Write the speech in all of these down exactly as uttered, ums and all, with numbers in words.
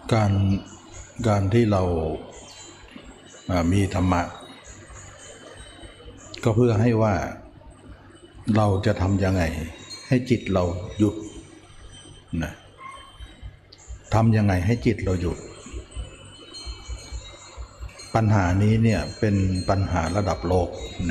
การการที่เรามีธรรมะก็เพื่อให้ว่าเราจะทำยังไงให้จิตเราหยุดนะทำยังไงให้จิตเราหยุดปัญหานี้เนี่ยเป็นปัญหาระดับโลกนะ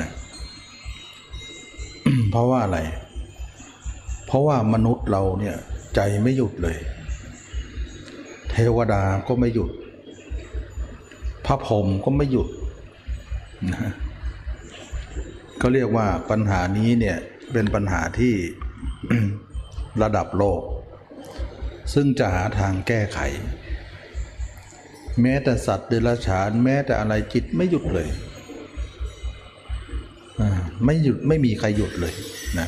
เพราะว่าอะไรเพราะว่ามนุษย์เราเนี่ยใจไม่หยุดเลยเทวดาก็ไม่หยุดพระพรหมก็ไม่หยุดนะก็เรียกว่าปัญหานี้เนี่ยเป็นปัญหาที่ ระดับโลกซึ่งจะหาทางแก้ไขแม้แต่สัตว์เดรัจฉานแม้แต่อะไรจิตไม่หยุดเลยไม่หยุดไม่มีใครหยุดเลยนะ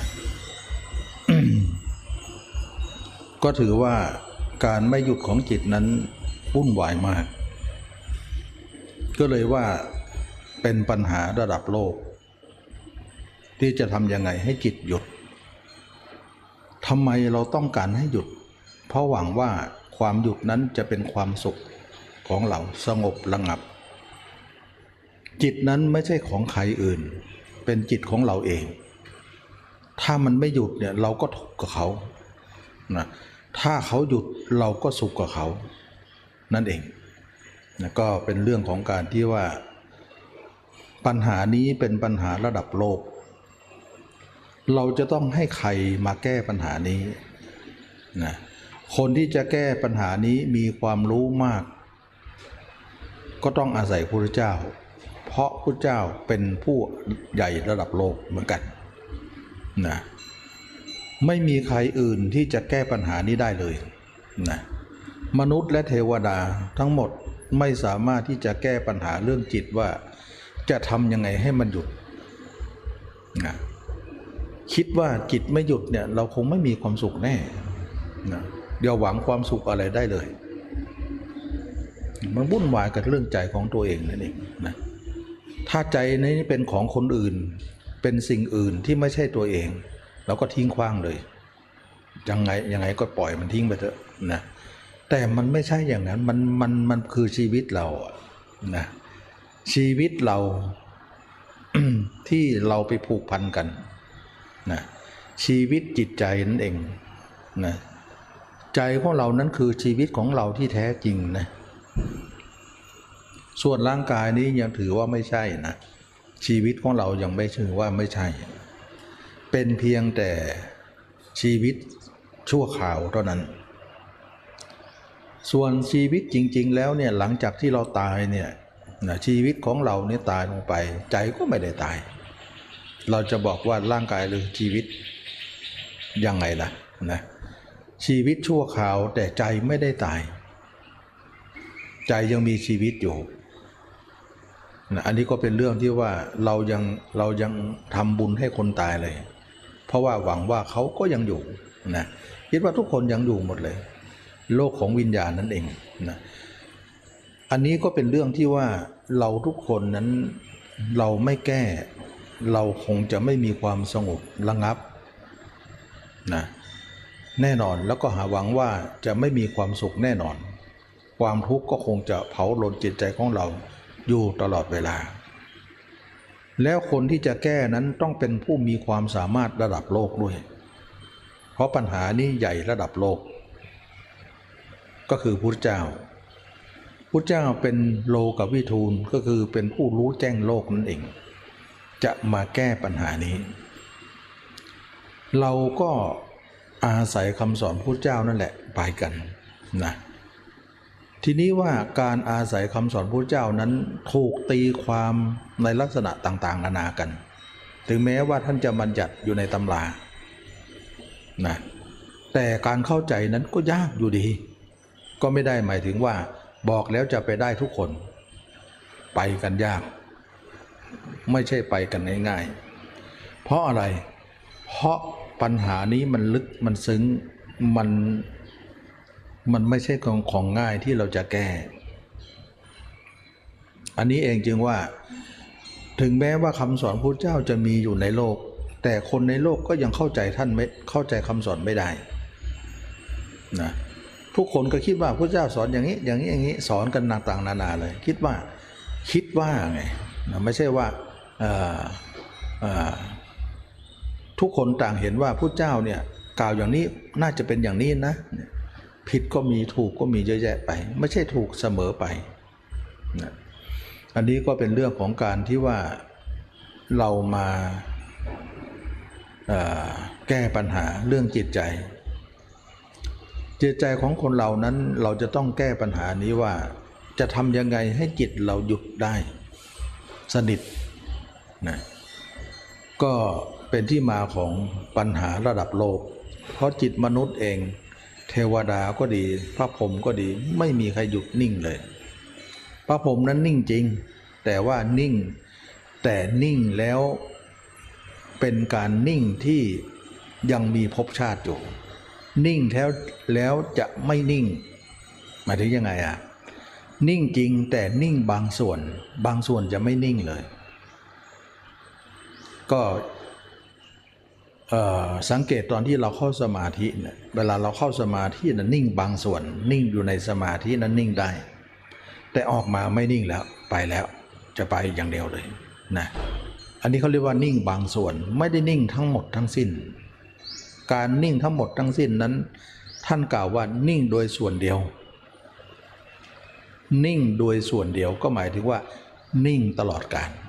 ก็ถือว่าการไม่หยุดของจิตนั้นวุ่นวายมากก็เลยว่าเป็นปัญหาระดับโลกที่จะทำยังไงให้จิตหยุดทำไมเราต้องการให้หยุดเพราะหวังว่าความหยุดนั้นจะเป็นความสุขของเราสงบระงับจิตนั้นไม่ใช่ของใครอื่นเป็นจิตของเราเองถ้ามันไม่หยุดเนี่ยเราก็ทุกข์กับเขานะถ้าเขาหยุดเราก็สุขกับเขานั่นเองนะก็เป็นเรื่องของการที่ว่าปัญหานี้เป็นปัญหาระดับโลกเราจะต้องให้ใครมาแก้ปัญหานี้นะคนที่จะแก้ปัญหานี้มีความรู้มากก็ต้องอาศัยพระพุทธเจ้าเพราะพระพุทธเจ้าเป็นผู้ใหญ่ระดับโลกเหมือนกันนะไม่มีใครอื่นที่จะแก้ปัญหานี้ได้เลยนะมนุษย์และเทวดาทั้งหมดไม่สามารถที่จะแก้ปัญหาเรื่องจิตว่าจะทำยังไงให้มันหยุดนะคิดว่าจิตไม่หยุดเนี่ยเราคงไม่มีความสุขแน่นะเดี๋ยวหวังความสุขอะไรได้เลยมันวุ่นวายกับเรื่องใจของตัวเองนั่นเองนะถ้าใจนี้เป็นของคนอื่นเป็นสิ่งอื่นที่ไม่ใช่ตัวเองเราก็ทิ้งขว้างเลยยังไงยังไงก็ปล่อยมันทิ้งไปเถอะนะแต่มันไม่ใช่อย่างนั้นมันมันมันคือชีวิตเรานะชีวิตเรา ที่เราไปผูกพันกันนะชีวิตจิตใจนั่นเองนะใจของเรานั้นคือชีวิตของเราที่แท้จริงนะส่วนร่างกายนี้ยังถือว่าไม่ใช่นะชีวิตของเรายังไม่ถือว่าไม่ใช่เป็นเพียงแต่ชีวิตชั่วคราวเท่านั้นส่วนชีวิตจริงๆแล้วเนี่ยหลังจากที่เราตายเนี่ยนะชีวิตของเราเนี่ยตายลงไปใจก็ไม่ได้ตายเราจะบอกว่าร่างกายหรือชีวิตยังไงล่ะนะชีวิตชั่วคราวแต่ใจไม่ได้ตายใจยังมีชีวิตอยู่นะอันนี้ก็เป็นเรื่องที่ว่าเรายังเรายังทำบุญให้คนตายเลยเพราะว่าหวังว่าเขาก็ยังอยู่นะคิดว่าทุกคนยังอยู่หมดเลยโลกของวิญญาณนั่นเองนะอันนี้ก็เป็นเรื่องที่ว่าเราทุกคนนั้นเราไม่แก้เราคงจะไม่มีความสงบระงับนะแน่นอนแล้วก็หาหวังว่าจะไม่มีความสุขแน่นอนความทุกข์ก็คงจะเผาลนจิตใจของเราอยู่ตลอดเวลาแล้วคนที่จะแก้นั้นต้องเป็นผู้มีความสามารถระดับโลกด้วยเพราะปัญหานี้ใหญ่ระดับโลกก็คือพุทธเจ้าพุทธเจ้าเป็นโลกวิทูลก็คือเป็นผู้รู้แจ้งโลกนั่นเองจะมาแก้ปัญหานี้เราก็อาศัยคำสอนพุทธเจ้านั่นแหละไปกันนะทีนี้ว่าการอาศัยคำสอนพุทธเจ้านั้นถูกตีความในลักษณะต่างๆนานากันถึงแม้ว่าท่านจะบัญญัติอยู่ในตำรานะแต่การเข้าใจนั้นก็ยากอยู่ดีก็ไม่ได้หมายถึงว่าบอกแล้วจะไปได้ทุกคนไปกันยากไม่ใช่ไปกันง่ายๆเพราะอะไรเพราะปัญหานี้มันลึกมันซึ้งมันมันไม่ใช่ของของง่ายที่เราจะแก้อันนี้เองจึงว่าถึงแม้ว่าคำสอนพุทธเจ้าจะมีอยู่ในโลกแต่คนในโลกก็ยังเข้าใจท่านไม่เข้าใจคำสอนไม่ได้นะทุกคนก็คิดว่าพระเจ้าสอนอย่างนี้อย่างนี้อย่างนี้สอนกันต่างๆนานาเลยคิดว่าคิดว่าไงไม่ใช่ว่าทุกคนต่างเห็นว่าพระเจ้าเนี่ยกล่าวอย่างนี้น่าจะเป็นอย่างนี้นะผิดก็มีถูกก็มีเยอะแยะไปไม่ใช่ถูกเสมอไปนะอันนี้ก็เป็นเรื่องของการที่ว่าเรามาแก้ปัญหาเรื่องจิตใจจิตใจของคนเรานั้นเราจะต้องแก้ปัญหานี้ว่าจะทำยังไงให้จิตเราหยุดได้สนิทนะก็เป็นที่มาของปัญหาระดับโลกเพราะจิตมนุษย์เองเทวดาก็ดีพระพรหมก็ดีไม่มีใครหยุดนิ่งเลยพระพรหมนั้นนิ่งจริงแต่ว่านิ่งแต่นิ่งแล้วเป็นการนิ่งที่ยังมีภพชาติอยู่นิ่งแล้วแล้วจะไม่นิ่งหมายถึงยังไงอ่ะนิ่งจริงแต่นิ่งบางส่วนบางส่วนจะไม่นิ่งเลยก็สังเกตตอนที่เราเข้าสมาธิเนี่ยเวลาเราเข้าสมาธินั้นนิ่งบางส่วนนิ่งอยู่ในสมาธินั้นนิ่งได้แต่ออกมาไม่นิ่งแล้วไปแล้วจะไปอย่างเดียวเลยนะอันนี้เขาเรียกว่านิ่งบางส่วนไม่ได้นิ่งทั้งหมดทั้งสิ้นการนิ่งทั้งหมดทั้งสิ้นนั้นท่านกล่าวว่านิ่งโดยส่วนเดียวนิ่งโดยส่วนเดียวก็หมายถึงว่านิ่งตลอดกาล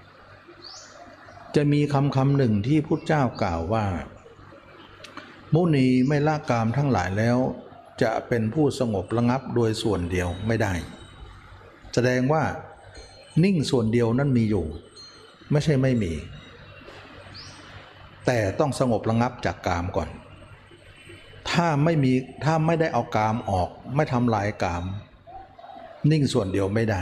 จะมีคำคำหนึ่งที่พุทธเจ้ากล่าวว่ามุนีไม่ละกามทั้งหลายแล้วจะเป็นผู้สงบระงับโดยส่วนเดียวไม่ได้แสดงว่านิ่งส่วนเดียวนั้นมีอยู่ไม่ใช่ไม่มีแต่ต้องสงบระงับจากกามก่อนถ้าไม่มีถ้าไม่ได้เอากามออกไม่ทำลายกามนิ่งส่วนเดียวไม่ได้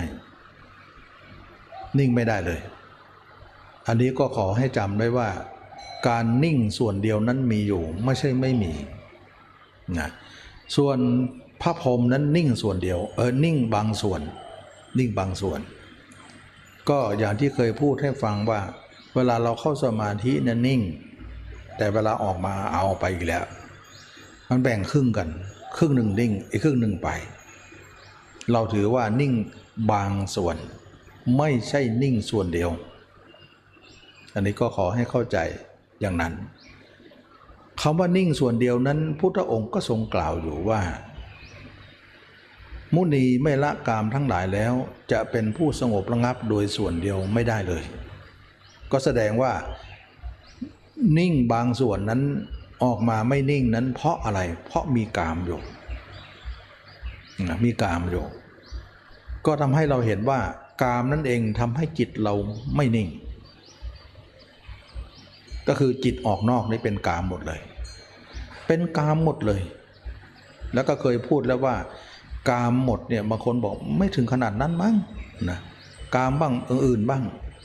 นิ่งไม่ได้เลยอันนี้ก็ขอให้จำไว้ว่าการนิ่งส่วนเดียวนั้นมีอยู่ไม่ใช่ไม่มีนะส่วนพระพรหมนั้นนิ่งส่วนเดียวเออนิ่งบางส่วนนิ่งบางส่วนก็อย่างที่เคยพูดให้ฟังว่าเวลาเราเข้าสมาธิเนี่ยนิ่งแต่เวลาออกมาเอาไปอีกแล้วมันแบ่งครึ่งกันครึ่งหนึ่งนิ่งอีกครึ่งหนึ่งไปเราถือว่านิ่งบางส่วนไม่ใช่นิ่งส่วนเดียวอันนี้ก็ขอให้เข้าใจอย่างนั้นคำว่านิ่งส่วนเดียวนั้นพุทธองค์ก็ทรงกล่าวอยู่ว่ามุนีไม่ละกามทั้งหลายแล้วจะเป็นผู้สงบระงับโดยส่วนเดียวไม่ได้เลยก็แสดงว่านิ่งบางส่วนนั้นออกมาไม่นิ่งนั้นเพราะอะไรเพราะมีกามอยู่มีกามอยู่ก็ทำให้เราเห็นว่ากามนั่นเองทำให้จิตเราไม่นิ่งก็คือจิตออกนอกนี่เป็นกามหมดเลยเป็นกามหมดเลยแล้วก็เคยพูดแล้วว่ากามหมดเนี่ยบางคนบอกไม่ถึงขนาดนั้นมั้งนะกามบ้างอื่นๆบ้าง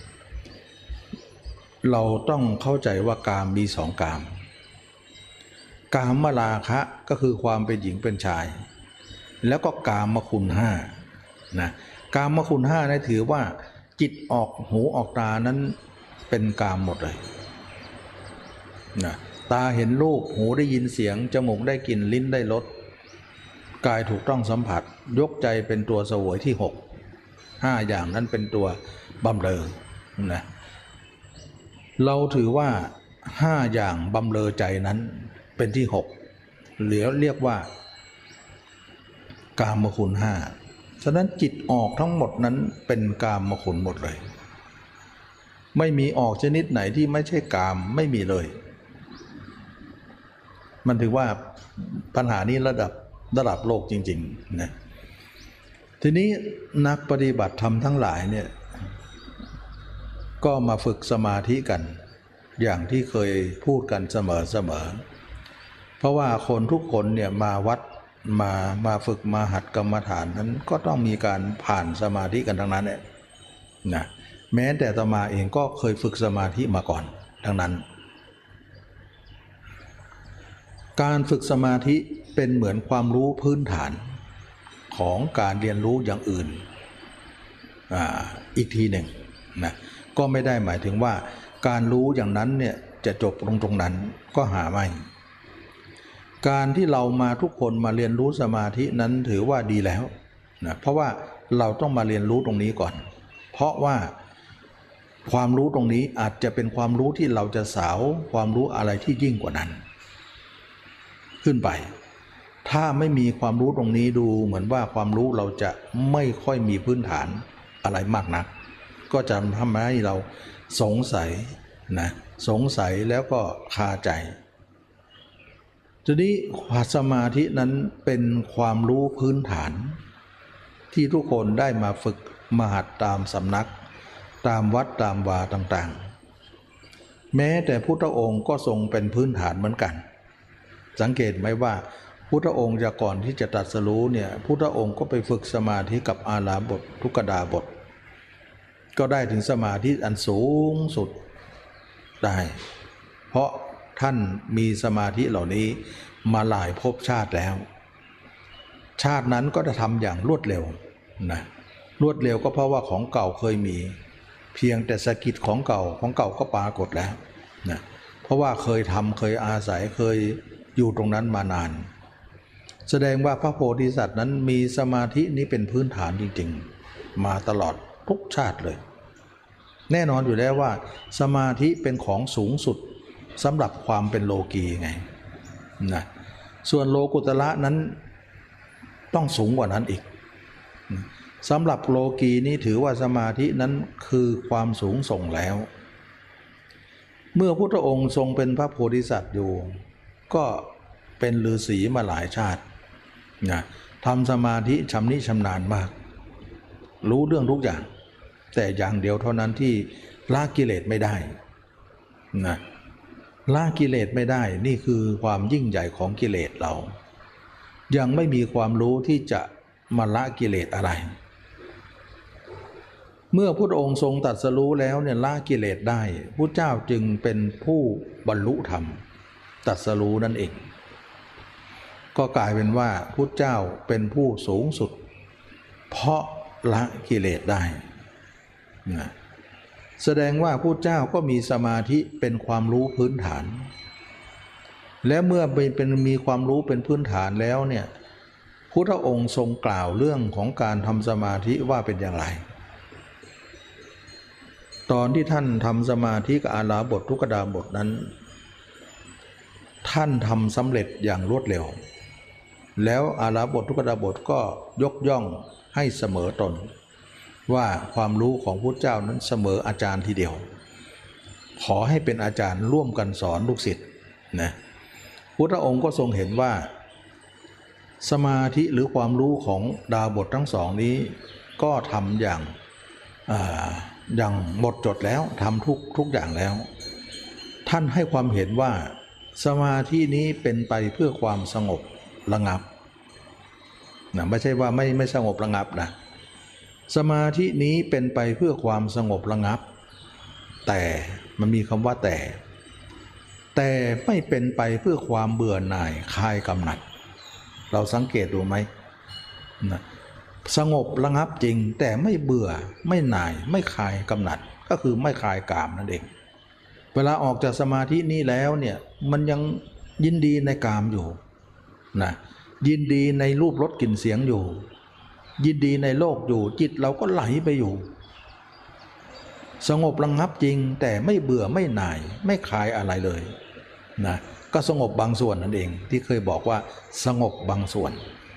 เราต้องเข้าใจว่ากามมีสองกามกามราคะก็คือความเป็นหญิงเป็นชายแล้วก็กามคุณห้านะกามคุณห้านี่ถือว่าจิตออกหูออกตานั้นเป็นกามหมดเลยนะตาเห็นรูปหูได้ยินเสียงจมูกได้กลิ่นลิ้นได้รสกายถูกต้องสัมผัสยกใจเป็นตัวเสวยที่หกห้าอย่างนั้นเป็นตัวบำเรอนะเราถือว่าห้าอย่างบำเรอใจนั้นเป็นที่หกเหลือเรียกว่ากามคุณห้าฉะนั้นจิตออกทั้งหมดนั้นเป็นกามคุณหมดเลยไม่มีออกชนิดไหนที่ไม่ใช่กามไม่มีเลยมันถือว่าปัญหานี้ระดับระดับโลกจริงๆนะทีนี้นักปฏิบัติธรรมทั้งหลายเนี่ยก็มาฝึกสมาธิกันอย่างที่เคยพูดกันเสมอๆเพราะว่าคนทุกคนเนี่ยมาวัดมามาฝึกมาหัดกรรมฐานนั้นก็ต้องมีการผ่านสมาธิกันทั้งนั้นเนี่ยนะแม้แต่อาตมาเองก็เคยฝึกสมาธิมาก่อนทั้งนั้นการฝึกสมาธิเป็นเหมือนความรู้พื้นฐานของการเรียนรู้อย่างอื่น อ่า อีกทีหนึ่งนะก็ไม่ได้หมายถึงว่าการรู้อย่างนั้นเนี่ยจะจบตรงตรงนั้นก็หาไม่การที่เรามาทุกคนมาเรียนรู้สมาธินั้นถือว่าดีแล้วนะเพราะว่าเราต้องมาเรียนรู้ตรงนี้ก่อนเพราะว่าความรู้ตรงนี้อาจจะเป็นความรู้ที่เราจะสาวความรู้อะไรที่ยิ่งกว่านั้นขึ้นไปถ้าไม่มีความรู้ตรงนี้ดูเหมือนว่าความรู้เราจะไม่ค่อยมีพื้นฐานอะไรมากนักก็จะทำให้เราสงสัยนะสงสัยแล้วก็คาใจทีนี้สมาธินั้นเป็นความรู้พื้นฐานที่ทุกคนได้มาฝึกมาหัดตามสำนักตามวัดตามวาต่างๆแม้แต่พุทธองค์ก็ทรงเป็นพื้นฐานเหมือนกันสังเกตไหมว่าพุทธองค์จะก่อนที่จะตรัสรู้เนี่ยพุทธองค์ก็ไปฝึกสมาธิกับอาราบททุกขดาบทก็ได้ถึงสมาธิอันสูงสุดได้เพราะท่านมีสมาธิเหล่านี้มาหลายภพชาติแล้วชาตินั้นก็จะทำอย่างรวดเร็วนะรวดเร็วก็เพราะว่าของเก่าเคยมีเพียงแต่สกิดของเก่าของเก่าก็ปรากฏแล้วนะเพราะว่าเคยทำเคยอาศัยเคยอยู่ตรงนั้นมานานแสดงว่าพระโพธิสัตว์นั้นมีสมาธินี้เป็นพื้นฐานจริงๆมาตลอดทุกชาติเลยแน่นอนอยู่แล้วว่าสมาธิเป็นของสูงสุดสำหรับความเป็นโลกีไงนะส่วนโลกุตระนั้นต้องสูงกว่านั้นอีกสำหรับโลกีนี้ถือว่าสมาธินั้นคือความสูงส่งแล้วเมื่อพุทธองค์ทรงเป็นพระโพธิสัตว์อยู่ก็เป็นฤาษีมาหลายชาตินะทำสมาธิชำนิชำนาญมากรู้เรื่องทุกอย่างแต่อย่างเดียวเท่านั้นที่ละกิเลสไม่ได้นะละกิเลสไม่ได้นี่คือความยิ่งใหญ่ของกิเลสเรายังไม่มีความรู้ที่จะมาละกิเลสอะไรเมื่อพุทธองค์ทรงตรัสรู้แล้วเนี่ยละกิเลสได้พุทธเจ้าจึงเป็นผู้บรรลุธรรมตรัสรู้นั่นเองก็กลายเป็นว่าพุทธเจ้าเป็นผู้สูงสุดเพราะละกิเลสได้นะแสดงว่าพุทธเจ้าก็มีสมาธิเป็นความรู้พื้นฐานและเมื่อเป็นมีความรู้เป็นพื้นฐานแล้วเนี่ยพุทธองค์ทรงกล่าวเรื่องของการทำสมาธิว่าเป็นอย่างไรตอนที่ท่านทำสมาธิกับอาราบททุกขดาบทนั้นท่านทำสำเร็จอย่างรวดเร็วแล้วอาราบททุกขดาบทก็ยกย่องให้เสมอตนว่าความรู้ของพุทธเจ้านั้นเสมออาจารย์ทีเดียวขอให้เป็นอาจารย์ร่วมกันสอนลูกศิษย์นะพุทธองค์ก็ทรงเห็นว่าสมาธิหรือความรู้ของดาบททั้งสองนี้ก็ทำอย่างอย่างหมดจดแล้วทำทุกทุกอย่างแล้วท่านให้ความเห็นว่าสมาธินี้เป็นไปเพื่อความสงบระงับนะไม่ใช่ว่าไม่ไม่สงบระงับนะสมาธินี้เป็นไปเพื่อความสงบระงับแต่มันมีคำว่าแต่แต่ไม่เป็นไปเพื่อความเบื่อหน่ายคลายกำหนัดเราสังเกตดูไหมนะสงบระงับจริงแต่ไม่เบื่อไม่หน่ายไม่คลายกำหนัดก็คือไม่คลายกามนั่นเองเวลาออกจากสมาธินี้แล้วเนี่ยมันยังยินดีในกามอยู่นะยินดีในรูปรสกลิ่นเสียงอยู่ยินดีในโลกอยู่จิตเราก็ไหลไปอยู่สงบระงับจริงแต่ไม่เบื่อไม่หน่ายไม่คลายอะไรเลยนะก็สงบบางส่วนนั่นเองที่เคยบอกว่าสงบบางส่วน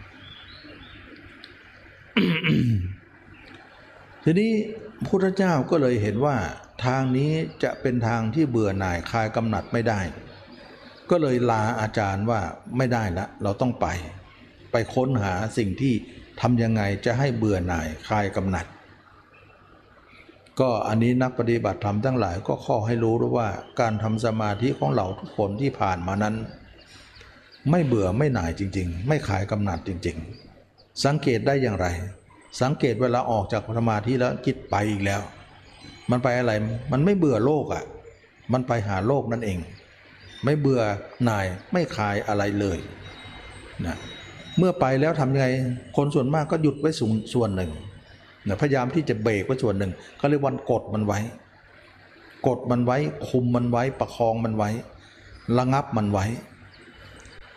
ทีนี้พระพุทธเจ้าก็เลยเห็นว่าทางนี้จะเป็นทางที่เบื่อหน่ายคลายกำหนัดไม่ได้ก็เลยลาอาจารย์ว่าไม่ได้ละเราต้องไปไปค้นหาสิ่งที่ทำยังไงจะให้เบื่อหน่ายคลายกำหนัดก็อันนี้นักปฏิบัติธรรมทั้งหลายก็ขอให้รู้ด้วยว่าการทำสมาธิของเราทุกคนที่ผ่านมานั้นไม่เบื่อไม่หน่ายจริงๆไม่คลายกำหนัดจริงๆสังเกตได้อย่างไรสังเกตเวลาออกจากสมาธิแล้วจิตไปอีกแล้วมันไปอะไรมันไม่เบื่อโลกอ่ะมันไปหาโลกนั่นเองไม่เบื่อหน่ายไม่คลายอะไรเลยนะเมื่อไปแล้วทำยังไงคนส่วนมากก็หยุดไว้ส่วนหนึ่งนะพยายามที่จะเบรกไว้ส่วนหนึ่งเขาเรียกว่ากดมันไว้กดมันไว้คุมมันไว้ประคองมันไว้ระงับมันไว้พ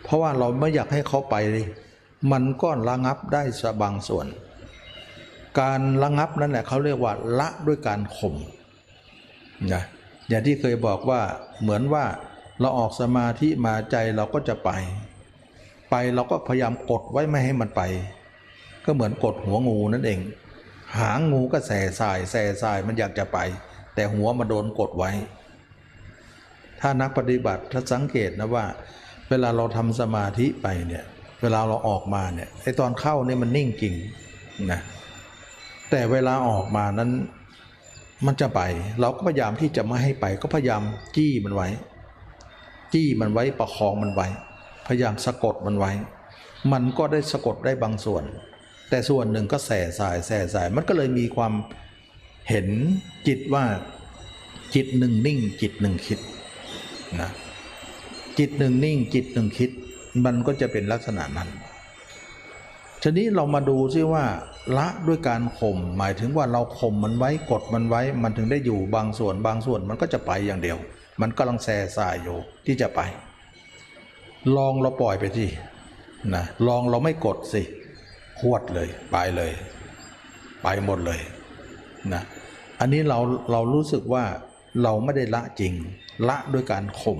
เพราะว่าเราไม่อยากให้เขาไปมันก็ระงับได้สบางส่วนการระงับนั่นแหละเขาเรียกว่าละด้วยการข่มนะอย่างที่เคยบอกว่าเหมือนว่าเราออกสมาธิมาใจเราก็จะไปไปเราก็พยายามกดไว้ไม่ให้มันไปก็เหมือนกดหัวงูนั่นเองหางงูก็แส่สายแส่สายมันอยากจะไปแต่หัวมาโดนกดไว้ถ้านักปฏิบัติถ้าสังเกตนะว่าเวลาเราทำสมาธิไปเนี่ยเวลาเราออกมาเนี่ยไอ้ตอนเข้าเนี่ยมันนิ่งจริงนะแต่เวลาออกมานั้นมันจะไปเราก็พยายามที่จะไม่ให้ไปก็พยายามจี้มันไว้จี้มันไว้ประคองมันไว้พยายามสะกดมันไว้มันก็ได้สะกดได้บางส่วนแต่ส่วนหนึ่งก็แส่สายแส่สายมันก็เลยมีความเห็นจิตว่าจิตหนึ่งนิ่งจิตหนึ่งคิดนะจิตหนึ่งนิ่งจิตหนึ่งคิดมันก็จะเป็นลักษณะนั้นทีนี้เรามาดูซิว่าละด้วยการข่มหมายถึงว่าเราข่มมันไว้กดมันไว้มันถึงได้อยู่บางส่วนบางส่วนมันก็จะไปอย่างเดียวมันกำลังแส่สายอยู่ที่จะไปลองเราปล่อยไปสินะลองเราไม่กดสิหวดเลยไปเลยไปหมดเลยนะอันนี้เราเรารู้สึกว่าเราไม่ได้ละจริงละด้วยการข่ม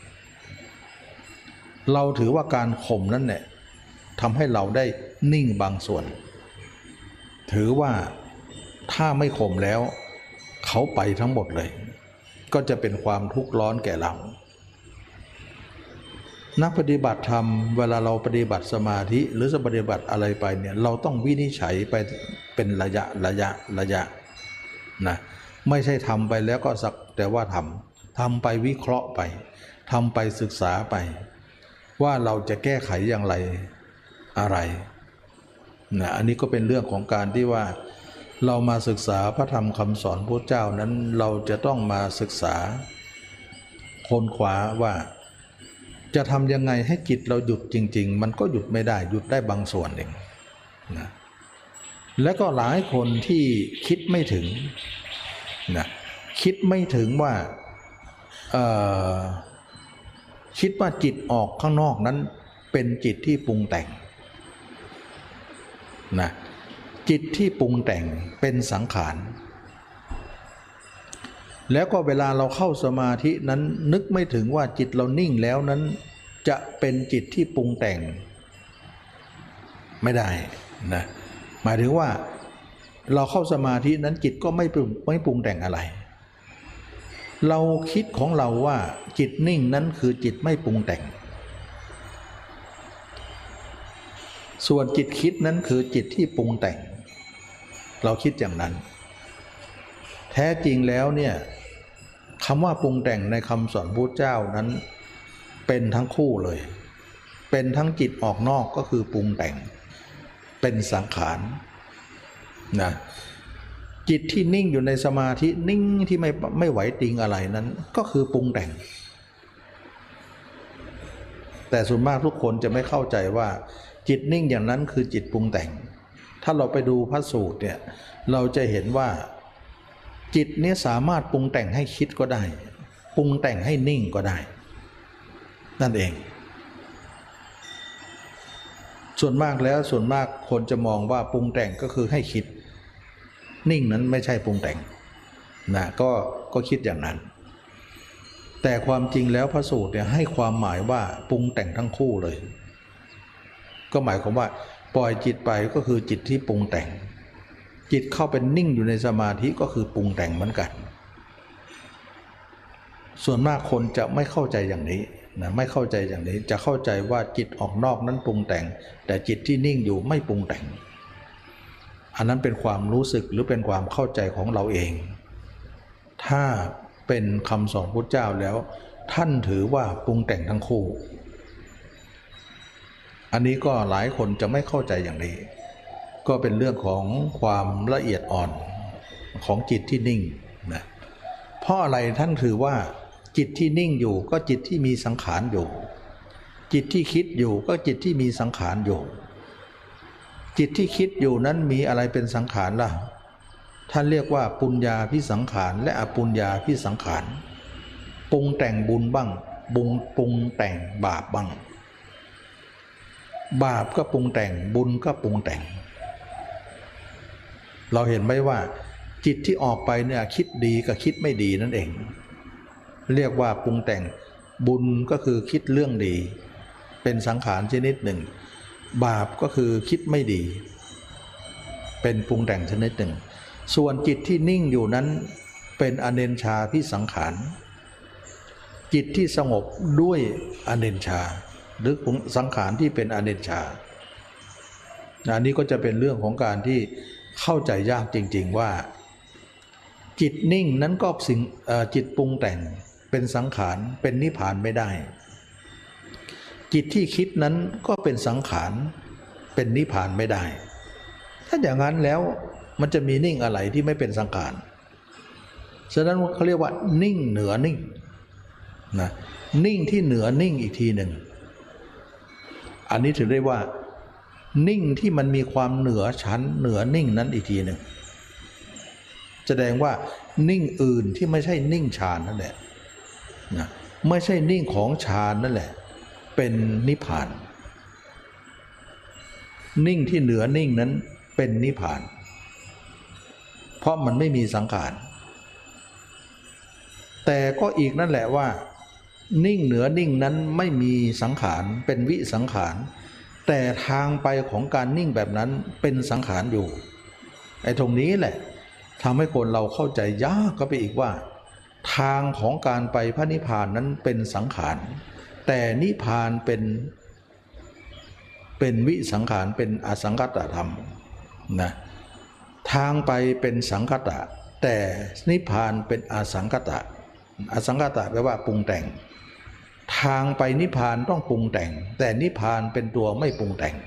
เราถือว่าการข่มนั่นเนี่ยทำให้เราได้นิ่งบางส่วนถือว่าถ้าไม่ข่มแล้วเขาไปทั้งหมดเลยก็จะเป็นความทุกข์ร้อนแก่เรานักปฏิบัติธรรมเวลาเราปฏิบัติสมาธิหรือจะปฏิบัติอะไรไปเนี่ยเราต้องวินิจฉัยไปเป็นระยะระยะระยะนะไม่ใช่ทำไปแล้วก็สักแต่ว่าทำทำไปวิเคราะห์ไปทำไปศึกษาไปว่าเราจะแก้ไขอย่างไรอะไรนะอันนี้ก็เป็นเรื่องของการที่ว่าเรามาศึกษาพระธรรมคำสอนพระเจ้านั้นเราจะต้องมาศึกษาค้นคว้าว่าจะทำยังไงให้จิตเราหยุดจริงๆมันก็หยุดไม่ได้หยุดได้บางส่วนเองนะและก็หลายคนที่คิดไม่ถึงนะคิดไม่ถึงว่าเอ่อคิดว่าจิตออกข้างนอกนั้นเป็นจิตที่ปรุงแต่งนะจิตที่ปรุงแต่งเป็นสังขารแล้วก็เวลาเราเข้าสมาธินั้นนึกไม่ถึงว่าจิตเรานิ่งแล้วนั้นจะเป็นจิตที่ปรุงแต่งไม่ได้นะหมายถึงว่าเราเข้าสมาธินั้นจิตก็ไม่ปรุงไม่ปรุงแต่งอะไรเราคิดของเราว่าจิตนิ่งนั้นคือจิตไม่ปรุงแต่งส่วนจิตคิดนั้นคือจิตที่ปรุงแต่งเราคิดอย่างนั้นแท้จริงแล้วเนี่ยคำว่าปรุงแต่งในคำสอนพุทธเจ้านั้นเป็นทั้งคู่เลยเป็นทั้งจิตออกนอกก็คือปรุงแต่งเป็นสังขารนะจิตที่นิ่งอยู่ในสมาธินิ่งที่ไม่ไม่ไหวติงอะไรนั้นก็คือปรุงแต่งแต่ส่วนมากทุกคนจะไม่เข้าใจว่าจิตนิ่งอย่างนั้นคือจิตปรุงแต่งถ้าเราไปดูพระสูตรเนี่ยเราจะเห็นว่าจิตนี้สามารถปรุงแต่งให้คิดก็ได้ปรุงแต่งให้นิ่งก็ได้นั่นเองส่วนมากแล้วส่วนมากคนจะมองว่าปรุงแต่งก็คือให้คิดนิ่งนั้นไม่ใช่ปรุงแต่งนะก็ก็คิดอย่างนั้นแต่ความจริงแล้วพระสูตรเนี่ยให้ความหมายว่าปรุงแต่งทั้งคู่เลยก็หมายความว่าปล่อยจิตไปก็คือจิตที่ปรุงแต่งจิตเข้าเป็นนิ่งอยู่ในสมาธิก็คือปรุงแต่งเหมือนกันส่วนมากคนจะไม่เข้าใจอย่างนี้นะไม่เข้าใจอย่างนี้จะเข้าใจว่าจิตออกนอกนั้นปรุงแต่งแต่จิตที่นิ่งอยู่ไม่ปรุงแต่งอันนั้นเป็นความรู้สึกหรือเป็นความเข้าใจของเราเองถ้าเป็นคำสอนพุทธเจ้าแล้วท่านถือว่าปรุงแต่งทั้งคู่อันนี้ก็หลายคนจะไม่เข้าใจอย่างนี้ก็เป็นเรื่องของความละเอียดอ่อนของจิตที่นิ่งนะเพราะอะไรท่านถือว่าจิตที่นิ่งอยู่ก็จิตที่มีสังขารอยู่จิตที่คิดอยู่ก็จิตที่มีสังขารอยู่จิตที่คิดอยู่นั้นมีอะไรเป็นสังขารล่ะท่านเรียกว่าปุญญาภิสังขารและอปุญญาภิสังขารปรุงแต่งบุญบ้างบุญปรุงแต่งบาปบ้างบาปก็ปรุงแต่งบุญก็ปรุงแต่งเราเห็นไหมว่าจิตที่ออกไปเนี่ยคิดดีกับคิดไม่ดีนั่นเองเรียกว่าปรุงแต่งบุญก็คือคิดเรื่องดีเป็นสังขารชนิดหนึ่งบาปก็คือคิดไม่ดีเป็นปรุงแต่งชนิดหนึ่งส่วนจิตที่นิ่งอยู่นั้นเป็นอเนญชาพิสังขารจิตที่สงบด้วยอเนญชาหรือสังขารที่เป็นอเนญชาอันนี้ก็จะเป็นเรื่องของการที่เข้าใจยากจริงๆว่าจิตนิ่งนั้นก็สิ่งจิตปรุงแต่งเป็นสังขารเป็นนิพพานไม่ได้จิตที่คิดนั้นก็เป็นสังขารเป็นนิพพานไม่ได้ถ้าอย่างนั้นแล้วมันจะมีนิ่งอะไรที่ไม่เป็นสังขารฉะนั้นเขาเรียกว่านิ่งเหนือนิ่งนะนิ่งที่เหนือนิ่งอีกทีหนึ่งอันนี้ถือได้ว่านิ่งที่มันมีความเหนือชั้นเหนือนิ่งนั้นอีกทีหนึ่งแสดงว่านิ่งอื่นที่ไม่ใช่นิ่งฌานนั่นแหละนะไม่ใช่นิ่งของฌานนั่นแหละเป็นนิพพานนิ่งที่เหนือนิ่งนั้นเป็นนิพพานเพราะมันไม่มีสังขารแต่ก็อีกนั่นแหละว่านิ่งเหนือนิ่งนั้นไม่มีสังขารเป็นวิสังขารแต่ทางไปของการนิ่งแบบนั้นเป็นสังขารอยู่ไอ้ตรงนี้แหละทำให้คนเราเข้าใจยากก็ไปอีกว่าทางของการไปพระนิพพานนั้นเป็นสังขารแต่นิพพานเป็นเป็นวิสังขารเป็นอสังคตธรรมนะทางไปเป็นสังคตะแต่นิพพานเป็นอสังคตะอสังคตะแปลว่าปรุงแต่งทางไปนิพพานต้องปรุงแต่งแต่นิพพานเป็นตัวไม่ปรุงแต่ง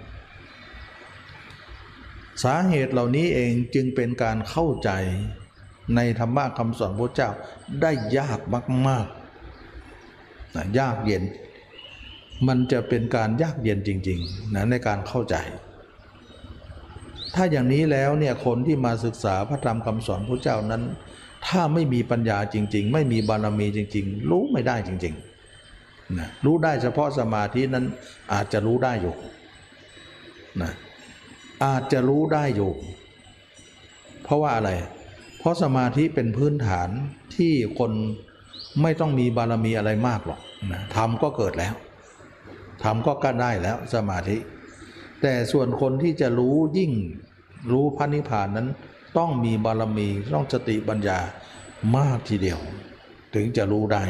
สาเหตุเหล่านี้เองจึงเป็นการเข้าใจในธรรมะคำสอนพระเจ้าได้ยากมากๆนะยากเย็นมันจะเป็นการยากเย็นจริงๆนะในการเข้าใจถ้าอย่างนี้แล้วเนี่ยคนที่มาศึกษาพระธรรมคำสอนพระเจ้านั้นถ้าไม่มีปัญญาจริงๆไม่มีบารมีจริงๆรู้ไม่ได้จริงๆนะรู้ได้เฉพาะสมาธินั้นอาจจะรู้ได้อยู่นะอาจจะรู้ได้อยู่เพราะว่าอะไรเพราะสมาธิเป็นพื้นฐานที่คนไม่ต้องมีบารมีอะไรมากหรอกนะทำก็เกิดแล้วทำก็กล้าได้แล้วสมาธิแต่ส่วนคนที่จะรู้ยิ่งรู้พระนิพพานนั้นต้องมีบารมีต้องสติปัญญามากทีเดียวถึงจะรู้ได้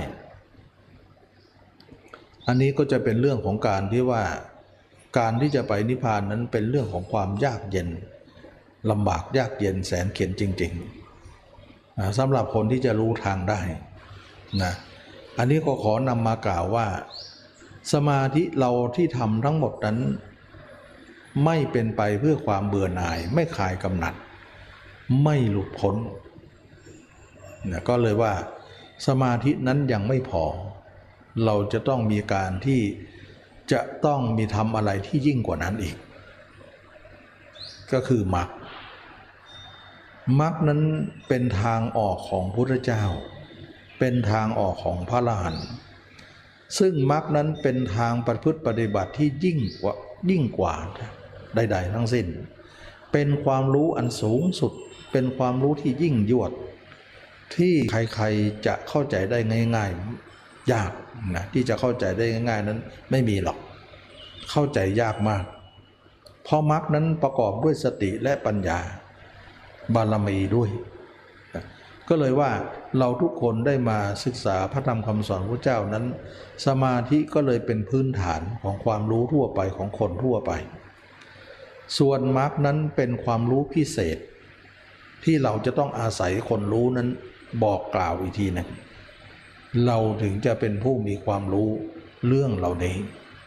อันนี้ก็จะเป็นเรื่องของการที่ว่าการที่จะไปนิพพานนั้นเป็นเรื่องของความยากเย็นลำบากยากเย็นแสนเข็ญจริงๆนะสำหรับคนที่จะรู้ทางได้นะอันนี้ก็ขอนำมากล่าวว่าสมาธิเราที่ทำทั้งหมดนั้นไม่เป็นไปเพื่อความเบื่อหน่ายไม่คลายกำหนัดไม่หลุดพ้นนะก็เลยว่าสมาธินั้นยังไม่พอเราจะต้องมีการที่จะต้องมีทำอะไรที่ยิ่งกว่านั้นอีกก็คือมรรคมรรคนั้นเป็นทางออกของพระพุทธเจ้าเป็นทางออกของพระอรหันต์ซึ่งมรรคนั้นเป็นทางประพฤติปฏิบัติที่ยิ่งกว่ายิ่งกว่าใดๆทั้งสิ้นเป็นความรู้อันสูงสุดเป็นความรู้ที่ยิ่งยวดที่ใครๆจะเข้าใจได้ง่ายๆยากนะที่จะเข้าใจได้ง่ายๆนั้นไม่มีหรอกเข้าใจยากมากเพราะมรรคนั้นประกอบด้วยสติและปัญญาบารมีด้วยก็เลยว่าเราทุกคนได้มาศึกษาพระธรรมคำสอนพระเจ้านั้นสมาธิก็เลยเป็นพื้นฐานของความรู้ทั่วไปของคนทั่วไปส่วนมรรคนั้นเป็นความรู้พิเศษที่เราจะต้องอาศัยคนรู้นั้นบอกกล่าวอีกทีหนึ่งเราถึงจะเป็นผู้มีความรู้เรื่องเหล่านี้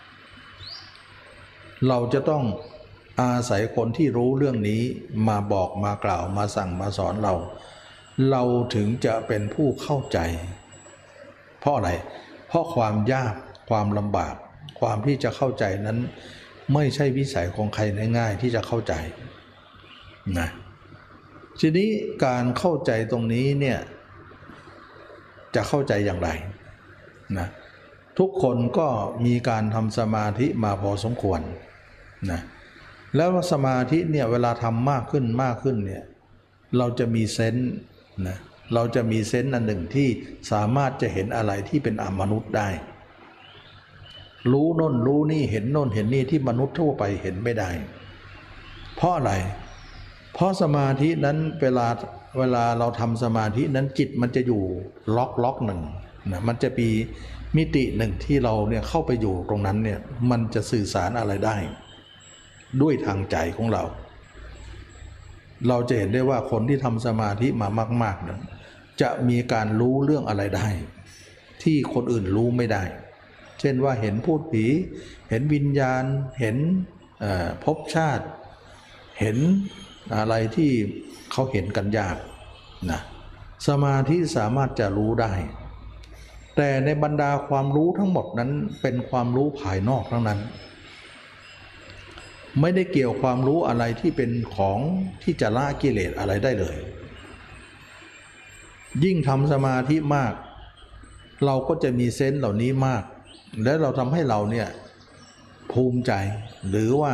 เราจะต้องอาศัยคนที่รู้เรื่องนี้มาบอกมากล่าวมาสั่งมาสอนเราเราถึงจะเป็นผู้เข้าใจเพราะอะไรเพราะความยากความลำบากความที่จะเข้าใจนั้นไม่ใช่วิสัยของใครง่ายๆที่จะเข้าใจนะทีนี้การเข้าใจตรงนี้เนี่ยจะเข้าใจอย่างไรนะทุกคนก็มีการทำสมาธิมาพอสมควรนะแล้วสมาธิเนี่ยเวลาทำมากขึ้นมากขึ้นเนี่ยเราจะมีเซนส์นะเราจะมีเซนส์อันหนึ่งที่สามารถจะเห็นอะไรที่เป็นอมนุษย์ได้รู้โน่นรู้นี่เห็นโน่นเห็นนี่ที่มนุษย์ทั่วไปเห็นไม่ได้เพราะอะไรเพราะสมาธินั้นเวลาเวลาเราทำสมาธินั้นจิตมันจะอยู่ล็อกล็อกหนึ่งนะมันจะมีมิติหนึ่งที่เราเนี่ยเข้าไปอยู่ตรงนั้นเนี่ยมันจะสื่อสารอะไรได้ด้วยทางใจของเราเราจะเห็นได้ว่าคนที่ทำสมาธิมามากๆนั้นจะมีการรู้เรื่องอะไรได้ที่คนอื่นรู้ไม่ได้เช่นว่าเห็นพูดผีเห็นวิญญาณเห็นภพชาติเห็นอะไรที่เขาเห็นกันยากนะสมาธิสามารถจะรู้ได้แต่ในบรรดาความรู้ทั้งหมดนั้นเป็นความรู้ภายนอกทั้งนั้นไม่ได้เกี่ยวความรู้อะไรที่เป็นของที่จะละกิเลสอะไรได้เลยยิ่งทำสมาธิมากเราก็จะมีเซนส์เหล่านี้มากและเราทำให้เราเนี่ยภูมิใจหรือว่า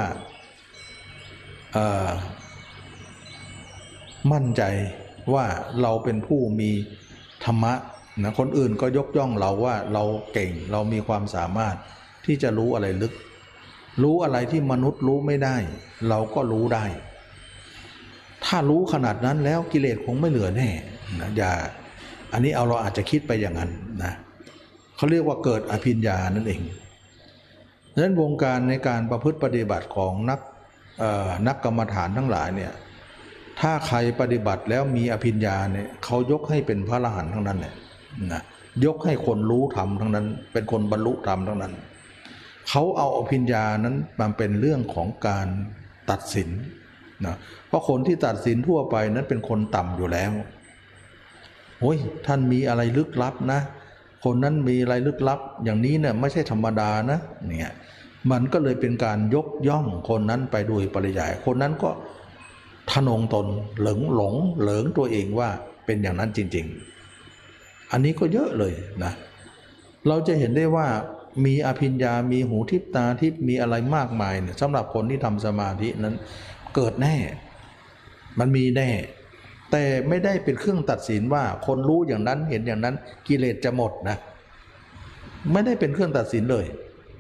มั่นใจว่าเราเป็นผู้มีธรรมะนะคนอื่นก็ยกย่องเราว่าเราเก่งเรามีความสามารถที่จะรู้อะไรลึกรู้อะไรที่มนุษย์รู้ไม่ได้เราก็รู้ได้ถ้ารู้ขนาดนั้นแล้วกิเลสคงไม่เหลือแน่นะอย่าอันนี้เอาเราอาจจะคิดไปอย่างนั้นนะเขาเรียกว่าเกิดอภิญญานั่นเองดังนั้นวงการในการประพฤติปฏิบัติของนักนักกรรมฐานทั้งหลายเนี่ยถ้าใครปฏิบัติแล้วมีอภิญญาเนี่ยเขายกให้เป็นพระอรหันต์ทั้งนั้นเลยนะยกให้คนรู้ธรรมทั้งนั้นเป็นคนบรรลุธรรมทั้งนั้นเขาเอาอภิญญานั้นมาเป็นเรื่องของการตัดสินนะเพราะคนที่ตัดสินทั่วไปนั้นเป็นคนต่ำอยู่แล้วโอ้ยท่านมีอะไรลึกลับนะคนนั้นมีอะไรลึกลับอย่างนี้เนี่ยไม่ใช่ธรรมดานะเนี่ยมันก็เลยเป็นการยกย่องคนนั้นไปโดยปริยายคนนั้นก็ทะนงตนหลงหลงเหลิงตัวเองว่าเป็นอย่างนั้นจริงๆอันนี้ก็เยอะเลยนะเราจะเห็นได้ว่ามีอภิญญามีหูทิพตาทิพมีอะไรมากมายเนี่ยสำหรับคนที่ทำสมาธินั้นเกิดแน่มันมีแน่แต่ไม่ได้เป็นเครื่องตัดสินว่าคนรู้อย่างนั้นเห็นอย่างนั้นกิเลสจะหมดนะไม่ได้เป็นเครื่องตัดสินเลย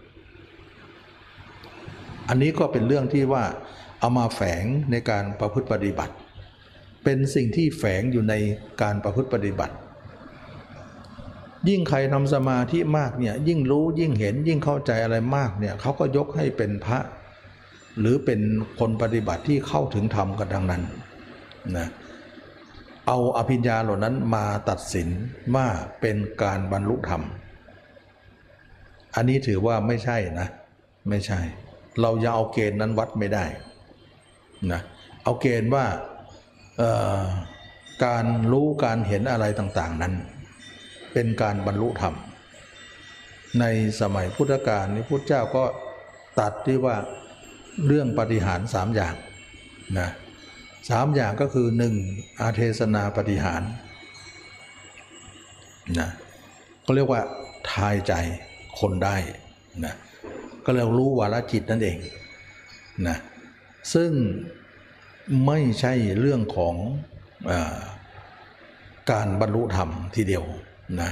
อันนี้ก็เป็นเรื่องที่ว่าเอามาแฝงในการประพฤติปฏิบัติเป็นสิ่งที่แฝงอยู่ในการประพฤติปฏิบัติยิ่งใครทำสมาธิมากเนี่ยยิ่งรู้ยิ่งเห็นยิ่งเข้าใจอะไรมากเนี่ยเขาก็ยกให้เป็นพระหรือเป็นคนปฏิบัติที่เข้าถึงธรรมกันทั้งนั้นนะเอาอภิญญาเหล่านั้นมาตัดสินว่าเป็นการบรรลุธรรมอันนี้ถือว่าไม่ใช่นะไม่ใช่เราอย่าเอาเกณฑ์นั้นวัดไม่ได้นะเอาเกณฑ์ว่าการรู้การเห็นอะไรต่างๆนั้นเป็นการบรรลุธรรมในสมัยพุทธกาลนี้พุทธเจ้าก็ตัดที่ว่าเรื่องปาฏิหาริย์สามอย่างนะสามอย่างก็คือหนึ่งอาเทศนาปาฏิหาริย์นะก็เรียกว่าทายใจคนได้นะก็เรียกรู้วาระจิตนั่นเองนะซึ่งไม่ใช่เรื่องของอ่าการบรรลุธรรมทีเดียวนะ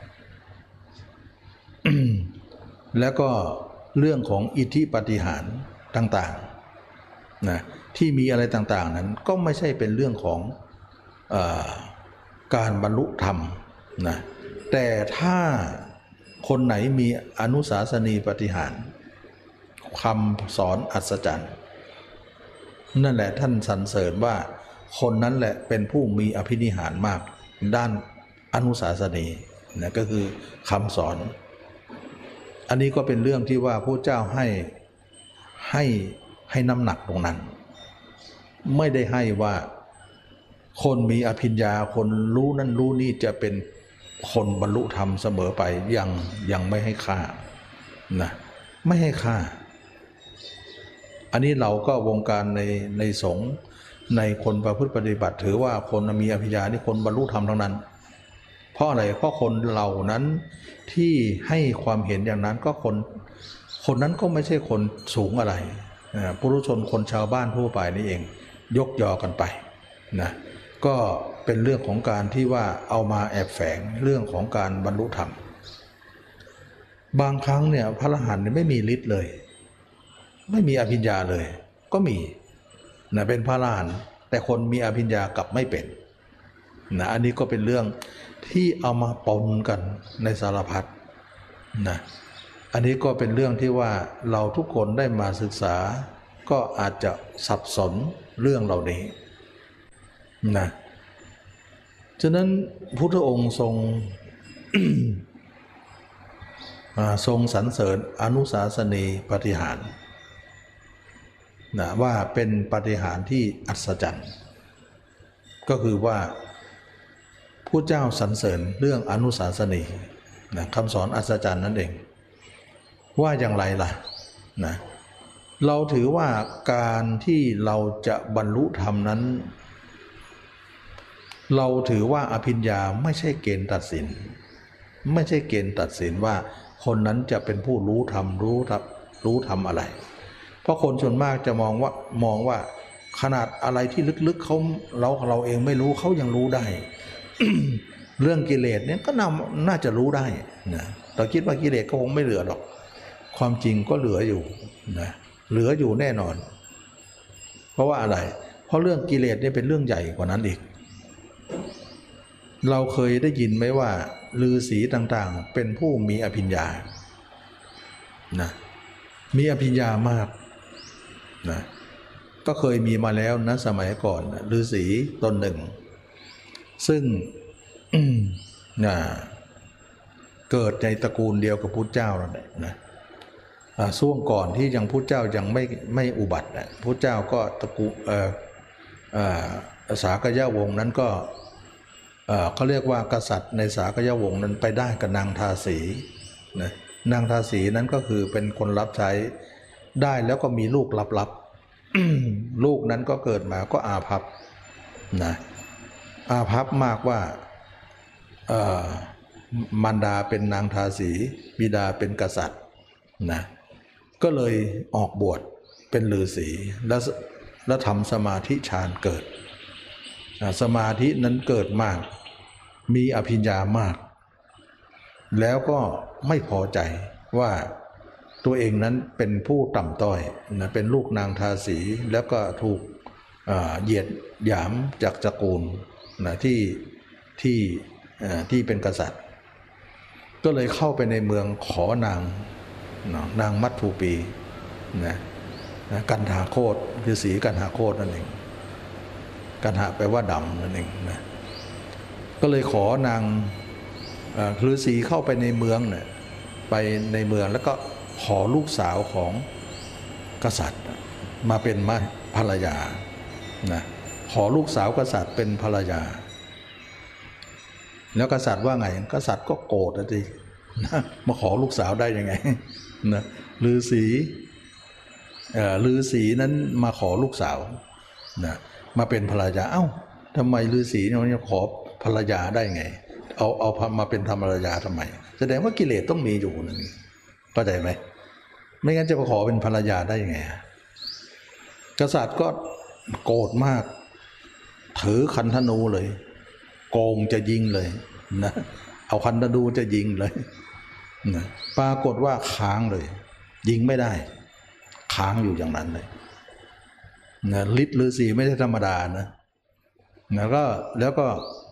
แล้วก็เรื่องของอิทธิปาฏิหาริย์ต่างๆนะที่มีอะไรต่างๆนั้นก็ไม่ใช่เป็นเรื่องของเอ่อการบรรลุธรรมนะแต่ถ้าคนไหนมีอนุสาสนีปาฏิหาริย์คำสอนอัศจรรย์นั่นแหละท่านสรรเสริญว่าคนนั้นแหละเป็นผู้มีอภินิหารมากด้านอนุสาสนีนะก็คือคำสอนอันนี้ก็เป็นเรื่องที่ว่าพระเจ้าให้ให้ให้น้ำหนักตรงนั้นไม่ได้ให้ว่าคนมีอภิญญาคนรู้นั่นรู้นี่จะเป็นคนบรรลุธรรมเสมอไปยังยังไม่ให้ค่านะไม่ให้ค่าอันนี้เราก็วงการในในสงฆ์ในคนประพฤติปฏิบัติถือว่าคนมีอภิญญานี่คนบรรลุธรรมทั้งนั้นเพราะอะไรเพราะคนเหล่านั้นที่ให้ความเห็นอย่างนั้นก็คนคนนั้นก็ไม่ใช่คนสูงอะไรปุถุชนคนชาวบ้านทั่วไปนี่เองยกยอกันไปนะก็เป็นเรื่องของการที่ว่าเอามาแอบแฝงเรื่องของการบรรลุธรรมบางครั้งเนี่ยพระอรหันต์ไม่มีฤทธิ์เลยไม่มีอภิญญาเลยก็มีนะเป็นพระอรหันต์แต่คนมีอภิญญากลับไม่เป็นนะอันนี้ก็เป็นเรื่องที่เอามาปนกันในสารพัดนะอันนี้ก็เป็นเรื่องที่ว่าเราทุกคนได้มาศึกษาก็อาจจะสับสนเรื่องเหล่านี้นะฉะนั้นพุทธองค์ทรง ทรงสรรเสริญอนุสาสนีปาฏิหาริย์นะว่าเป็นปาฏิหาริย์ที่อัศจรรย์ก็คือว่าผู้เจ้าสรรเสริญเรื่องอนุสาสนีนะคำสอนอัศจรรย์นั่นเองว่าอย่างไรล่ะนะเราถือว่าการที่เราจะบรรลุธรรมนั้นเราถือว่าอภิญญาไม่ใช่เกณฑ์ตัดสินไม่ใช่เกณฑ์ตัดสินว่าคนนั้นจะเป็นผู้รู้ธรรมรู้ธรรมรู้ธรรมอะไรเพราะคนส่วนมากจะมองว่ามองว่าขนาดอะไรที่ลึกๆเขาเราเราเองไม่รู้เขายังรู้ได้ เรื่องกิเลสเนี่ยก็น่าน่าจะรู้ได้นะเราคิดว่ากิเลสก็คงไม่เหลือหรอกความจริงก็เหลืออยู่นะเหลืออยู่แน่นอนเพราะว่าอะไรเพราะเรื่องกิเลสเนี่ยเป็นเรื่องใหญ่กว่านั้นอีกเราเคยได้ยินไหมว่าฤาษีต่างๆเป็นผู้มีอภิญญานะมีอภิญญามากนะก็เคยมีมาแล้วนะสมัยก่อนฤาษีตนหนึ่งซึ่ง นะเกิดในตระกูลเดียวกับพุทธเจ้านั่นแหละนะช่วงก่อนที่ยังพุทธเจ้ายังไม่ไม่อุบัตินะพุทธเจ้าก็ตระกูลเอ่อเอ่อสากยวงศ์นั้นก็เขาเรียกว่ากษัตริย์ในสากยวงศ์นั้นไปได้กับนางทาสีนะนางทาสีนั้นก็คือเป็นคนรับใช้ได้แล้วก็มีลูกลับๆ ลูกนั้นก็เกิดมาก็อาภัพนะอาภัพมากว่ามารดาเป็นนางทาสีบิดาเป็นกษัตริย์นะก็เลยออกบวชเป็นฤาษีแล้วแล้วทำสมาธิฌานเกิดสมาธินั้นเกิดมากมีอภิญญามากแล้วก็ไม่พอใจว่าตัวเองนั้นเป็นผู้ต่ำต้อยนะเป็นลูกนางทาสีแล้วก็ถูกเหยียดหยามจากตระกูลนะที่ที่ที่เป็นกษัตริย์ก็เลยเข้าไปในเมืองขอนางนางมัททูปีนะกันหาโคตฤาษีกันหาโคตนั่นเองกันหาแปลว่าดำนั่นเองนะก็เลยขอนางฤาษีเข้าไปในเมืองเนี่ยไปในเมืองแล้วก็ขอลูกสาวของกษัตริย์มาเป็นภรรยานะขอลูกสาวกษัตริย์เป็นภรรยาแล้วกษัตริย์ว่าไงกษัตริย์ก็โกรธนะทีนะมาขอลูกสาวได้ยังไงนะฤาษีเอ่อฤาษีนั้นมาขอลูกสาวนะมาเป็นภรรยาเอ้าทำไมฤาษีเนี่ยมันจะขอภรรยาได้ไงเอาเอามาเป็นภรรยาทำไมแสดงว่ากิเลสต้องมีอยู่นั่นเข้าใจไหมไม่งั้นจะมาขอเป็นภรรยาได้ยังไงกษัตริย์ก็โกรธมากถือขันธนูเลยโกงจะยิงเลยนะเอาขันธนูจะยิงเลยนะปรากฏว่าค้างเลยยิงไม่ได้ค้างอยู่อย่างนั้นเลยนะฤทธิ์ฤาษีไม่ใช่ธรรมดานะแล้วก็แล้วก็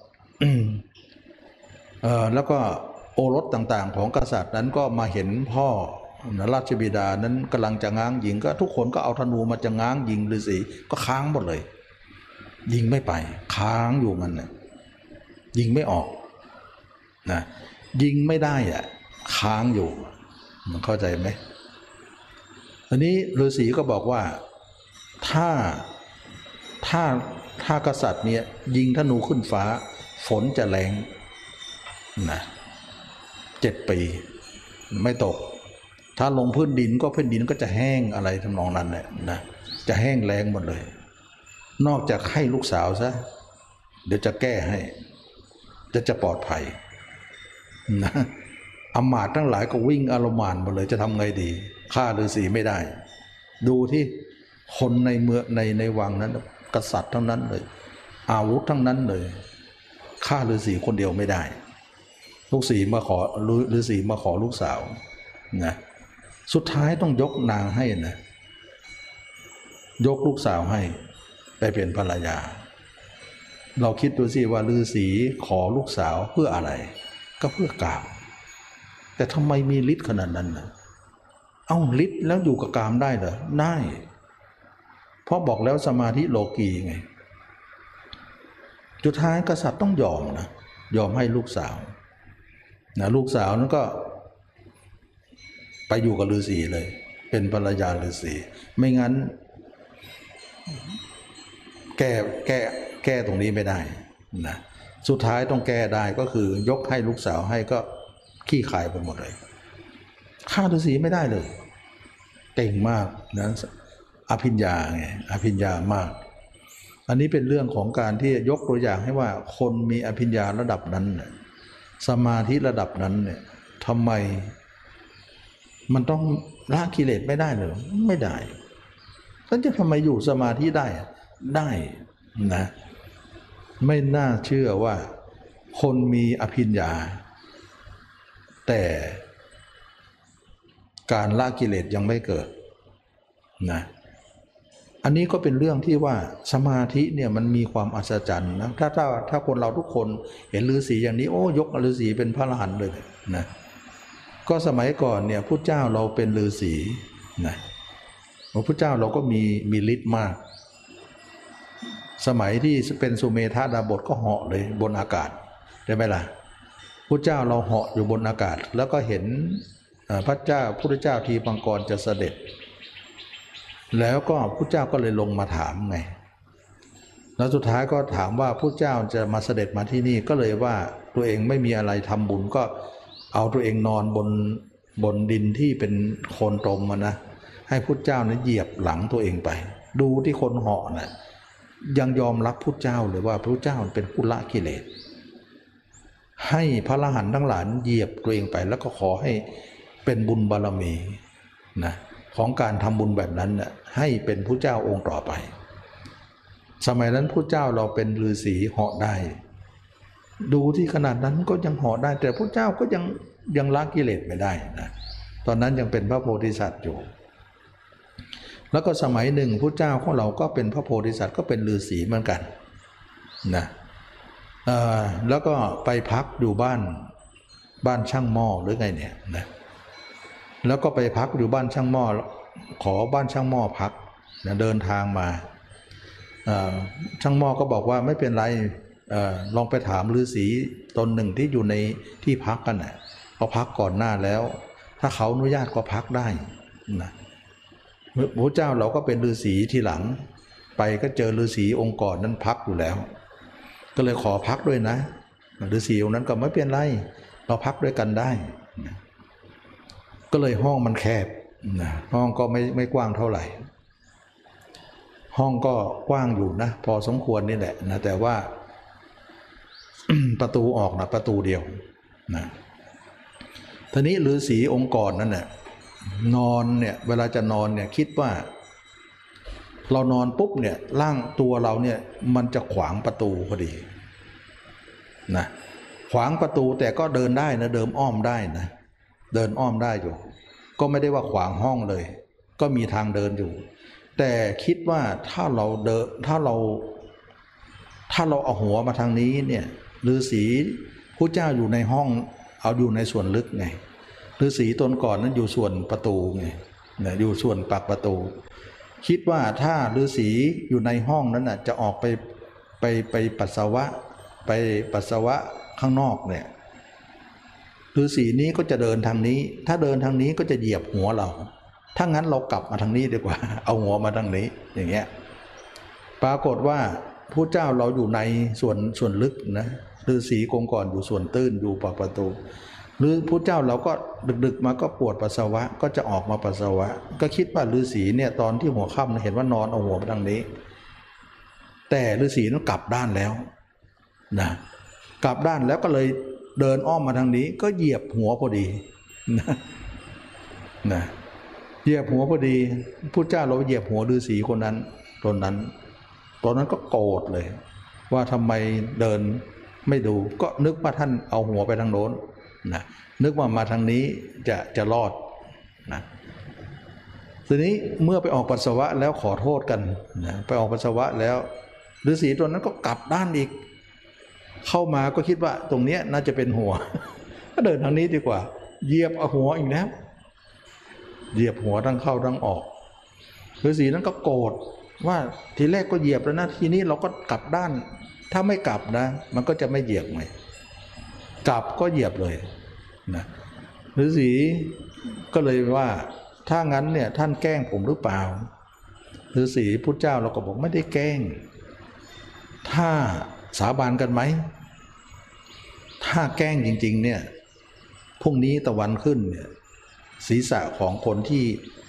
เอ่อแล้วก็โอรสต่างๆของกษัตริย์นั้นก็มาเห็นพ่อราชบิดานั้นกำลังจะง้างยิงก็ทุกคนก็เอาธนูมาจะง้างยิงฤาษีก็ค้างหมดเลยยิงไม่ไปค้างอยู่มันนะยิงไม่ออกนะยิงไม่ได้อะค้างอยู่มันเข้าใจไหมอันนี้ฤาษีก็บอกว่าถ้าถ้าถ้ากษัตริย์เนี่ยยิงธนูขึ้นฟ้าฝนจะแรงนะเจ็ดปีไม่ตกถ้าลงพื้นดินก็พื้นดินก็จะแห้งอะไรทำนองนั้นแหละนะจะแห้งแรงหมดเลยนอกจากให้ลูกสาวซะเดี๋ยวจะแก้ให้จะจะปลอดภัยนะอำมาตย์ทั้งหลายก็วิ่งอารมานหมดเลยจะทำไงดีฆ่าฤาษีไม่ได้ดูที่คนในเมืองในในวังนั้นกษัตริย์ทั้งนั้นเลยอาวุธทั้งนั้นเลยฆ่าฤาษีคนเดียวไม่ได้ลูกศรีมาขอฤาษีมาขอลูกสาวนะสุดท้ายต้องยกนางให้นะยกลูกสาวให้ไปเป็นภรรยาเราคิดดูสิว่าฤาษีขอลูกสาวเพื่ออะไรก็เพื่อกามแต่ทำไมมีฤทธิ์ขนาดนั้นนะเอ้าฤทธิ์แล้วอยู่กับกามได้เหรอได้เพราะบอกแล้วสมาธิโลกีไงสุดท้ายกษัตริย์ต้องยอมนะยอมให้ลูกสาวนะลูกสาวนั้นก็ไปอยู่กับฤาษีเลยเป็นภรรยาฤาษีไม่งั้นแก้แก้แก้ตรงนี้ไม่ได้นะสุดท้ายต้องแก้ได้ก็คือยกให้ลูกสาวให้ก็ขี้ขายไปหมดเลยฆ่าฤาษีไม่ได้เลยเก่งมากนะอภิญญาไงอภิญญามากอันนี้เป็นเรื่องของการที่ยกตัวอย่างให้ว่าคนมีอภิญญาระดับนั้นสมาธิระดับนั้นเนี่ยทำไมมันต้องละกิเลสไม่ได้เลยไม่ได้ท่านจะทำไมอยู่สมาธิได้ได้นะไม่น่าเชื่อว่าคนมีอภิญญาแต่การละกิเลสยังไม่เกิดนะอันนี้ก็เป็นเรื่องที่ว่าสมาธิเนี่ยมันมีความอัศจรรย์นะถ้าถ้าถ้าคนเราทุกคนเห็นฤาษีอย่างนี้โอ้ยกฤาษีเป็นพระอรหันต์เลยนะก็สมัยก่อนเนี่ยพุทธเจ้าเราเป็นฤาษีนะพระพุทธเจ้าเราก็มีมีฤทธิ์มากสมัยที่เป็นสุเมธาดาบทก็เหาะเลยบนอากาศได้ไหมล่ะพุทธเจ้าเราเหาะอยู่บนอากาศแล้วก็เห็นพระเจ้าพุทธเจ้าทีปังกรจะเสด็จแล้วก็พุทธเจ้าก็เลยลงมาถามไงแล้วสุดท้ายก็ถามว่าพุทธเจ้าจะมาเสด็จมาที่นี่ก็เลยว่าตัวเองไม่มีอะไรทำบุญก็เอาตัวเองนอนบนบนดินที่เป็นโคลนตมมานะให้พุทธเจ้านั้นเหยียบหลังตัวเองไปดูที่คนเหาะนะยังยอมรับพุทธเจ้าเลยว่าพระพุทธเจ้าเป็นผู้ละกิเลสให้พระอรหันต์ทั้งหลายเหยียบตัวเองไปแล้วก็ขอให้เป็นบุญบารมีนะของการทำบุญแบบนั้นน่ะให้เป็นพุทธเจ้าองค์ต่อไปสมัยนั้นพุทธเจ้าเราเป็นฤาษีเหาะได้ดูที่ขนาดนั้นก็ยังเหาะได้แต่พุทธเจ้าก็ยังยังละกิเลสไม่ได้นะตอนนั้นยังเป็นพระโพธิสัตว์อยู่แล้วก็สมัยหนึ่งพุทธเจ้าของเราก็เป็นพระโพธิสัตว์ก็เป็นฤาษีเหมือนกันนะแล้วก็ไปพักอยู่บ้านบ้านช่างหม้อหรือไงเนี่ยนะแล้วก็ไปพักอยู่บ้านช่างหม้อขอบ้านช่างหม้อพักนะเดินทางมาช่างหม้อก็บอกว่าไม่เป็นไรลองไปถามฤาษีตนหนึ่งที่อยู่ในที่พักกันนะเขาพักก่อนหน้าแล้วถ้าเขาอนุญาตก็พักได้นะพระเจ้าเราก็เป็นฤาษีทีหลังไปก็เจอฤาษีองค์ก่อนนั้นพักอยู่แล้วก็เลยขอพักด้วยนะฤาษีองค์นั้นก็ไม่เป็นไรเราพักด้วยกันได้ก็เลยห้องมันแคบนะห้องก็ไม่ไม่กว้างเท่าไหร่ห้องก็กว้างอยู่นะพอสมควรนี่แหละนะแต่ว่า ประตูออกนะประตูเดียวนะทีนี้ฤาษีองค์ก่อนนั่นแหละนอนเนี่ยเวลาจะนอนเนี่ยคิดว่าเรานอนปุ๊บเนี่ยร่างตัวเราเนี่ยมันจะขวางประตูพอดีนะขวางประตูแต่ก็เดินได้นะเดินอ้อมได้นะเดินอ้อมได้อยู่ก็ไม่ได้ว่าขวางห้องเลยก็มีทางเดินอยู่แต่คิดว่าถ้าเราเดินถ้าเราถ้าเราเอาหัวมาทางนี้เนี่ยฤาษีพระเจ้าอยู่ในห้องเอาอยู่ในส่วนลึกไงฤาษีตนก่อนนั้นอยู่ส่วนประตูไงนะอยู่ส่วนปากประตูคิดว่าถ้าฤาษีอยู่ในห้องนั้นน่ะจะออกไปไปไปปัสสาวะไปปัสสาวะข้างนอกเนี่ยฤาษีนี้ก็จะเดินทางนี้ถ้าเดินทางนี้ก็จะเหยียบหัวเราถ้างั้นเรากลับมาทางนี้ดีกว่าเอาหัวมาทางนี้อย่างเงี้ยปรากฏว่าพระเจ้าเราอยู่ในส่วนส่วนลึกนะฤาษีกงก่อนอยู่ส่วนตื้นอยู่ปากประตูหรือพระเจ้าเราก็ดึกๆมาก็ปวดปัสสาวะก็จะออกมาปัสสาวะก็คิดว่าฤาษีเนี่ยตอนที่หัวค่ำเห็นว่านอนเอาหัวมาทางนี้แต่ฤาษีนั้นกลับด้านแล้วนะกลับด้านแล้วก็เลยเดินอ้อมมาทางนี้ก็เหยียบหัวพอดีนะนะเหยียบหัวพอดีพุทธเจ้าเราเหยียบหัวฤาษีคนนั้นตนนั้นตอนนั้นก็โกรธเลยว่าทำไมเดินไม่ดูก็นึกว่าท่านเอาหัวไปทางโน้นนะนึกว่ามาทางนี้จะจะรอดนะทีนี้เมื่อไปออกปัสสาวะแล้วขอโทษกันนะไปออกปัสสาวะแล้วฤาษีตนนั้นก็กลับด้านอีกเข้ามาก็คิดว่าตรงเนี้ยน่าจะเป็นหัวก็เดินทางนี้ดีกว่าเหยียบเอาหัวอีกแล้วเหยียบหัวทั้งเข้าทั้งออกฤาษีนั้นก็โกรธว่าทีแรกก็เหยียบแล้วนะทีนี้เราก็กลับด้านถ้าไม่กลับนะมันก็จะไม่เหยียบไงกลับก็เหยียบเลยนะฤาษีก็เลยว่าถ้างั้นเนี่ยท่านแกล้งผมหรือเปล่าฤาษีพุทธเจ้าเราก็บอกไม่ได้แกล้งถ้าสาบานกันไหมถ้าแกล้งจริงๆเนี่ยพรุ่งนี้ตะวันขึ้นเนี่ยศีรษะของคนที่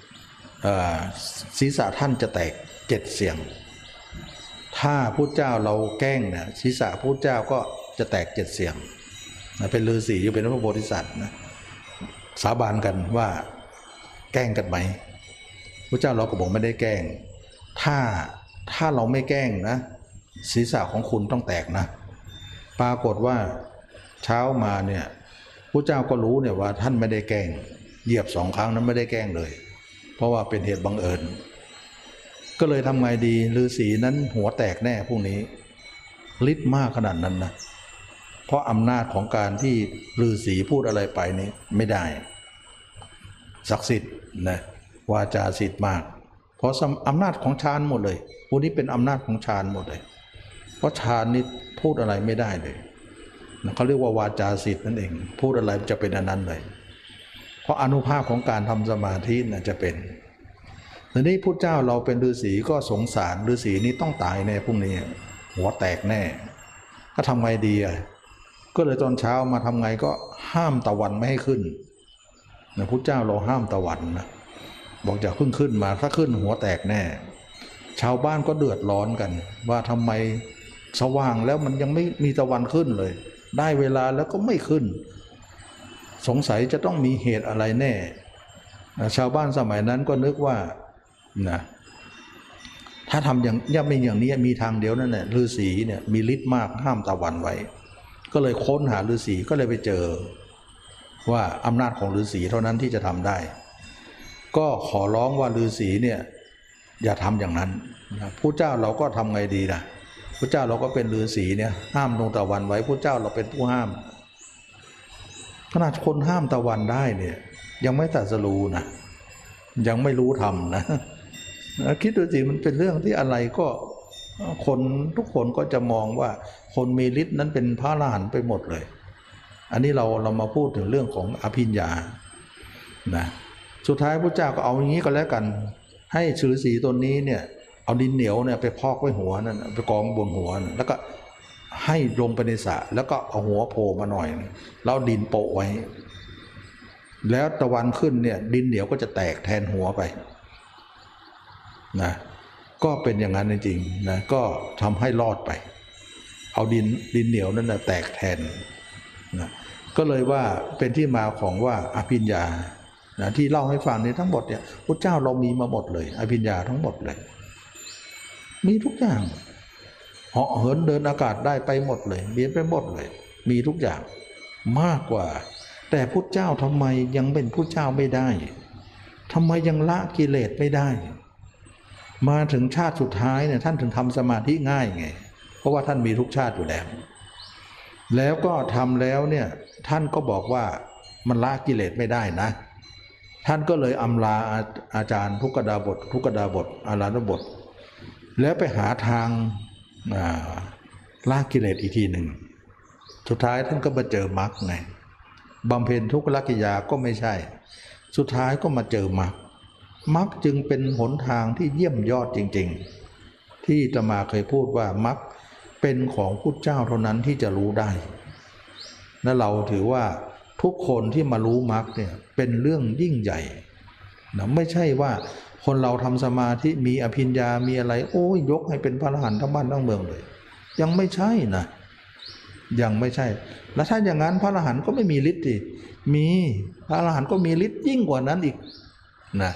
ศีรษะท่านจะแตกเจ็ดเสียงถ้าพุทธเจ้าเราแกล้งเนี่ยศีรษะพุทธเจ้าก็จะแตกเจ็ดเสียงนะเป็นฤาษีอยู่เป็นพระโพธิสัตว์นะสาบานกันว่าแกล้งกันไหมพุทธเจ้าเราก็บอกไม่ได้แกล้งถ้าถ้าเราไม่แกล้งนะศีรษะของคุณต้องแตกนะปรากฏว่าเช้ามาเนี่ยพุทธเจ้าก็รู้เนี่ยว่าท่านไม่ได้แกล้งเหยียบสองครั้งนั้นไม่ได้แกล้งเลยเพราะว่าเป็นเหตุบังเอิญก็เลยทำไงดีฤาษีนั้นหัวแตกแน่พวกนี้ฤทธิ์มากขนาดนั้นนะเพราะอำนาจของการที่ฤาษีพูดอะไรไปนี้ไม่ได้ศักดิ์สิทธิ์นะวาจาสิทธิ์มากเพราะอำนาจของฌานหมดเลยพวกนี้เป็นอำนาจของฌานหมดเลยเพราะฌานนี่พูดอะไรไม่ได้เลยเขาเรียกว่าวาจาสิทธิ์นั่นเองพูดอะไรจะเป็นอันนั้นเลยเพราะอนุภาพของการทำสมาธิน่ะจะเป็นทีนี้พุทธเจ้าเราเป็นฤาษีก็สงสารฤาษีนี้ต้องตายแน่พรุ่งนี้หัวแตกแน่ก็ทำไงดีอ่ะก็เลยตอนเช้ามาทำไงก็ห้ามตะวันไม่ให้ขึ้นนะพุทธเจ้าเราห้ามตะวันนะบอกจะขึ้นขึ้นมาถ้าขึ้นหัวแตกแน่ชาวบ้านก็เดือดร้อนกันว่าทำไมสว่างแล้วมันยังไม่มีตะวันขึ้นเลยได้เวลาแล้วก็ไม่ขึ้นสงสัยจะต้องมีเหตุอะไรแน่นะชาวบ้านสมัยนั้นก็นึกว่านะถ้าทำอย่างย่าไม่อย่างนี้มีทางเดียวนั่นแหละฤาษีเนี่ยมีฤทธิ์มากห้ามตะวันไว้ก็เลยค้นหาฤาษีก็เลยไปเจอว่าอำนาจของฤาษีเท่านั้นที่จะทำได้ก็ขอร้องว่าฤาษีเนี่ยอย่าทำอย่างนั้นนะผู้เจ้าเราก็ทำไงดีนะผู้เจ้าเราก็เป็นฤาษีเนี่ยห้ามดวงตะวันไว้ผู้เจ้าเราเป็นผู้ห้ามขนาดคนห้ามตะวันได้เนี่ยยังไม่ตรัสรู้นะยังไม่รู้ธรรมนะคิดดูสิมันเป็นเรื่องที่อะไรก็คนทุกคนก็จะมองว่าคนมีฤทธิ์นั้นเป็นพระอรหันต์ไปหมดเลยอันนี้เราเรามาพูดถึงเรื่องของอภิญญานะสุดท้ายพระเจ้าก็เอาอย่างนี้ก็แล้วกันให้ฤาษีตนนี้เนี่ยเอาดินเหนียวเนี่ยไปพอกไว้หัวนั่นไปกองบนหัวแล้วก็ให้ลงไปในสระแล้วก็เอาหัวโผล่มาหน่อยแล้วดินโปะไว้แล้วตะวันขึ้นเนี่ยดินเหนียวก็จะแตกแทนหัวไปนะก็เป็นอย่างนั้นจริงๆนะก็ทำให้รอดไปเอาดินดินเหนียวนั่นนะแตกแทนนะก็เลยว่าเป็นที่มาของว่าอภิญญานะที่เล่าให้ฟังในทั้งหมดเนี่ยพระเจ้าเรามีมาหมดเลยอภิญญาทั้งหมดเลยมีทุกอย่างเหาะเหินเดินอากาศได้ไปหมดเลยเบียนไปหมดเลยมีทุกอย่างมากกว่าแต่พุทธเจ้าทำไมยังเป็นพุทธเจ้าไม่ได้ทำไมยังละกิเลสไม่ได้มาถึงชาติสุดท้ายเนี่ยท่านถึงทำสมาธิง่ายไงเพราะว่าท่านมีทุกชาติอยู่แล้วแล้วก็ทำแล้วเนี่ยท่านก็บอกว่ามันละกิเลสไม่ได้นะท่านก็เลยอำลาอาจารย์ทุกขดาบททุกขดาบทอาราธบทแล้วไปหาทางละกิเลสอีกทีหนึ่งสุดท้ายท่านก็มาเจอมรรคไงบำเพ็ญทุกขละกิยาก็ไม่ใช่สุดท้ายก็มาเจอมรรคมรรคจึงเป็นหนทางที่เยี่ยมยอดจริงๆที่อาตมาเคยพูดว่ามรรคเป็นของพุทธเจ้าเท่านั้นที่จะรู้ได้และเราถือว่าทุกคนที่มารู้มรรคเนี่ยเป็นเรื่องยิ่งใหญ่นะไม่ใช่ว่าคนเราทำสมาธิมีอภิญญามีอะไรโอ้ยยกให้เป็นพระอรหันต์ทั้งบ้านทั้งเมืองเลยยังไม่ใช่นะยังไม่ใช่แล้วถ้าอย่างนั้นพระอรหันต์ก็ไม่มีฤทธิ์ดิมีพระอรหันต์ก็มีฤทธิ์ยิ่งกว่านั้นอีกนะ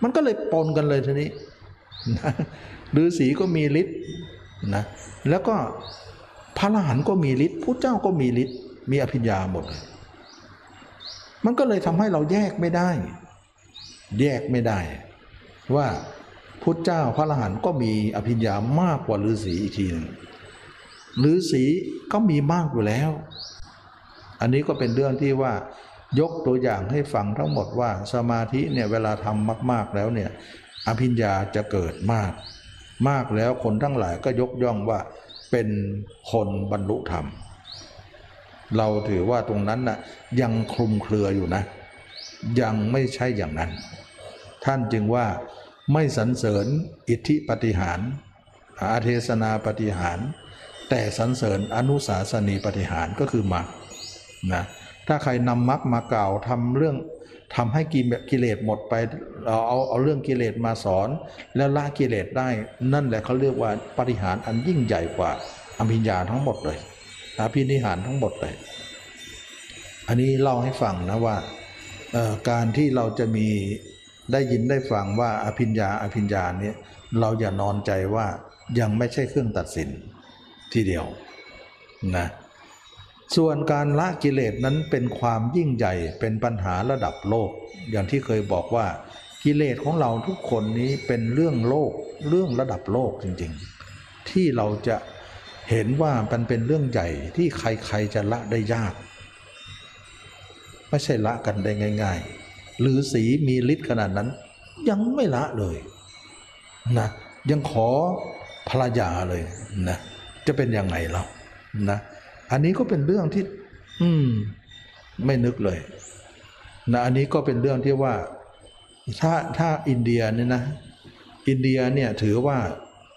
มันก็เลยปนกันเลยทีนี้นะฤาษีก็มีฤทธิ์นะแล้วก็พระอรหันต์ก็มีฤทธิ์พุทธเจ้าก็มีฤทธิ์มีอภิญญาหมดมันก็เลยทำให้เราแยกไม่ได้แยกไม่ได้ว่าพุทธเจ้าพระอรหันต์ก็มีอภิญญามากกว่าฤาษีอีกทีหนึ่งฤาษีก็มีมากอยู่แล้วอันนี้ก็เป็นเรื่องที่ว่ายกตัวอย่างให้ฟังทั้งหมดว่าสมาธิเนี่ยเวลาทำมากๆแล้วเนี่ยอภิญญาจะเกิดมากมากแล้วคนทั้งหลายก็ยกย่องว่าเป็นคนบรรลุธรรมเราถือว่าตรงนั้นน่ะยังคลุมเครืออยู่นะยังไม่ใช่อย่างนั้นท่านจึงว่าไม่สรรเสริญอิทธิปาฏิหาริย์อาเทศนาปาฏิหาริย์แต่สรรเสริญอนุสาสนีปาฏิหาริย์ก็คือมรรคนะถ้าใครนำมรรคมากล่าวทำเรื่องทำให้กิเลสหมดไปเอาเอาเอาเรื่องกิเลสมาสอนแล้วละกิเลสได้นั่นแหละเขาเรียกว่าปาฏิหาริย์อันยิ่งใหญ่กว่าอภิญญาทั้งหมดเลยอภินิหารทั้งหมดเลยอันนี้เล่าให้ฟังนะว่าการที่เราจะมีได้ยินได้ฟังว่าอภิญญาอภิญญาเนี่ยเราอย่านอนใจว่ายังไม่ใช่เครื่องตัดสินทีเดียวนะส่วนการละกิเลสนั้นเป็นความยิ่งใหญ่เป็นปัญหาระดับโลกอย่างที่เคยบอกว่ากิเลสของเราทุกคนนี้เป็นเรื่องโลกเรื่องระดับโลกจริงๆที่เราจะเห็นว่ามันเป็นเรื่องใหญ่ที่ใครๆจะละได้ยากไม่ใช่ละกันได้ง่ายๆฤาษีมีฤทธิ์ขนาดนั้นยังไม่ละเลยนะยังขอภรรยาเลยนะจะเป็นยังไงเรานะอันนี้ก็เป็นเรื่องที่อืมไม่นึกเลยนะอันนี้ก็เป็นเรื่องที่ว่าถ้าถ้าอินเดียเนี่ยนะอินเดียเนี่ยถือว่า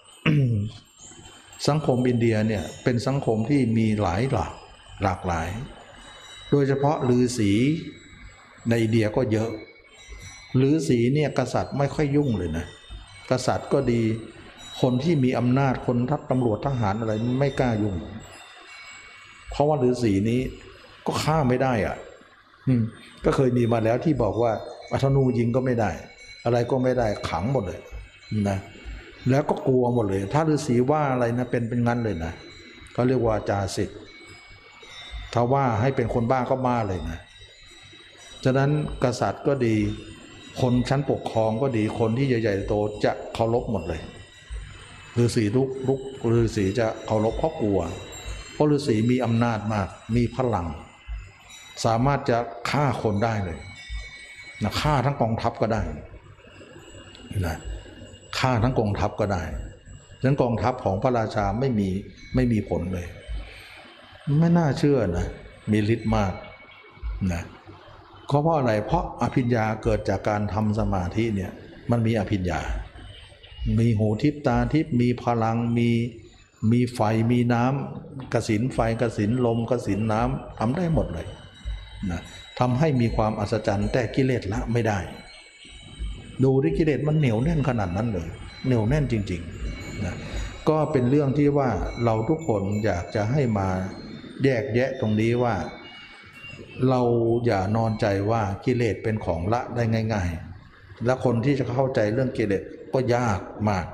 สังคมอินเดียเนี่ยเป็นสังคมที่มีหลายหลากหลากหลายโดยเฉพาะฤาษีในอินเดียก็เยอะฤาษีเนี่ยกษัตริย์ไม่ค่อยยุ่งเลยนะกษัตริย์ก็ดีคนที่มีอำนาจคนทัพตำรวจทหารอะไรไม่กล้ายุ่งเพราะว่าฤาษีนี้ก็ฆ่าไม่ได้อ่ะก็เคยมีมาแล้วที่บอกว่าธนูยิงก็ไม่ได้อะไรก็ไม่ได้ขังหมดเลยนะแล้วก็กลัวหมดเลยถ้าฤาษีว่าอะไรนะเป็นเป็นงั้นเลยนะเขาเรียกว่าจาสิทธิ์ถ้าว่าให้เป็นคนบ้าก็บ้าเลยนะฉะนั้นกษัตริย์ก็ดีคนชั้นปกครองก็ดีคนที่ใหญ่ๆโตจะเคารพหมดเลยฤาษีทุกทุกฤาษีจะเคารพเพราะกลัวเพราะฤาษีมีอำนาจมากมีพลังสามารถจะฆ่าคนได้เลยนะฆ่าทั้งกองทัพก็ได้นะฆ่าทั้งกองทัพก็ได้ฉะนั้นกองทัพของพระราชาไม่มีไม่มีผลเลยไม่น่าเชื่อนะมีฤทธิ์มากนะเพราะอะไรเพราะอภิญญาเกิดจากการทำสมาธิเนี่ยมันมีอภิญญามีหูทิพตาทิพมีพลังมีมีไฟมีน้ำกสิณไฟกสิณลมกสิณน้ำทำได้หมดเลยนะทำให้มีความอัศจรรย์แต่กิเลสละไม่ได้ดูที่กิเลสมันเหนียวแน่นขนาดนั้นเลยเหนียวแน่นจริงๆนะก็เป็นเรื่องที่ว่าเราทุกคนอยากจะให้มาแยกแยะตรงนี้ว่าเราอย่านอนใจว่ากิเลสเป็นของละได้ง่ายๆและคนที่จะเข้าใจเรื่องกิเลสก็ยากมาก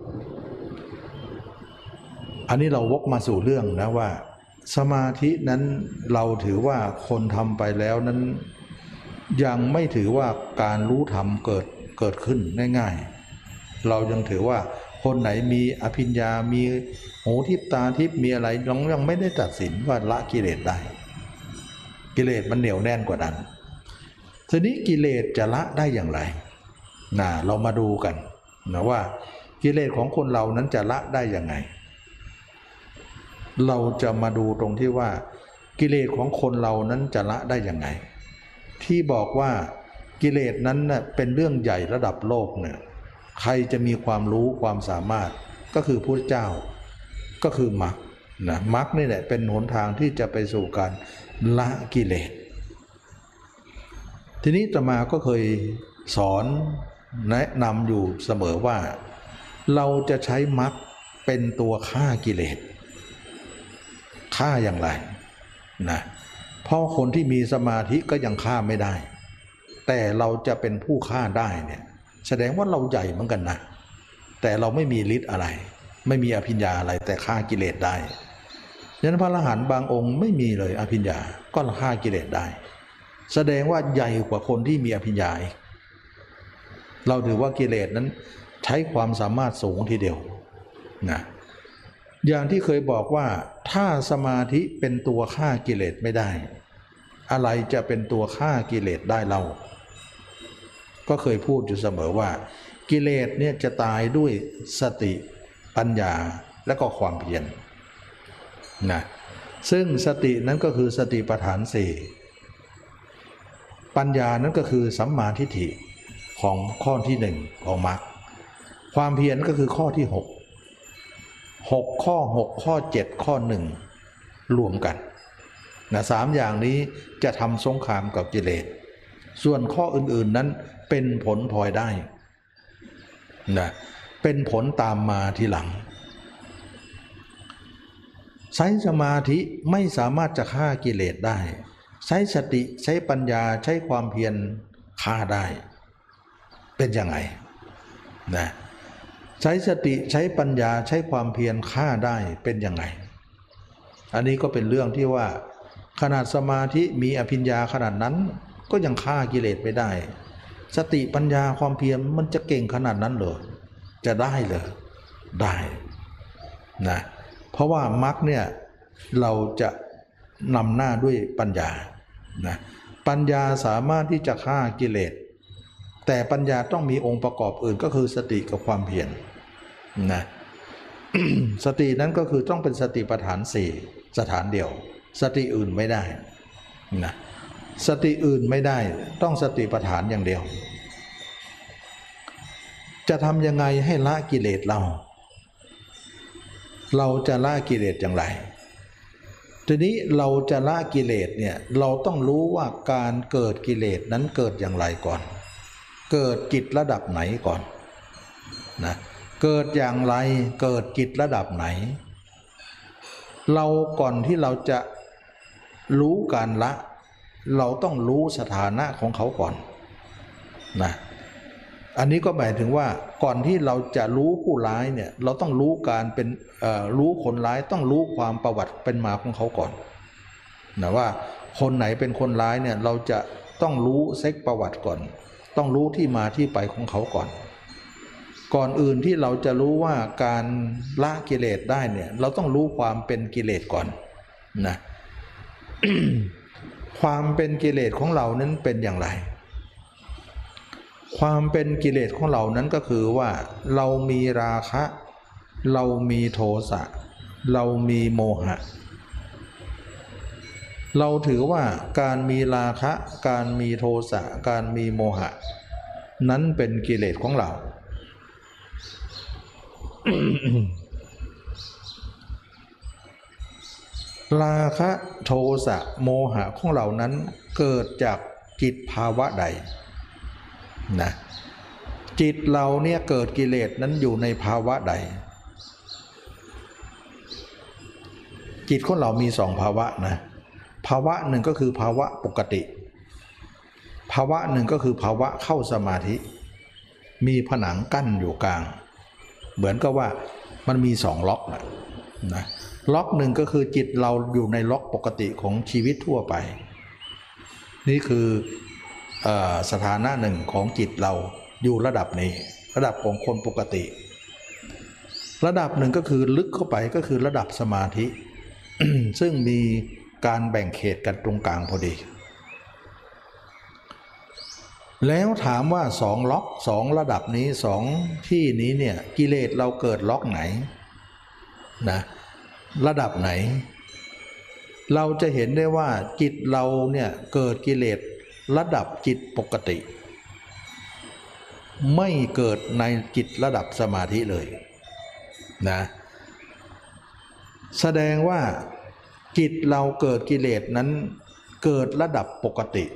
อันนี้เราวกมาสู่เรื่องนะว่าสมาธินั้นเราถือว่าคนทำไปแล้วนั้นยังไม่ถือว่าการรู้ธรรมเกิดเกิดขึ้นง่ายๆเรายังถือว่าคนไหนมีอภิญญามีหูทิพตาทิพมีอะไรเรายังไม่ได้ตัดสินว่าละกิเลสได้กิเลสมันเหนียวแน่นกว่านั้นทีนี้กิเลสจะละได้อย่างไรนะเรามาดูกันนะว่ากิเลสของคนเรานั้นจะละได้ยังไงเราจะมาดูตรงที่ว่ากิเลสของคนเรานั้นจะละได้ยังไงที่บอกว่ากิเลสนั้นน่ะเป็นเรื่องใหญ่ระดับโลกเนี่ยใครจะมีความรู้ความสามารถก็คือพระเจ้าก็คือมรรคนะมรรคนี่แหละเป็นหนทางที่จะไปสู่การละกิเลสทีนี้อาตมาก็เคยสอนแนะนำอยู่เสมอว่าเราจะใช้มรรคเป็นตัวฆ่ากิเลสฆ่าอย่างไรนะเพราะคนที่มีสมาธิก็ยังฆ่าไม่ได้แต่เราจะเป็นผู้ฆ่าได้เนี่ยแสดงว่าเราใหญ่เหมือนกันนะแต่เราไม่มีฤทธิ์อะไรไม่มีอภิญญาอะไรแต่ฆ่ากิเลสได้ฉะนั้นพระอรหันต์บางองค์ไม่มีเลยอภิญญาก็ฆ่ากิเลสได้แสดงว่าใหญ่กว่าคนที่มีอภิญญาอีกเราถือว่ากิเลสนั้นใช้ความสามารถสูงทีเดียวนะอย่างที่เคยบอกว่าถ้าสมาธิเป็นตัวฆ่ากิเลสไม่ได้อะไรจะเป็นตัวฆ่ากิเลสได้เราก็เคยพูดอยู่เสมอว่ากิเลสเนี่ยจะตายด้วยสติปัญญาและก็ความเพียรนะซึ่งสตินั้นก็คือสติปัฏฐานสี่ปัญญานั้นก็คือสัมมาทิฏฐิของข้อที่หนึ่งของมรรคความเพียรก็คือข้อที่หกหกข้อหกข้อเจ็ดข้อหนึ่งรวมกันนะสามอย่างนี้จะทำสงครามกับกิเลสส่วนข้ออื่นๆนั้นเป็นผลพลอยได้นะเป็นผลตามมาทีหลังใช้สมาธิไม่สามารถจะฆ่ากิเลสได้ใช้สติใช้ปัญญาใช้ความเพียรฆ่าได้เป็นยังไงนะใช้สติใช้ปัญญาใช้ความเพียรฆ่าได้เป็นยังไงอันนี้ก็เป็นเรื่องที่ว่าขนาดสมาธิมีอภิญญาขนาดนั้นก็ยังฆ่ากิเลสไม่ได้สติปัญญาความเพียรมันจะเก่งขนาดนั้นเหรอจะได้เหรอได้นะเพราะว่ามรรคเนี่ยเราจะนำหน้าด้วยปัญญานะปัญญาสามารถที่จะฆ่ากิเลสแต่ปัญญาต้องมีองค์ประกอบอื่นก็คือสติกับความเพียรนะ สตินั้นก็คือต้องเป็นสติปัฏฐานสี่สถานเดียวสติอื่นไม่ได้นะสติอื่นไม่ได้ต้องสติปัฏฐานอย่างเดียวจะทำยังไงให้ละกิเลสเราเราจะละกิเลสอย่างไรทีนี้เราจะละกิเลสเนี่ยเราต้องรู้ว่าการเกิดกิเลสนั้นเกิดอย่างไรก่อนเกิดจิตระดับไหนก่อนนะเกิดอย่างไรเกิดจิตระดับไหนเราก่อนที่เราจะรู้การละเราต้องรู้สถานะของเขาก่อนนะอันนี้ก็หมายถึงว่าก่อนที่เราจะรู้ผู้ร้ายเนี่ยเราต้องรู้การเป็นรู้คนร้ายต้องรู้ความประวัติเป็นมาของเขาก่อนนะว่าคนไหนเป็นคนร้ายเนี่ยเราจะต้องรู้เซ็กประวัติก่อนต้องรู้ที่มาที่ไปของเขาก่อนก่อนอื่นที่เราจะรู้ว่าการละกิเลสได้เนี่ยเราต้องรู้ความเป็นกิเลสก่อนนะ ความเป็นกิเลสของเรานั้นเป็นอย่างไรความเป็นกิเลสของเรานั้นก็คือว่าเรามีราคะเรามีโทสะเรามีโมหะเราถือว่าการมีราคะการมีโทสะการมีโมหะนั้นเป็นกิเลสของเรา ราคะโทสะโมหะของเรานั้นเกิดจากจิตภาวะใดนะจิตเราเนี่ยเกิดกิเลสนั้นอยู่ในภาวะใดจิตของเรามีสองภาวะนะภาวะหนึ่งก็คือภาวะปกติภาวะหนึ่งก็คือภาวะเข้าสมาธิมีผนังกั้นอยู่กลางเหมือนกับว่ามันมีสองล็อกนะนะล็อกหนึ่งก็คือจิตเราอยู่ในล็อกปกติของชีวิตทั่วไปนี่คือสถานะหนึ่งของจิตเราอยู่ระดับนี้ระดับของคนปกติระดับหนึ่งก็คือลึกเข้าไปก็คือระดับสมาธิ ซึ่งมีการแบ่งเขตกันตรงกลางพอดีแล้วถามว่าสองล็อกสองระดับนี้สองที่นี้เนี่ยกิเลสเราเกิดล็อกไหนนะระดับไหนเราจะเห็นได้ว่าจิตเราเนี่ยเกิดกิเลสระดับจิตปกติไม่เกิดในจิตระดับสมาธิเลยนะแสดงว่าจิตเราเกิดกิเลสนั้นเกิดระดับปกติ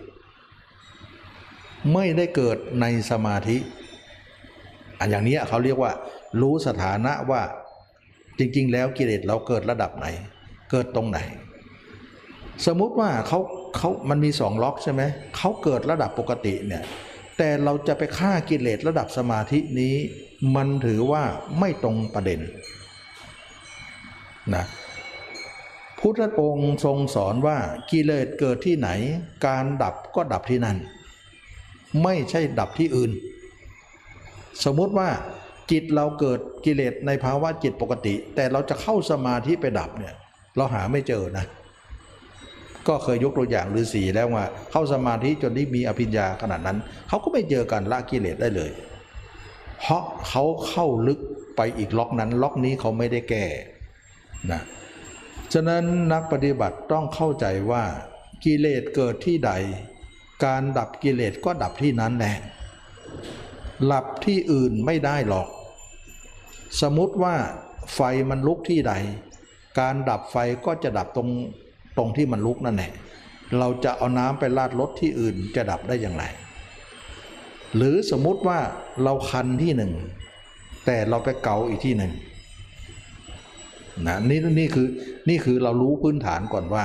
ไม่ได้เกิดในสมาธิอันอย่างนี้เขาเรียกว่ารู้สถานะว่าจริงๆแล้วกิเลสเราเกิดระดับไหนเกิดตรงไหนสมมุติว่าเขาเขามันมีสองล็อกใช่ไหมเขาเกิดระดับปกติเนี่ยแต่เราจะไปฆ่ากิเลสระดับสมาธินี้มันถือว่าไม่ตรงประเด็นนะพุทธองค์ทรงสอนว่ากิเลสเกิดที่ไหนการดับก็ดับที่นั่นไม่ใช่ดับที่อื่นสมมุติว่าจิตเราเกิดกิเลสในภาวะจิตปกติแต่เราจะเข้าสมาธิไปดับเนี่ยเราหาไม่เจอนะก็เคยยกตัวอย่างฤาษีแล้วว่าเข้าสมาธิจนที่มีอภิญญาขนาดนั้นเขาก็ไม่เจอการละกิเลสได้เลยเพราะเขาเข้าลึกไปอีกล็อกนั้นล็อกนี้เขาไม่ได้แก้นะฉะนั้นนักปฏิบัติต้องเข้าใจว่ากิเลสเกิดที่ใดการดับกิเลสก็ดับที่นั้นแหละหลับที่อื่นไม่ได้หรอกสมมุติว่าไฟมันลุกที่ใดการดับไฟก็จะดับตรงตรงที่มันลุกนั่นแหละเราจะเอาน้ำไปราดรถที่อื่นจะดับได้อย่างไรหรือสมมุติว่าเราคันที่หนึ่งแต่เราไปเกาอีกที่หนึ่งนะนี่นี่คือนี่คือเรารู้พื้นฐานก่อนว่า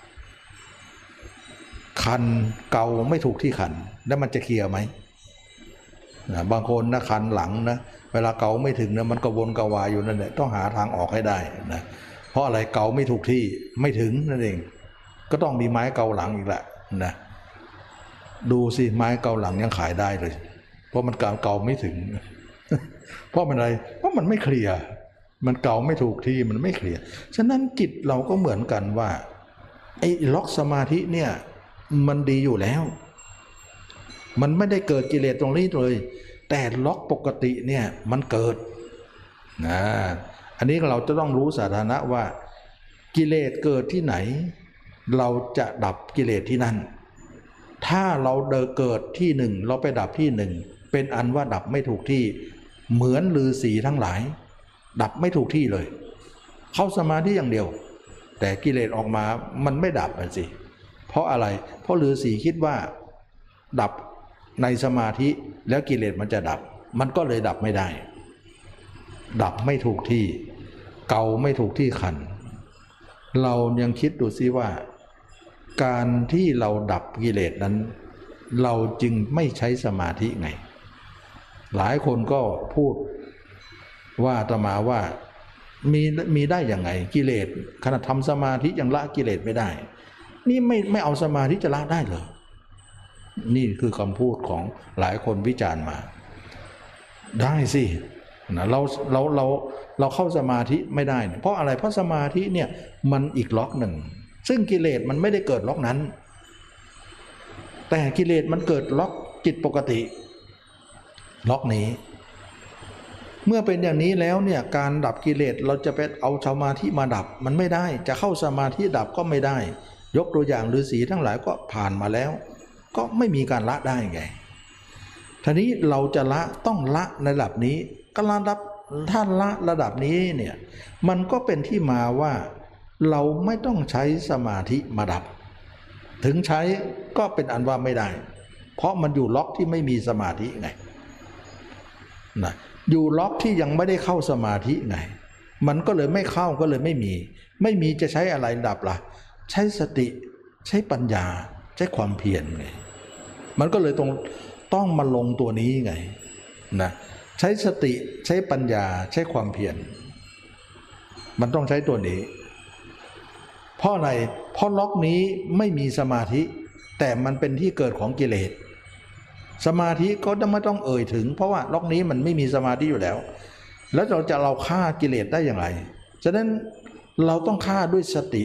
คันเกาไม่ถูกที่คันแล้วมันจะเคลียร์ไหมนะบางคนนะคันหลังนะเวลาเกาไม่ถึงนะมันกระวนกระวายอยู่นั่นแหละต้องหาทางออกให้ได้นะเพราะอะไรเกาไม่ถูกที่ไม่ถึงนั่นเองก็ต้องมีไม้เกาหลังอีกแหละนะดูสิไม้เกาหลังยังขายได้เลยเพราะมันเกาเกาไม่ถึงเพราะมันอะไรเพราะมันไม่เคลียร์มันเกาไม่ถูกที่มันไม่เคลียร์ฉะนั้นจิตเราก็เหมือนกันว่าไอ้ล็อกสมาธิเนี่ยมันดีอยู่แล้วมันไม่ได้เกิดกิเลสตรงนี้เลยแต่ล็อกปกติเนี่ยมันเกิดนะอันนี้เราจะต้องรู้สถานะว่ากิเลสเกิดที่ไหนเราจะดับกิเลสที่นั่นถ้าเราเดินเกิดที่หนึ่งเราไปดับที่หนึ่งเป็นอันว่าดับไม่ถูกที่เหมือนฤาษีทั้งหลายดับไม่ถูกที่เลยเข้าสมาธิอย่างเดียวแต่กิเลสออกมามันไม่ดับอ่ะสิเพราะอะไรเพราะฤาษีคิดว่าดับในสมาธิแล้วกิเลสมันจะดับมันก็เลยดับไม่ได้ดับไม่ถูกที่เกาไม่ถูกที่ขันเรายังคิดดูซิว่าการที่เราดับกิเลสนั้นเราจึงไม่ใช้สมาธิไงหลายคนก็พูดว่าอาตมาว่ามีมีได้ยังไงกิเลสขณะทำสมาธิยังละกิเลสไม่ได้นี่ไม่ไม่เอาสมาธิจะละได้เหรอนี่คือคำพูดของหลายคนวิจารณ์มาได้สินะเราเราเราเราเข้าสมาธิไม่ได้เพราะอะไรเพราะสมาธิเนี่ยมันอีกล็อกหนึ่งซึ่งกิเลสมันไม่ได้เกิดล็อกนั้นแต่กิเลสมันเกิดล็อกจิตปกติล็อกนี้เมื่อเป็นอย่างนี้แล้วเนี่ยการดับกิเลสเราจะไปเอาสมาธิมาดับมันไม่ได้จะเข้าสมาธิดับก็ไม่ได้ยกตัวอย่างฤาษีทั้งหลายก็ผ่านมาแล้วก็ไม่มีการละได้ไงทีนี้เราจะละต้องละในระดับนี้ก็ระดับถ้าละระดับนี้เนี่ยมันก็เป็นที่มาว่าเราไม่ต้องใช้สมาธิมาดับถึงใช้ก็เป็นอันว่าไม่ได้เพราะมันอยู่ล็อกที่ไม่มีสมาธิไงนะอยู่ล็อกที่ยังไม่ได้เข้าสมาธิไงมันก็เลยไม่เข้าก็เลยไม่มีไม่มีจะใช้อะไรดับล่ะใช้สติใช้ปัญญาใช้ความเพียรไงมันก็เลยต้องต้องมาลงตัวนี้ไงนะใช้สติใช้ปัญญาใช้ความเพียรมันต้องใช้ตัวนี้เพราะอะไรเพราะล็อกนี้ไม่มีสมาธิแต่มันเป็นที่เกิดของกิเลสสมาธิก็ไม่ต้องเอ่ยถึงเพราะว่าล็อกนี้มันไม่มีสมาธิอยู่แล้วแล้วเราจะเราฆ่ากิเลสได้อย่างไรฉะนั้นเราต้องฆ่าด้วยสติ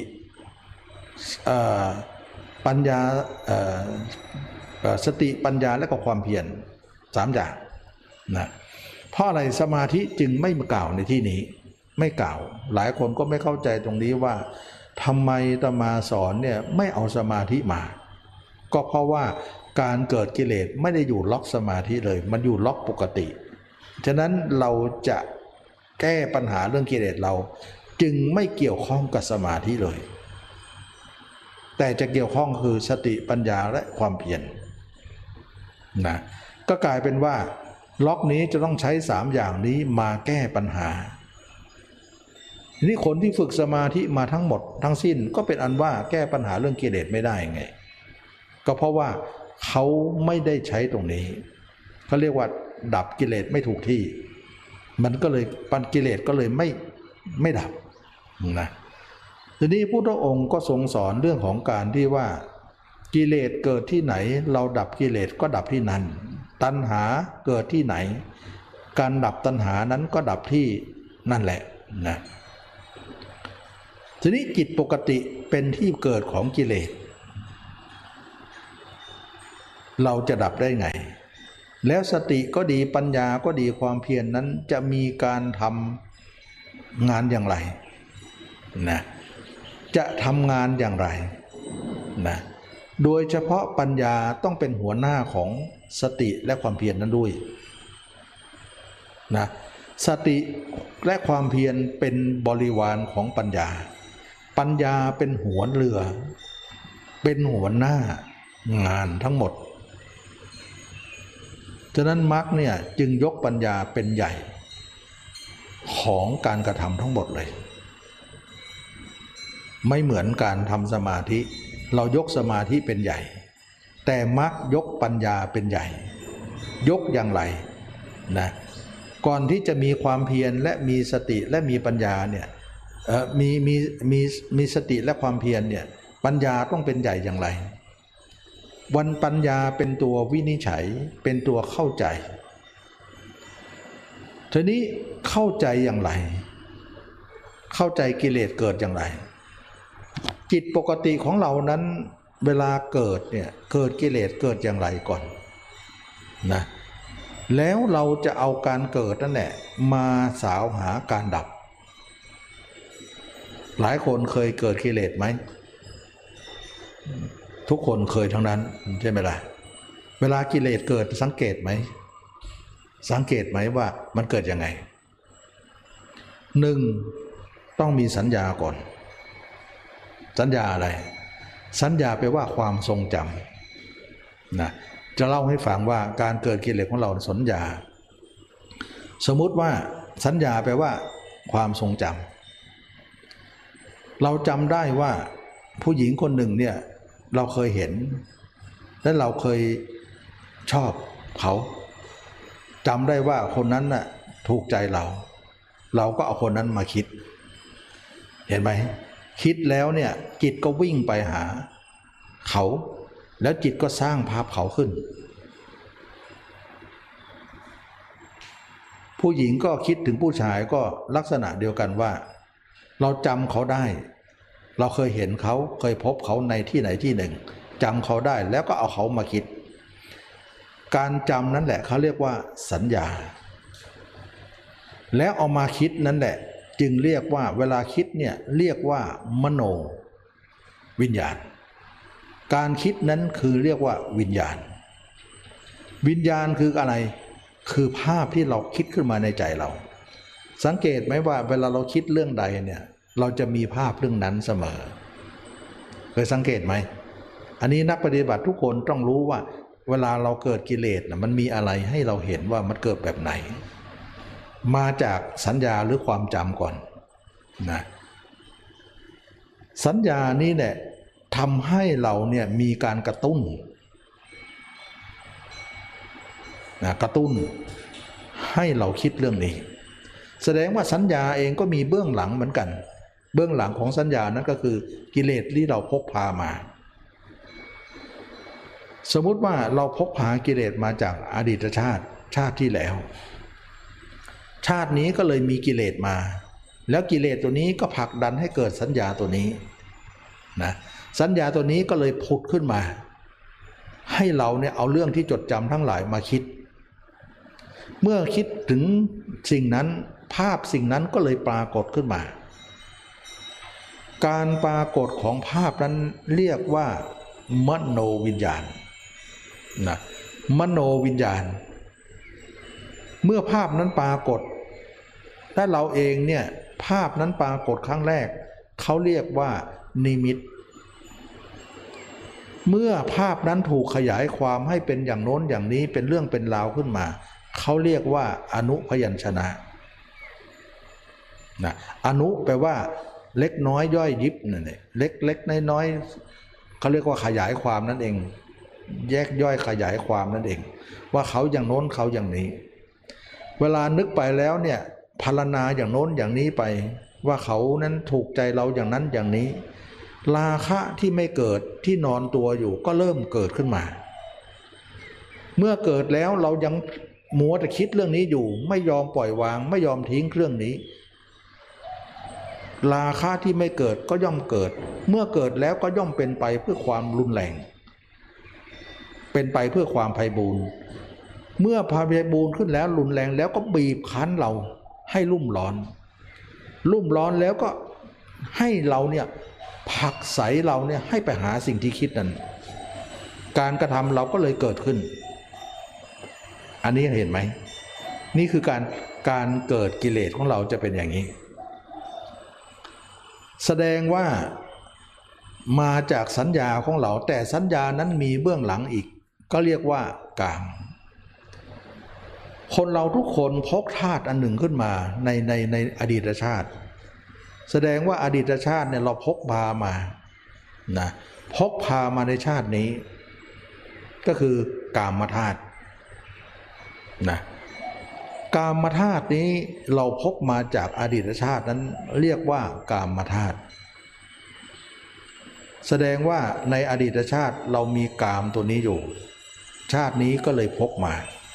ปัญญาสติปัญญาและก็ความเพียรสามอย่างนะเพราะอะไรสมาธิจึงไม่กล่าวในที่นี้ไม่กล่าวหลายคนก็ไม่เข้าใจตรงนี้ว่าทำไมอาตมาสอนเนี่ยไม่เอาสมาธิมาก็เพราะว่าการเกิดกิเลสไม่ได้อยู่ล็อกสมาธิเลยมันอยู่ล็อกปกติฉะนั้นเราจะแก้ปัญหาเรื่องกิเลสเราจึงไม่เกี่ยวข้องกับสมาธิเลยแต่จะเกี่ยวข้องคือสติปัญญาและความเพียรนะก็กลายเป็นว่าล็อกนี้จะต้องใช้สามอย่างนี้มาแก้ปัญหาทีนี้คนที่ฝึกสมาธิมาทั้งหมดทั้งสิ้นก็เป็นอันว่าแก้ปัญหาเรื่องกิเลสไม่ได้ไงก็เพราะว่าเขาไม่ได้ใช้ตรงนี้เขาเรียกว่าดับกิเลสไม่ถูกที่มันก็เลยปัญกิเลสก็เลยไม่ไม่ดับนะทีนี้พุทธองค์ก็ทรงสอนเรื่องของการที่ว่ากิเลสเกิดที่ไหนเราดับกิเลสก็ดับที่นั้นตัณหาเกิดที่ไหนการดับตัณหานั้นก็ดับที่นั่นแหละนะทีนี้จิตปกติเป็นที่เกิดของกิเลสเราจะดับได้ไงแล้วสติก็ดีปัญญาก็ดีความเพียร น, นั้นจะมีการทำงานอย่างไรนะจะทำงานอย่างไรนะโดยเฉพาะปัญญาต้องเป็นหัวหน้าของสติและความเพียร น, นั้นด้วยนะสติและความเพียรเป็นบริวารของปัญญาปัญญาเป็นหัวเรือเป็นหัวหน้างานทั้งหมดฉะนั้นมรรคเนี่ยจึงยกปัญญาเป็นใหญ่ของการกระทำทั้งหมดเลยไม่เหมือนการทำสมาธิเรายกสมาธิเป็นใหญ่แต่มรรคยกปัญญาเป็นใหญ่ยกอย่างไรนะก่อนที่จะมีความเพียรและมีสติและมีปัญญาเนี่ยมีมีมีมีสติและความเพียรเนี่ยปัญญาต้องเป็นใหญ่อย่างไรวันปัญญาเป็นตัววินิจฉัยเป็นตัวเข้าใจทีนี้เข้าใจอย่างไรเข้าใจกิเลสเกิดอย่างไรจิตปกติของเรานั้นเวลาเกิดเนี่ยเกิดกิเลสเกิดอย่างไรก่อนนะแล้วเราจะเอาการเกิดนั่นแหละมาสาวหาการดับหลายคนเคยเกิดกิเลสไหมทุกคนเคยทั้งนั้นใช่ไหมล่ะเวลากิเลสเกิดสังเกตไหมสังเกตไหมว่ามันเกิดยังไงหนึ่งต้องมีสัญญาก่อนสัญญาอะไรสัญญาแปลว่าความทรงจำนะจะเล่าให้ฟังว่าการเกิดกิเลสของเราสัญญาสมมุติว่าสัญญาแปลว่าความทรงจำเราจำได้ว่าผู้หญิงคนหนึ่งเนี่ยเราเคยเห็นและเราเคยชอบเขาจำได้ว่าคนนั้นน่ะถูกใจเราเราก็เอาคนนั้นมาคิดเห็นไหมคิดแล้วเนี่ยจิตก็วิ่งไปหาเขาแล้วจิตก็สร้างภาพเขาขึ้นผู้หญิงก็คิดถึงผู้ชายก็ลักษณะเดียวกันว่าเราจำเขาได้เราเคยเห็นเขาเคยพบเขาในที่ไหนที่หนึ่งจำเขาได้แล้วก็เอาเขามาคิดการจำนั่นแหละเขาเรียกว่าสัญญาแล้วเอามาคิดนั่นแหละจึงเรียกว่าเวลาคิดเนี่ยเรียกว่ามโนวิญญาณการคิดนั้นคือเรียกว่าวิญญาณวิญญาณคืออะไรคือภาพที่เราคิดขึ้นมาในใจเราสังเกตไหมว่าเวลาเราคิดเรื่องใดเนี่ยเราจะมีภาพเรื่องนั้นเสมอเคยสังเกตไหมอันนี้นักปฏิบัติทุกคนต้องรู้ว่าเวลาเราเกิดกิเลสนะมันมีอะไรให้เราเห็นว่ามันเกิดแบบไหนมาจากสัญญาหรือความจำก่อนนะสัญญานี้แหละทำให้เราเนี่ยมีการกระตุ้นนะกระตุ้นให้เราคิดเรื่องนี้แสดงว่าสัญญาเองก็มีเบื้องหลังเหมือนกันเบื้องหลังของสัญญานั้นก็คือกิเลสที่เราพกพามาสมมุติว่าเราพกพากิเลสมาจากอดีตชาติชาติที่แล้วชาตินี้ก็เลยมีกิเลสมาแล้วกิเลสตัวนี้ก็ผลักดันให้เกิดสัญญาตัวนี้นะสัญญาตัวนี้ก็เลยผุดขึ้นมาให้เราเนี่ยเอาเรื่องที่จดจำทั้งหลายมาคิดเมื่อคิดถึงสิ่งนั้นภาพสิ่งนั้นก็เลยปรากฏขึ้นมาการปรากฏของภาพนั้นเรียกว่ามโนวิญญาณนะมโนวิญญาณเมื่อภาพนั้นปรากฏถ้าเราเองเนี่ยภาพนั้นปรากฏครั้งแรกเขาเรียกว่านิมิตเมื่อภาพนั้นถูกขยายความให้เป็นอย่างโน้นอย่างนี้เป็นเรื่องเป็นราวขึ้นมาเขาเรียกว่าอนุพยัญชนะนะอนุแปลว่าเล็กน้อยย่อยยิบนั่นเองเล็กเล็กน้อยน้อยเขาเรียกว่าขยายความนั่นเองแยกย่อยขยายความนั่นเองว่าเขาอย่างโน้นเขาอย่างนี้เวลานึกไปแล้วเนี่ยพรรณนาอย่างโน้นอย่างนี้ไปว่าเขานั้นถูกใจเราอย่างนั้นอย่างนี้ราคะที่ไม่เกิดที่นอนตัวอยู่ก็เริ่มเกิดขึ้นมาเมื่อเกิดแล้วเรายังมัวแต่คิดเรื่องนี้อยู่ไม่ยอมปล่อยวางไม่ยอมทิ้งเรื่องนี้ราคะที่ไม่เกิดก็ย่อมเกิดเมื่อเกิดแล้วก็ย่อมเป็นไปเพื่อความรุนแรงเป็นไปเพื่อความไพบูลย์เมื่อไพบูลย์ขึ้นแล้วรุนแรงแล้วก็บีบคั้นเราให้ลุ่มร้อนลุ่มร้อนแล้วก็ให้เราเนี่ยผลักไสเราเนี่ยให้ไปหาสิ่งที่คิดนั้นการกระทำเราก็เลยเกิดขึ้นอันนี้เห็นไหมนี่คือการการเกิดกิเลสของเราจะเป็นอย่างนี้แสดงว่ามาจากสัญญาของเราแต่สัญญานั้นมีเบื้องหลังอีกก็เรียกว่ากามคนเราทุกคนพกธาตุอันหนึ่งขึ้นมาในในในอดีตชาติแสดงว่าอดีตชาติเนี่ยเราพกพามานะพกพามาในชาตินี้ก็คือกามธาตุนะกามธาตุนี้เราพกมาจากอดีตชาตินั้นเรียกว่ากามธาตุแสดงว่าในอดีตชาติเรามีกามตัวนี้อยู่ชาตินี้ก็เลยพกมา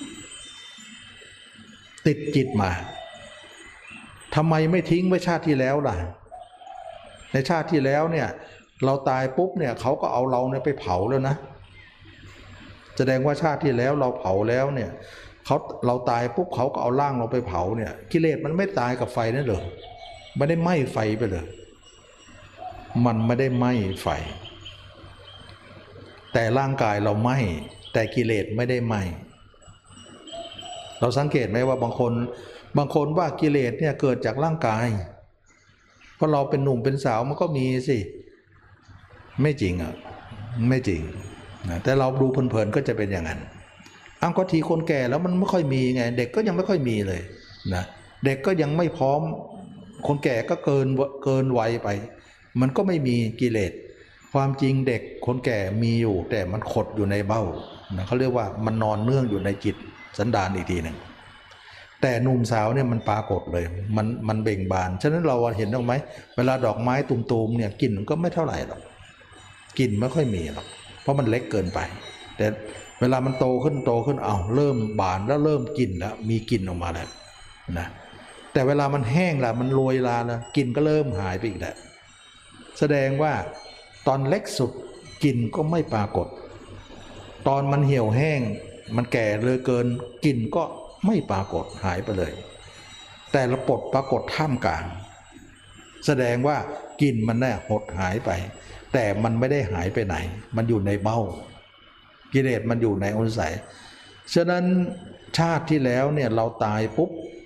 ติดจิตมาทำไมไม่ทิ้งไว้ชาติที่แล้วล่ะในชาติที่แล้วเนี่ยเราตายปุ๊บเนี่ยเขาก็เอาเราเนี่ยไปเผาแล้วนะแสดงว่าชาติที่แล้วเราเผาแล้วเนี่ยเขาเราตายปุ๊บเขาก็เอาร่างเราไปเผาเนี่ยกิเลสมันไม่ตายกับไฟนั่นเหรอไม่ได้ไหม้ไฟไปเลยมันไม่ได้ไหม้ไฟแต่ร่างกายเราไหม้แต่กิเลสไม่ได้ไหม้เราสังเกตไหมว่าบางคนบางคนว่ากิเลสเนี่ยเกิดจากร่างกายเพราะเราเป็นหนุ่มเป็นสาวมันก็มีสิไม่จริงอ่ะไม่จริงนะแต่เราดูเพลินๆก็จะเป็นอย่างนั้นอ้าวก็ทีคนแก่แล้วมันไม่ค่อยมีไงเด็กก็ยังไม่ค่อยมีเลยนะเด็กก็ยังไม่พร้อมคนแก่ก็เกินเกินวัยไปมันก็ไม่มีกิเลสความจริงเด็กคนแก่มีอยู่แต่มันขดอยู่ในเบ้านะเขาเรียกว่ามันนอนเนื่องอยู่ในจิตสันดานอีกทีหนึ่งแต่หนุ่มสาวเนี่ยมันปรากฏเลยมันมันเบ่งบานฉะนั้นเราเห็นไหมเวลาดอกไม้ตุ่มๆเนี่ยกลิ่นมันก็ไม่เท่าไหร่หรอกกลิ่นไม่ค่อยมีหรอกเพราะมันเล็กเกินไปแต่เวลามันโตขึ้นโตขึ้นเอาเริ่มบานแล้วเริ่มกลิ่นแล้วมีกลิ่นออกมาแล้วนะแต่เวลามันแห้งละมันโรยลาแล้วกลิ่นก็เริ่มหายไปอีกแล้วแสดงว่าตอนเล็กสุดกลิ่นก็ไม่ปรากฏตอนมันเหี่ยวแห้งมันแก่เลยเกินกลิ่นก็ไม่ปรากฏหายไปเลยแต่ละปดปรากฏท่ามกลางแสดงว่ากลิ่นมันแน่หดหายไปแต่มันไม่ได้หายไปไหนมันอยู่ในเบ้ากิเลสมันอยู่ในอนุสัยฉะนั้นชาติที่แล้วเนี่ยเราตายปุ๊บ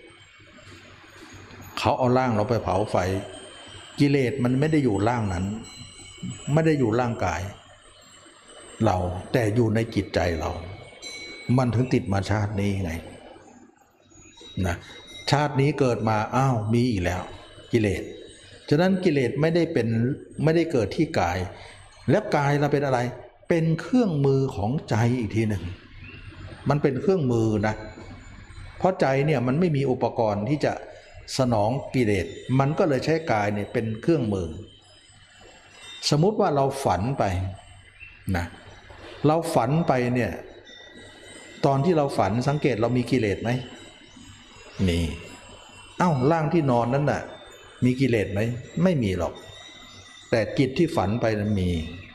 เขาเอาร่างเราไปเผาไฟกิเลสมันไม่ได้อยู่ร่างนั้นไม่ได้อยู่ร่างกายเราแต่อยู่ในจิตใจเรามันถึงติดมาชาตินี้ไงนะชาตินี้เกิดมาอ้าวมีอีกแล้วกิเลสฉะนั้นกิเลสไม่ได้เป็นไม่ได้เกิดที่กายแล้วกายเราเป็นอะไรเป็นเครื่องมือของใจอีกทีหนึ่งมันเป็นเครื่องมือนะเพราะใจเนี่ยมันไม่มีอุปกรณ์ที่จะสนองกิเลสมันก็เลยใช้กายเนี่ยเป็นเครื่องมือสมมุติว่าเราฝันไปนะเราฝันไปเนี่ยตอนที่เราฝันสังเกตเรามีกิเลสไหมมีเอ้าร่างที่นอนนั้นน่ะมีกิเลสไหมไม่มีหรอกแต่จิตที่ฝันไปนั้นมี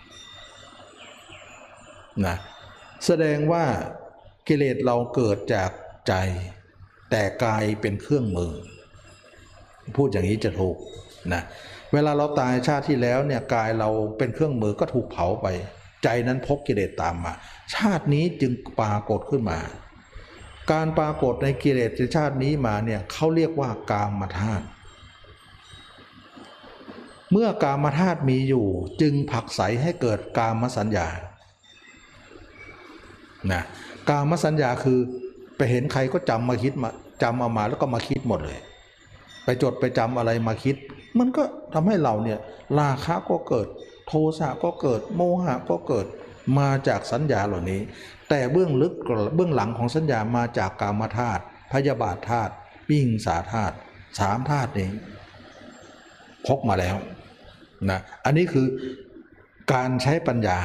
นะแสดงว่ากิเลสเราเกิดจากใจแต่กายเป็นเครื่องมือพูดอย่างนี้จะถูกนะเวลาเราตายชาติที่แล้วเนี่ยกายเราเป็นเครื่องมือก็ถูกเผาไปใจนั้นพกกิเลสตามมาชาตินี้จึงปรากฏขึ้นมาการปรากฏในกิเลสในชาตินี้มาเนี่ยเขาเรียกว่ากามธาตุเมื่อกามธาตุมีอยู่จึงผลักไสให้เกิดกามสัญญานะกามสัญญาคือไปเห็นใครก็จำมาคิดมาจำเอามาแล้วก็มาคิดหมดเลยไปจดไปจำอะไรมาคิดมันก็ทำให้เราเนี่ยราคะก็เกิดโทสะก็เกิดโมหะก็เกิดมาจากสัญญาเหล่านี้แต่เบื้องลึกเบื้องหลังของสัญญามาจากกามธาตุพยาบาทธาตุวิหิงสาธาตุสามธาตุนี้พกมาแล้วนะอันนี้คือการใช้ปัญญา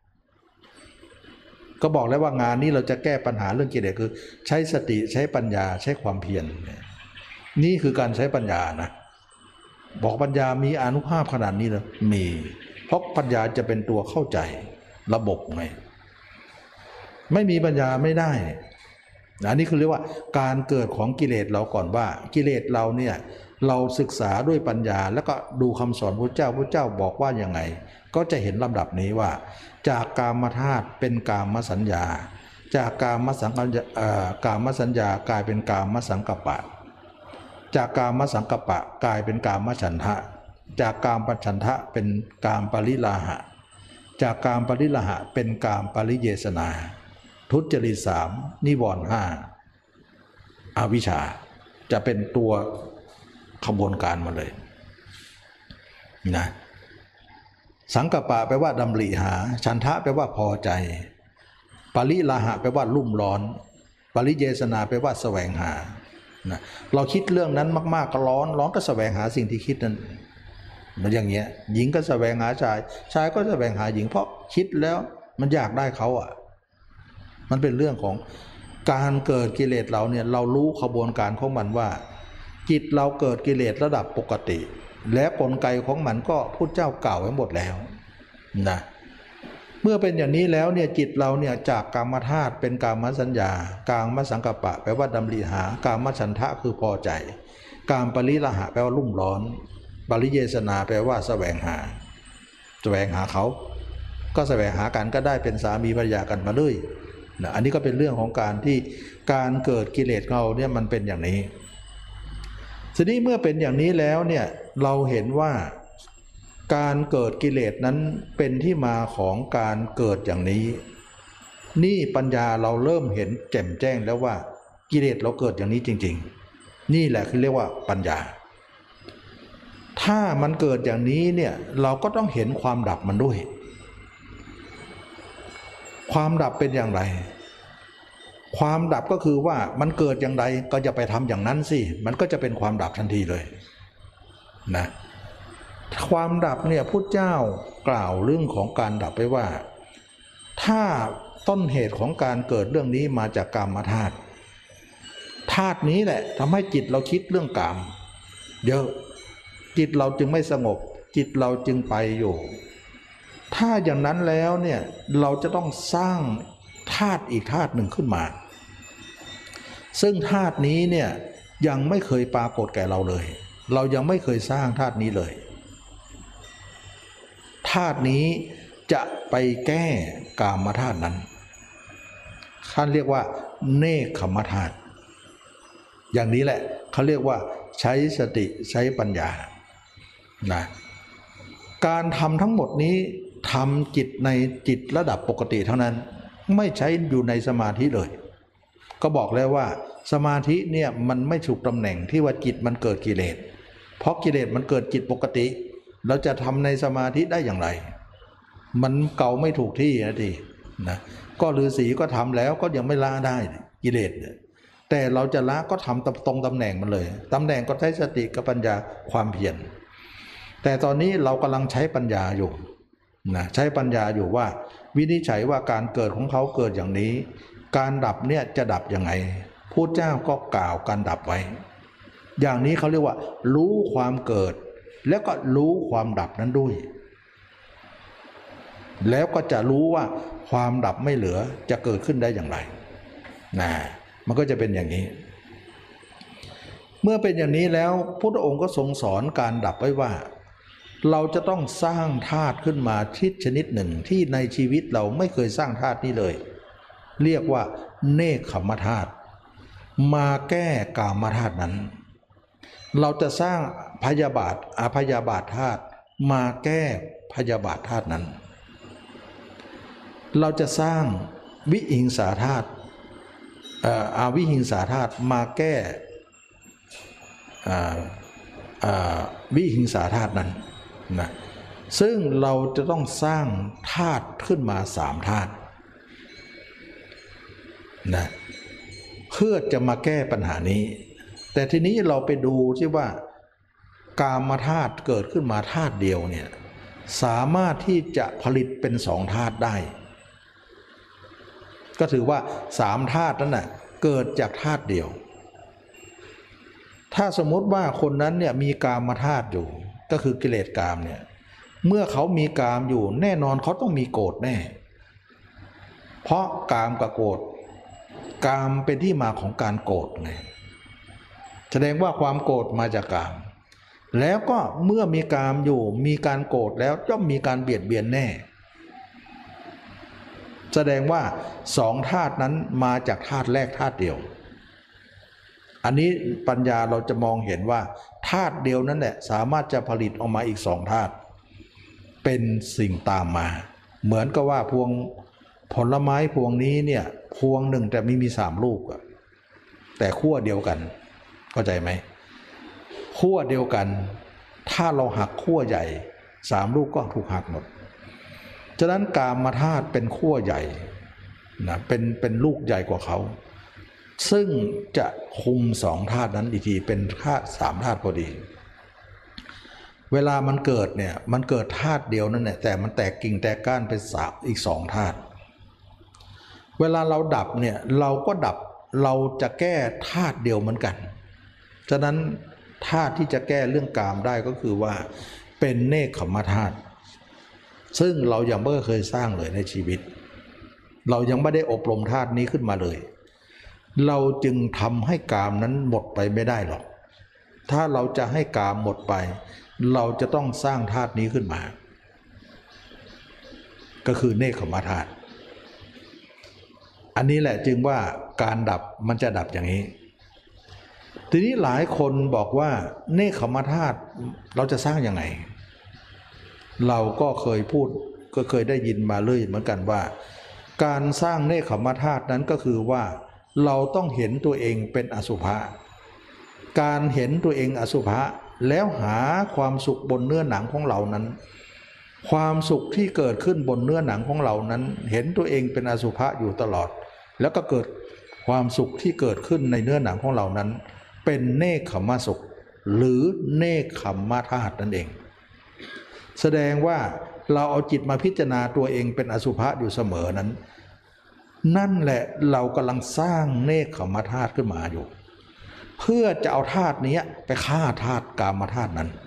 ก็บอกแล้วว่างานนี้เราจะแก้ปัญหาเรื่องกิเลสคือใช้สติใช้ปัญญาใช้ความเพียรนี่คือการใช้ปัญญานะบอกปัญญามีอานุภาพขนาดนี้เลยมีเพราะปัญญาจะเป็นตัวเข้าใจระบบไงไม่มีปัญญาไม่ได้อันนี้คือเรียกว่าการเกิดของกิเลสเราก่อนว่ากิเลสเราเนี่ยเราศึกษาด้วยปัญญาแล้วก็ดูคำสอนพระเจ้าพระเจ้าบอกว่ายังไงก็จะเห็นลำดับนี้ว่าจากกามธาตุเป็นกามสัญญาจากกามสังกามสัญญากลายเป็นกามสังกัปปะจากกามสังกัปปะกลายเป็นกามฉันทะจากกามฉันทะเป็นกามปริลาหะจากกามปริลาหะเป็นกามปริเยสนาทุจริตสามนิวรณ์ห้าอวิชชาจะเป็นตัวขบวนการมาเลยนะสังกัปปะแปลว่าดำริหาฉันทะแปลว่าพอใจปริลาหะแปลว่าลุ่มร้อนปริเยสนาแปลว่าแสวงหานะเราคิดเรื่องนั้นมากๆก็ร้อนร้อนก็แสวงหาสิ่งที่คิดนั้นมันอย่างเงี้ยหญิงก็แสวงหาชายชายก็แสวงหาหญิงเพราะคิดแล้วมันอยากได้เขาอ่ะมันเป็นเรื่องของการเกิดกิเลสเราเนี่ยเรารู้ขบวนการของมันว่าจิตเราเกิดกิเลสระดับปกติและกลไกของมันก็พุทธเจ้ากล่าวไว้หมดแล้วนะเมื่อเป็นอย่างนี้แล้วเนี่ยจิตเราเนี่ยจากกามธาตุเป็นกามสัญญากามสังกัปปะแปลว่าดำริหากามฉันทะคือพอใจกามปริลาหะแปลว่ารุ่มร้อนปริเยสนาแปลว่าแสวงหาแสวงหาเขาก็แสวงหากันก็ได้เป็นสามีภรรยากันมาเลยนะอันนี้ก็เป็นเรื่องของการที่การเกิดกิเลสเราเนี่ยมันเป็นอย่างนี้ทีนี้เมื่อเป็นอย่างนี้แล้วเนี่ยเราเห็นว่าการเกิดกิเลสนั้นเป็นที่มาของการเกิดอย่างนี้นี่ปัญญาเราเริ่มเห็นแจ่มแจ้งแล้วว่ากิเลสเราเกิดอย่างนี้จริงๆนี่แหละคือเรียกว่าปัญญาถ้ามันเกิดอย่างนี้เนี่ยเราก็ต้องเห็นความดับมันด้วยความดับเป็นอย่างไรความดับก็คือว่ามันเกิดอย่างไรก็จะไปทำอย่างนั้นสิมันก็จะเป็นความดับทันทีเลยนะความดับเนี่ยพุทธเจ้ากล่าวเรื่องของการดับไว้ว่าถ้าต้นเหตุของการเกิดเรื่องนี้มาจากกามธาตุธาตุนี้แหละทำให้จิตเราคิดเรื่องกามเยอะจิตเราจึงไม่สงบจิตเราจึงไปอยู่ถ้าอย่างนั้นแล้วเนี่ยเราจะต้องสร้างธาตุอีกธาตุหนึ่งขึ้นมาซึ่งธาตุนี้เนี่ยยังไม่เคยปรากฏแก่เราเลยเรายังไม่เคยสร้างธาตุนี้เลยธาตุนี้จะไปแก้กามธาตุนั้นท่านเรียกว่าเนกขมธาตุอย่างนี้แหละเขาเรียกว่าใช้สติใช้ปัญญานะการทำทั้งหมดนี้ทำจิตในจิตระดับปกติเท่านั้นไม่ใช้อยู่ในสมาธิเลยก็บอกแล้วว่าสมาธิเนี่ยมันไม่ถูกตำแหน่งที่ว่าจิตมันเกิดกิเลสเพราะกิเลสมันเกิดจิตปกติเราจะทำในสมาธิได้อย่างไรมันเก่าไม่ถูกที่นะทีนะก็ฤาษีก็ทำแล้วก็ยังไม่ละได้กิเลสแต่เราจะละก็ทำตรงตำแหน่งมันเลยตำแหน่งก็ใช้สติกับปัญญาความเพียรแต่ตอนนี้เรากำลังใช้ปัญญาอยู่นะใช้ปัญญาอยู่ว่าวินิจฉัยว่าการเกิดของเขาเกิดอย่างนี้การดับเนี่ยจะดับยังไงพุทธเจ้าก็กล่าวการดับไว้อย่างนี้เขาเรียกว่ารู้ความเกิดแล้วก็รู้ความดับนั้นด้วยแล้วก็จะรู้ว่าความดับไม่เหลือจะเกิดขึ้นได้อย่างไรนะมันก็จะเป็นอย่างนี้เมื่อเป็นอย่างนี้แล้วพุทธองค์ก็ทรงสอนการดับไว้ว่าเราจะต้องสร้างธาตุขึ้นมาทิศชนิดหนึ่งที่ในชีวิตเราไม่เคยสร้างธาตุนี้เลยเรียกว่าเนกขมธาตุมาแก้กามธาตุนั้นเราจะสร้างพยาบาทอพยาบาทธาตุมาแก้พยาบาทธาตุนั้นเราจะสร้างวิหิงสาธาตุอาวิหิงสาธาตุมาแก้วิหิงสาธาตุนั้นนะซึ่งเราจะต้องสร้างธาตุขึ้นมาสามธาตุนะเพื่อจะมาแก้ปัญหานี้แต่ทีนี้เราไปดูที่ว่ากามธาตุเกิดขึ้นมาธาตุเดียวเนี่ยสามารถที่จะผลิตเป็นสองธาตุได้ก็ถือว่าสามธาตุนั้นน่ะเกิดจากธาตุเดียวถ้าสมมติว่าคนนั้นเนี่ยมีกามธาตุอยู่ก็คือกิเลสกามเนี่ยเมื่อเขามีกามอยู่แน่นอนเขาต้องมีโกรธแน่เพราะกามกับโกรธกามเป็นที่มาของการโกรธไงแสดงว่าความโกรธมาจากกามแล้วก็เมื่อมีกามอยู่มีการโกรธแล้วย่อมมีการเบียดเบียนแน่แสดงว่าสองธาตุนั้นมาจากธาตุแรกธาตุเดียวอันนี้ปัญญาเราจะมองเห็นว่าธาตุเดียวนั้นแหละสามารถจะผลิตออกมาอีกสองธาตุเป็นสิ่งตามมาเหมือนกับว่าพวงผลไม้พวงนี้เนี่ยพวงหนึ่งแต่ไม่มีสามลูกแต่ขั้วเดียวกันเข้าใจไหมขั้วเดียวกันถ้าเราหักขั้วใหญ่สามลูกก็ถูกหักหมดฉะนั้นกามธาตุเป็นขั้วใหญ่นะเป็นเป็นลูกใหญ่กว่าเขาซึ่งจะคุมสองธาตุนั้นอีกทีเป็นธาตุสามธาตุพอดีเวลามันเกิดเนี่ยมันเกิดธาตุเดียวนั่นแหละแต่มันแตกกิ่งแตกก้านเป็นสามอีกสองธาตุเวลาเราดับเนี่ยเราก็ดับเราจะแก้ธาตุเดียวเหมือนกันฉะนั้นธาตุที่จะแก้เรื่องกามได้ก็คือว่าเป็นเนกขัมมธาตุซึ่งเรายังไม่เคยสร้างเลยในชีวิตเรายังไม่ได้อบรมธาตุนี้ขึ้นมาเลยเราจึงทำให้กามนั้นหมดไปไม่ได้หรอกถ้าเราจะให้กามหมดไปเราจะต้องสร้างธาตุนี้ขึ้นมาก็คือเนกขัมมธาตุอันนี้แหละจึงว่าการดับมันจะดับอย่างนี้ทีนี้หลายคนบอกว่าเนกขัมมธาตุเราจะสร้างยังไงเราก็เคยพูดก็เคยได้ยินมาเลยเหมือนกันว่าการสร้างเนกขัมมธาตุนั้นก็คือว่าเราต้องเห็นตัวเองเป็นอสุภะการเห็นตัวเองอสุภะแล้วหาความสุขบนเนื้อหนังของเรานั้นความสุขที่เกิดขึ้นบนเนื้อหนังของเรานั้นเห็นตัวเองเป็นอสุภะอยู่ตลอดแล้วก็เกิดความสุขที่เกิดขึ้นในเนื้อหนังของเรานั้นเป็นเนกขัมมสุขหรือเนกขัมมธาตุนั่นเองแสดงว่าเราเอาจิตมาพิจารณาตัวเองเป็นอสุภะอยู่เสมอนั้นนั่นแหละเรากำลังสร้างเนกขัมมธาตุขึ้นมาอยู่เพื่อจะเอาธาตุนี้ไปฆ่าธาตุกามธาตุนั้น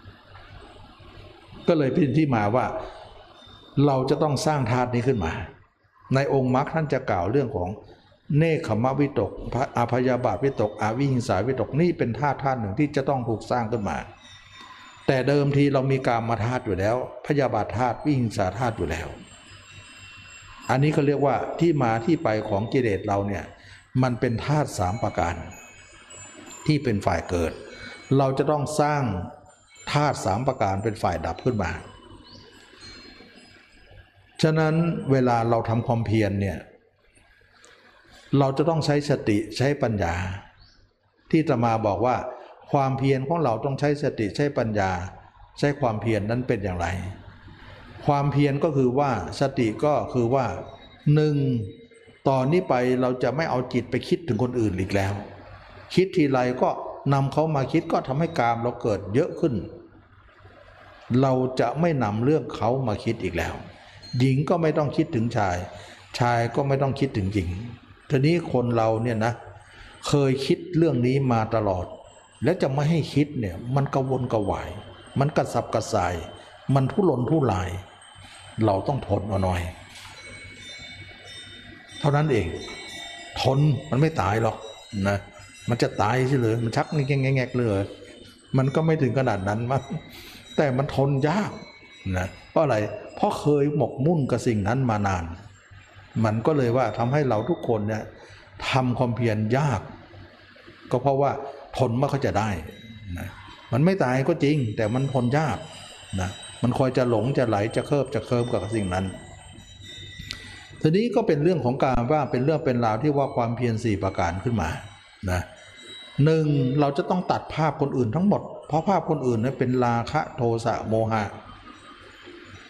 ก็เลยเป็นที่มาว่าเราจะต้องสร้างธาตุนี้ขึ้นมาในองค์มรรคท่านจะกล่าวเรื่องของเนกขัมมวิตกอพยาบาทวิตกอวิหิงสาวิตกนี่เป็นธาตุธาตุหนึ่งที่จะต้องถูกสร้างขึ้นมาแต่เดิมทีเรามีกามธาตุอยู่แล้วพยาบาทธาตุวิหิงสาธาตุอยู่แล้วอันนี้เขาเรียกว่าที่มาที่ไปของกิเลสเราเนี่ยมันเป็นธาตุสามประการที่เป็นฝ่ายเกิดเราจะต้องสร้างธาตุสามประการเป็นฝ่ายดับขึ้นมาฉะนั้นเวลาเราทำความเพียรเนี่ยเราจะต้องใช้สติใช้ปัญญาที่อาตมาบอกว่าความเพียรของเราต้องใช้สติใช้ปัญญาใช้ความเพียรนั้นเป็นอย่างไรความเพียรก็คือว่าสติก็คือว่าหนึ่งตอนนี้ไปเราจะไม่เอาจิตไปคิดถึงคนอื่นอีกแล้วคิดทีไรก็นำเขามาคิดก็ทำให้กามเราเกิดเยอะขึ้นเราจะไม่นำเรื่องเขามาคิดอีกแล้วหญิงก็ไม่ต้องคิดถึงชายชายก็ไม่ต้องคิดถึงหญิงทีนี้คนเราเนี่ยนะเคยคิดเรื่องนี้มาตลอดแล้วจะไม่ให้คิดเนี่ยมันกระวนกระวายมันกระสับกระส่ายมันทุรนทุรายเราต้องทนเอาหน่อยเท่านั้นเองทนมันไม่ตายหรอกนะมันจะตายใช่เลยมันชักแง่แง่เลยมันก็ไม่ถึงขนาดนั้นมั้งแต่มันทนยากนะเพราะอะไรเพราะเคยหมกมุ่นกับสิ่งนั้นมานานมันก็เลยว่าทำให้เราทุกคนเนี่ยทำความเพียรยากก็เพราะว่าทนไม่ค่อยจะได้นะมันไม่ตายก็จริงแต่มันทนยากนะมันคอยจะหลงจะไหลจะเคิบจะเคิมกับสิ่งนั้นทีนี้ก็เป็นเรื่องของการว่าเป็นเรื่องเป็นราวที่ว่าความเพียรสี่ประการขึ้นมานะหนึ่งเราจะต้องตัดภาพคนอื่นทั้งหมดเพราะภาพคนอื่นนั้นเป็นราคะโทสะโมหะ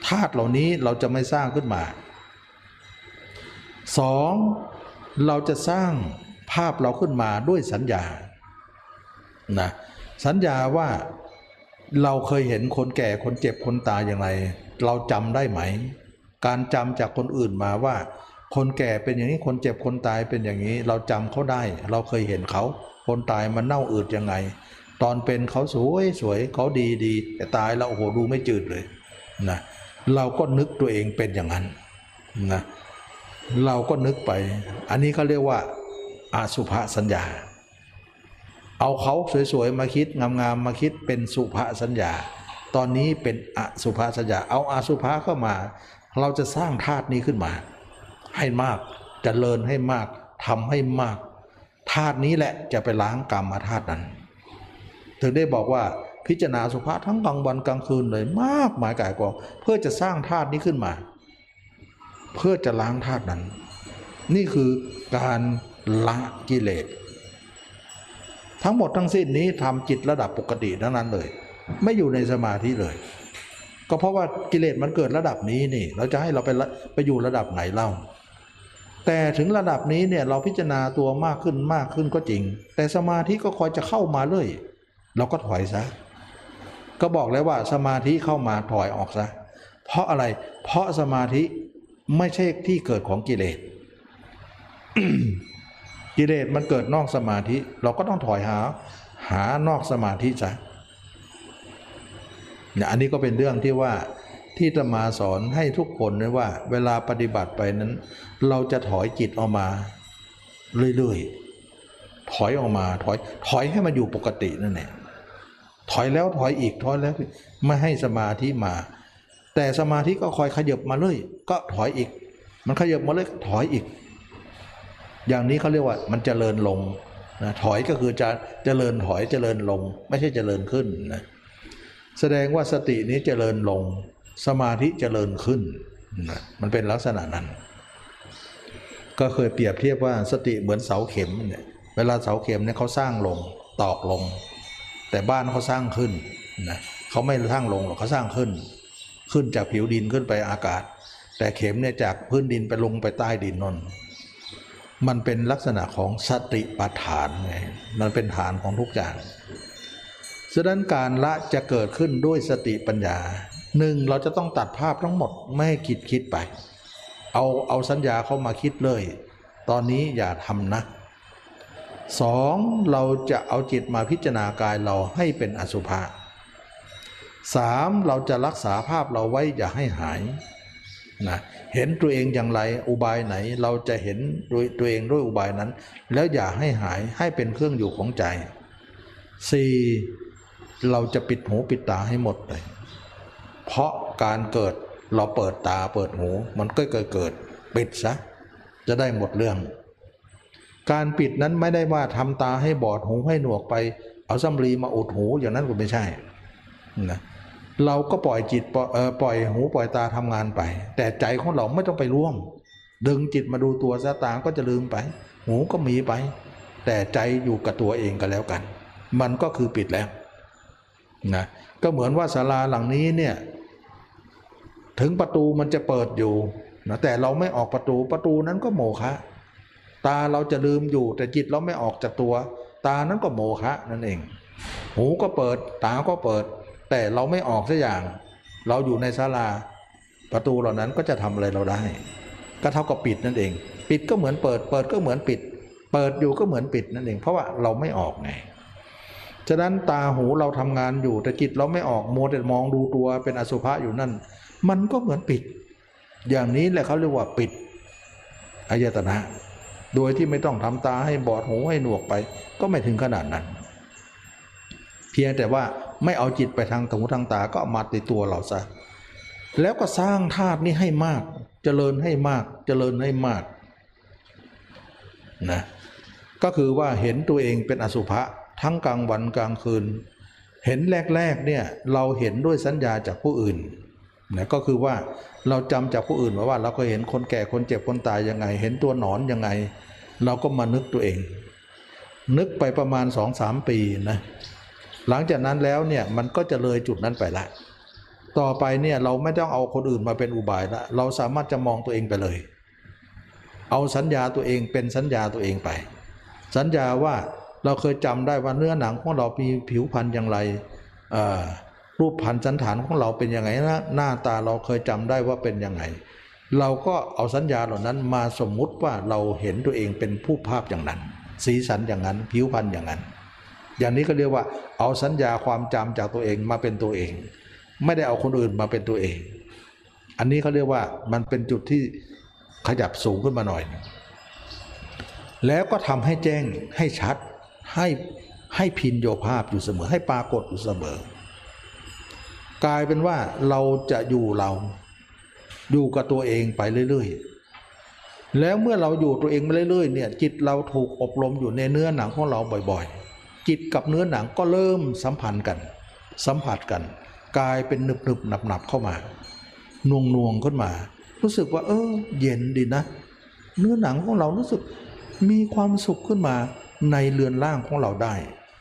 ธาตุเหล่านี้เราจะไม่สร้างขึ้นมาสองเราจะสร้างภาพเราขึ้นมาด้วยสัญญานะสัญญาว่าเราเคยเห็นคนแก่คนเจ็บคนตายอย่างไรเราจำได้ไหมการจำจากคนอื่นมาว่าคนแก่เป็นอย่างนี้คนเจ็บคนตายเป็นอย่างนี้เราจำเขาได้เราเคยเห็นเขาคนตายมันเน่าอืดยังไงตอนเป็นเขาสวยสวยเขาดีดีแต่ตายแล้วโอ้โหดูไม่จืดเลยนะเราก็นึกตัวเองเป็นอย่างนั้นนะเราก็นึกไปอันนี้เขาเรียกว่าอสุภสัญญาเอาเขาสวยๆมาคิดงามๆมาคิดเป็นสุภสัญญาตอนนี้เป็นอสุภสัญญาเอาอสุภะเข้ามาเราจะสร้างธาตุนี้ขึ้นมาให้มากเจริญให้มากทำให้มากธาตุนี้แหละจะไปล้างกรรมธาตุนั้นถึงได้บอกว่าพิจารณาสุภะทั้งกลางวันกลางคืนเลยมากมายกายกองเพื่อจะสร้างธาตุนี้ขึ้นมาเพื่อจะล้างธาตุนั้นนี่คือการละกิเลสทั้งหมดทั้งสิ้นนี้ทำจิตระดับปกติทั้งนั้นเลยไม่อยู่ในสมาธิเลยก็เพราะว่ากิเลสมันเกิดระดับนี้นี่เราจะให้เราไปไปอยู่ระดับไหนเล่าแต่ถึงระดับนี้เนี่ยเราพิจารณาตัวมากขึ้นมากขึ้นก็จริงแต่สมาธิก็คอยจะเข้ามาเลยเราก็ถอยซะก็บอกแล้วว่าสมาธิเข้ามาถอยออกซะเพราะอะไรเพราะสมาธิไม่ใช่ที่เกิดของกิเลส กิเลสมันเกิดนอกสมาธิเราก็ต้องถอยหาหานอกสมาธิซะเนี่ยอันนี้ก็เป็นเรื่องที่ว่าที่อาตมาสอนให้ทุกคนนะว่าเวลาปฏิบัติไปนั้นเราจะถอยจิตออกมาเรื่อยๆถอยออกมาถอยถอยให้มันอยู่ปกตินั่นแหละถอยแล้วถอยอีกถอยแล้วไม่ให้สมาธิมาแต่สมาธิก็คอยขยับมาเลยก็ถอยอีกมันขยับมาเลยถอยอีกอย่างนี้เขาเรียกว่ามันเจริญลงนะถอยก็คือจะเจริญถอยเจริญลงไม่ใช่เจริญขึ้นนะแสดงว่าสตินี้เจริญลงสมาธิเจริญขึ้นนะมันเป็นลักษณะนั้นก็เคยเปรียบเทียบว่าสติเหมือนเสาเข็มเนี่ยเวลาเสาเข็มเนี่ยเขาสร้างลงตอกลงแต่บ้านเขาสร้างขึ้นนะเขาไม่สร้างลงหรอกเขาสร้างขึ้นขึ้นจากผิวดินขึ้นไปอากาศแต่เข็มเนี่ยจากพื้นดินไปลงไปใต้ดินนนมันเป็นลักษณะของสติปัฏฐานไงมันเป็นฐานของทุกอย่างฉะนั้นการละจะเกิดขึ้นด้วยสติปัญญาหนึ่งเราจะต้องตัดภาพทั้งหมดไม่ให้คิดคิดไปเอาเอาสัญญาเข้ามาคิดเลยตอนนี้อย่าทำนะสองเราจะเอาจิตมาพิจารณากายเราให้เป็นอสุภะสามเราจะรักษาภาพเราไว้อย่าให้หายนะเห็นตัวเองอย่างไรอุบายไหนเราจะเห็นด้วยตัวเองด้วยอุบายนั้นแล้วอย่าให้หายให้เป็นเครื่องอยู่ของใจสี่เราจะปิดหูปิดตาให้หมดเลยเพราะการเกิดเราเปิดตาเปิดหูมันก็เกิดเกิดปิดซะจะได้หมดเรื่องการปิดนั้นไม่ได้ว่าทำตาให้บอดหูให้หนวกไปเอาสำลีมาอุดหูอย่างนั้นก็ไม่ใช่นะเราก็ปล่อยจิตปล่อยหูปล่อยตาทำงานไปแต่ใจของเราไม่ต้องไปร่วมดึงจิตมาดูตัวซะตาก็จะลืมไปหูก็มีไปแต่ใจอยู่กับตัวเองก็แล้วกันมันก็คือปิดแล้วนะก็เหมือนว่าศาลาหลังนี้เนี่ยถึงประตูมันจะเปิดอยู่นะแต่เราไม่ออกประตูประตูนั้นก็โมฆะตาเราจะลืมอยู่แต่จิตเราไม่ออกจากตัวตานั้นก็โมฆะนั่นเองหูก็เปิดตาก็เปิดแต่เราไม่ออกสักอย่างเราอยู่ในศาลาประตูเหล่านั้นก็จะทำอะไรเราได้ก็เท่ากับปิดนั่นเองปิดก็เหมือนเปิดเปิดก็เหมือนปิดเปิดอยู่ก็เหมือนปิดนั่นเองเพราะว่าเราไม่ออกไงฉะนั้นตาหูเราทำงานอยู่แต่จิตเราไม่ออกมัวแต่มองดูตัวเป็นอสุภะอยู่นั่นมันก็เหมือนปิดอย่างนี้แหละเขาเรียกว่าปิดอายตนะโดยที่ไม่ต้องทำตาให้บอดหูให้หนวกไปก็ไม่ถึงขนาดนั้นเพียงแต่ว่าไม่เอาจิตไปทางหูทางตาก็เอามาติดตัวเราซะแล้วก็สร้างธาตุนี้ให้มากเจริญให้มากเจริญให้มากนะก็คือว่าเห็นตัวเองเป็นอสุภะทั้งกลางวันกลางคืนเห็นแรกๆเนี่ยเราเห็นด้วยสัญญาจากผู้อื่นนะก็คือว่าเราจำจากผู้อื่นมาว่าเราก็เห็นคนแก่คนเจ็บคนตายยังไงเห็นตัวหนอนยังไงเราก็มานึกตัวเองนึกไปประมาณ สองถึงสาม ปีนะหลังจากนั้นแล้วเนี่ยมันก็จะเลยจุดนั้นไปละต่อไปเนี่ยเราไม่ต้องเอาคนอื่นมาเป็นอุบายละเราสามารถจะมองตัวเองไปเลยเอาสัญญาตัวเองเป็นสัญญาตัวเองไปสัญญาว่าเราเคยจำได้ว่าเนื้อหนังของเรามีผิวพรรณอย่างไรรูปพรรณสันฐานของเราเป็นยังไงนะหน้าตาเราเคยจำได้ว่าเป็นยังไงเราก็เอาสัญญาเหล่านั้นมาสมมุติว่าเราเห็นตัวเองเป็นผู้ภาพอย่างนั้นสีสันอย่างนั้นผิวพรรณอย่างนั้นอย่างนี้ก็เรียกว่าเอาสัญญาความจำจากตัวเองมาเป็นตัวเองไม่ได้เอาคนอื่นมาเป็นตัวเองอันนี้เขาเรียกว่ามันเป็นจุดที่ขยับสูงขึ้นมาหน่อยแล้วก็ทำให้แจ้งให้ชัดให้ให้พินโยภาพอยู่เสมอให้ปรากฏอยู่เสมอกลายเป็นว่าเราจะอยู่เราอยู่กับตัวเองไปเรื่อยๆแล้วเมื่อเราอยู่ตัวเองไปเรื่อยๆเนี่ยจิตเราถูกอบรมอยู่ในเนื้อหนังของเราบ่อยๆจิตกับเนื้อหนังก็เริ่มสัมพันธ์กันสัมผัสกันกลายเป็นหนึบหนึบหนับหนับเข้ามาน่วงน่วงขึ้นมารู้สึกว่าเออเย็นดีนะเนื้อหนังของเรารู้สึกมีความสุขขึ้นมาในเรือนร่างของเราได้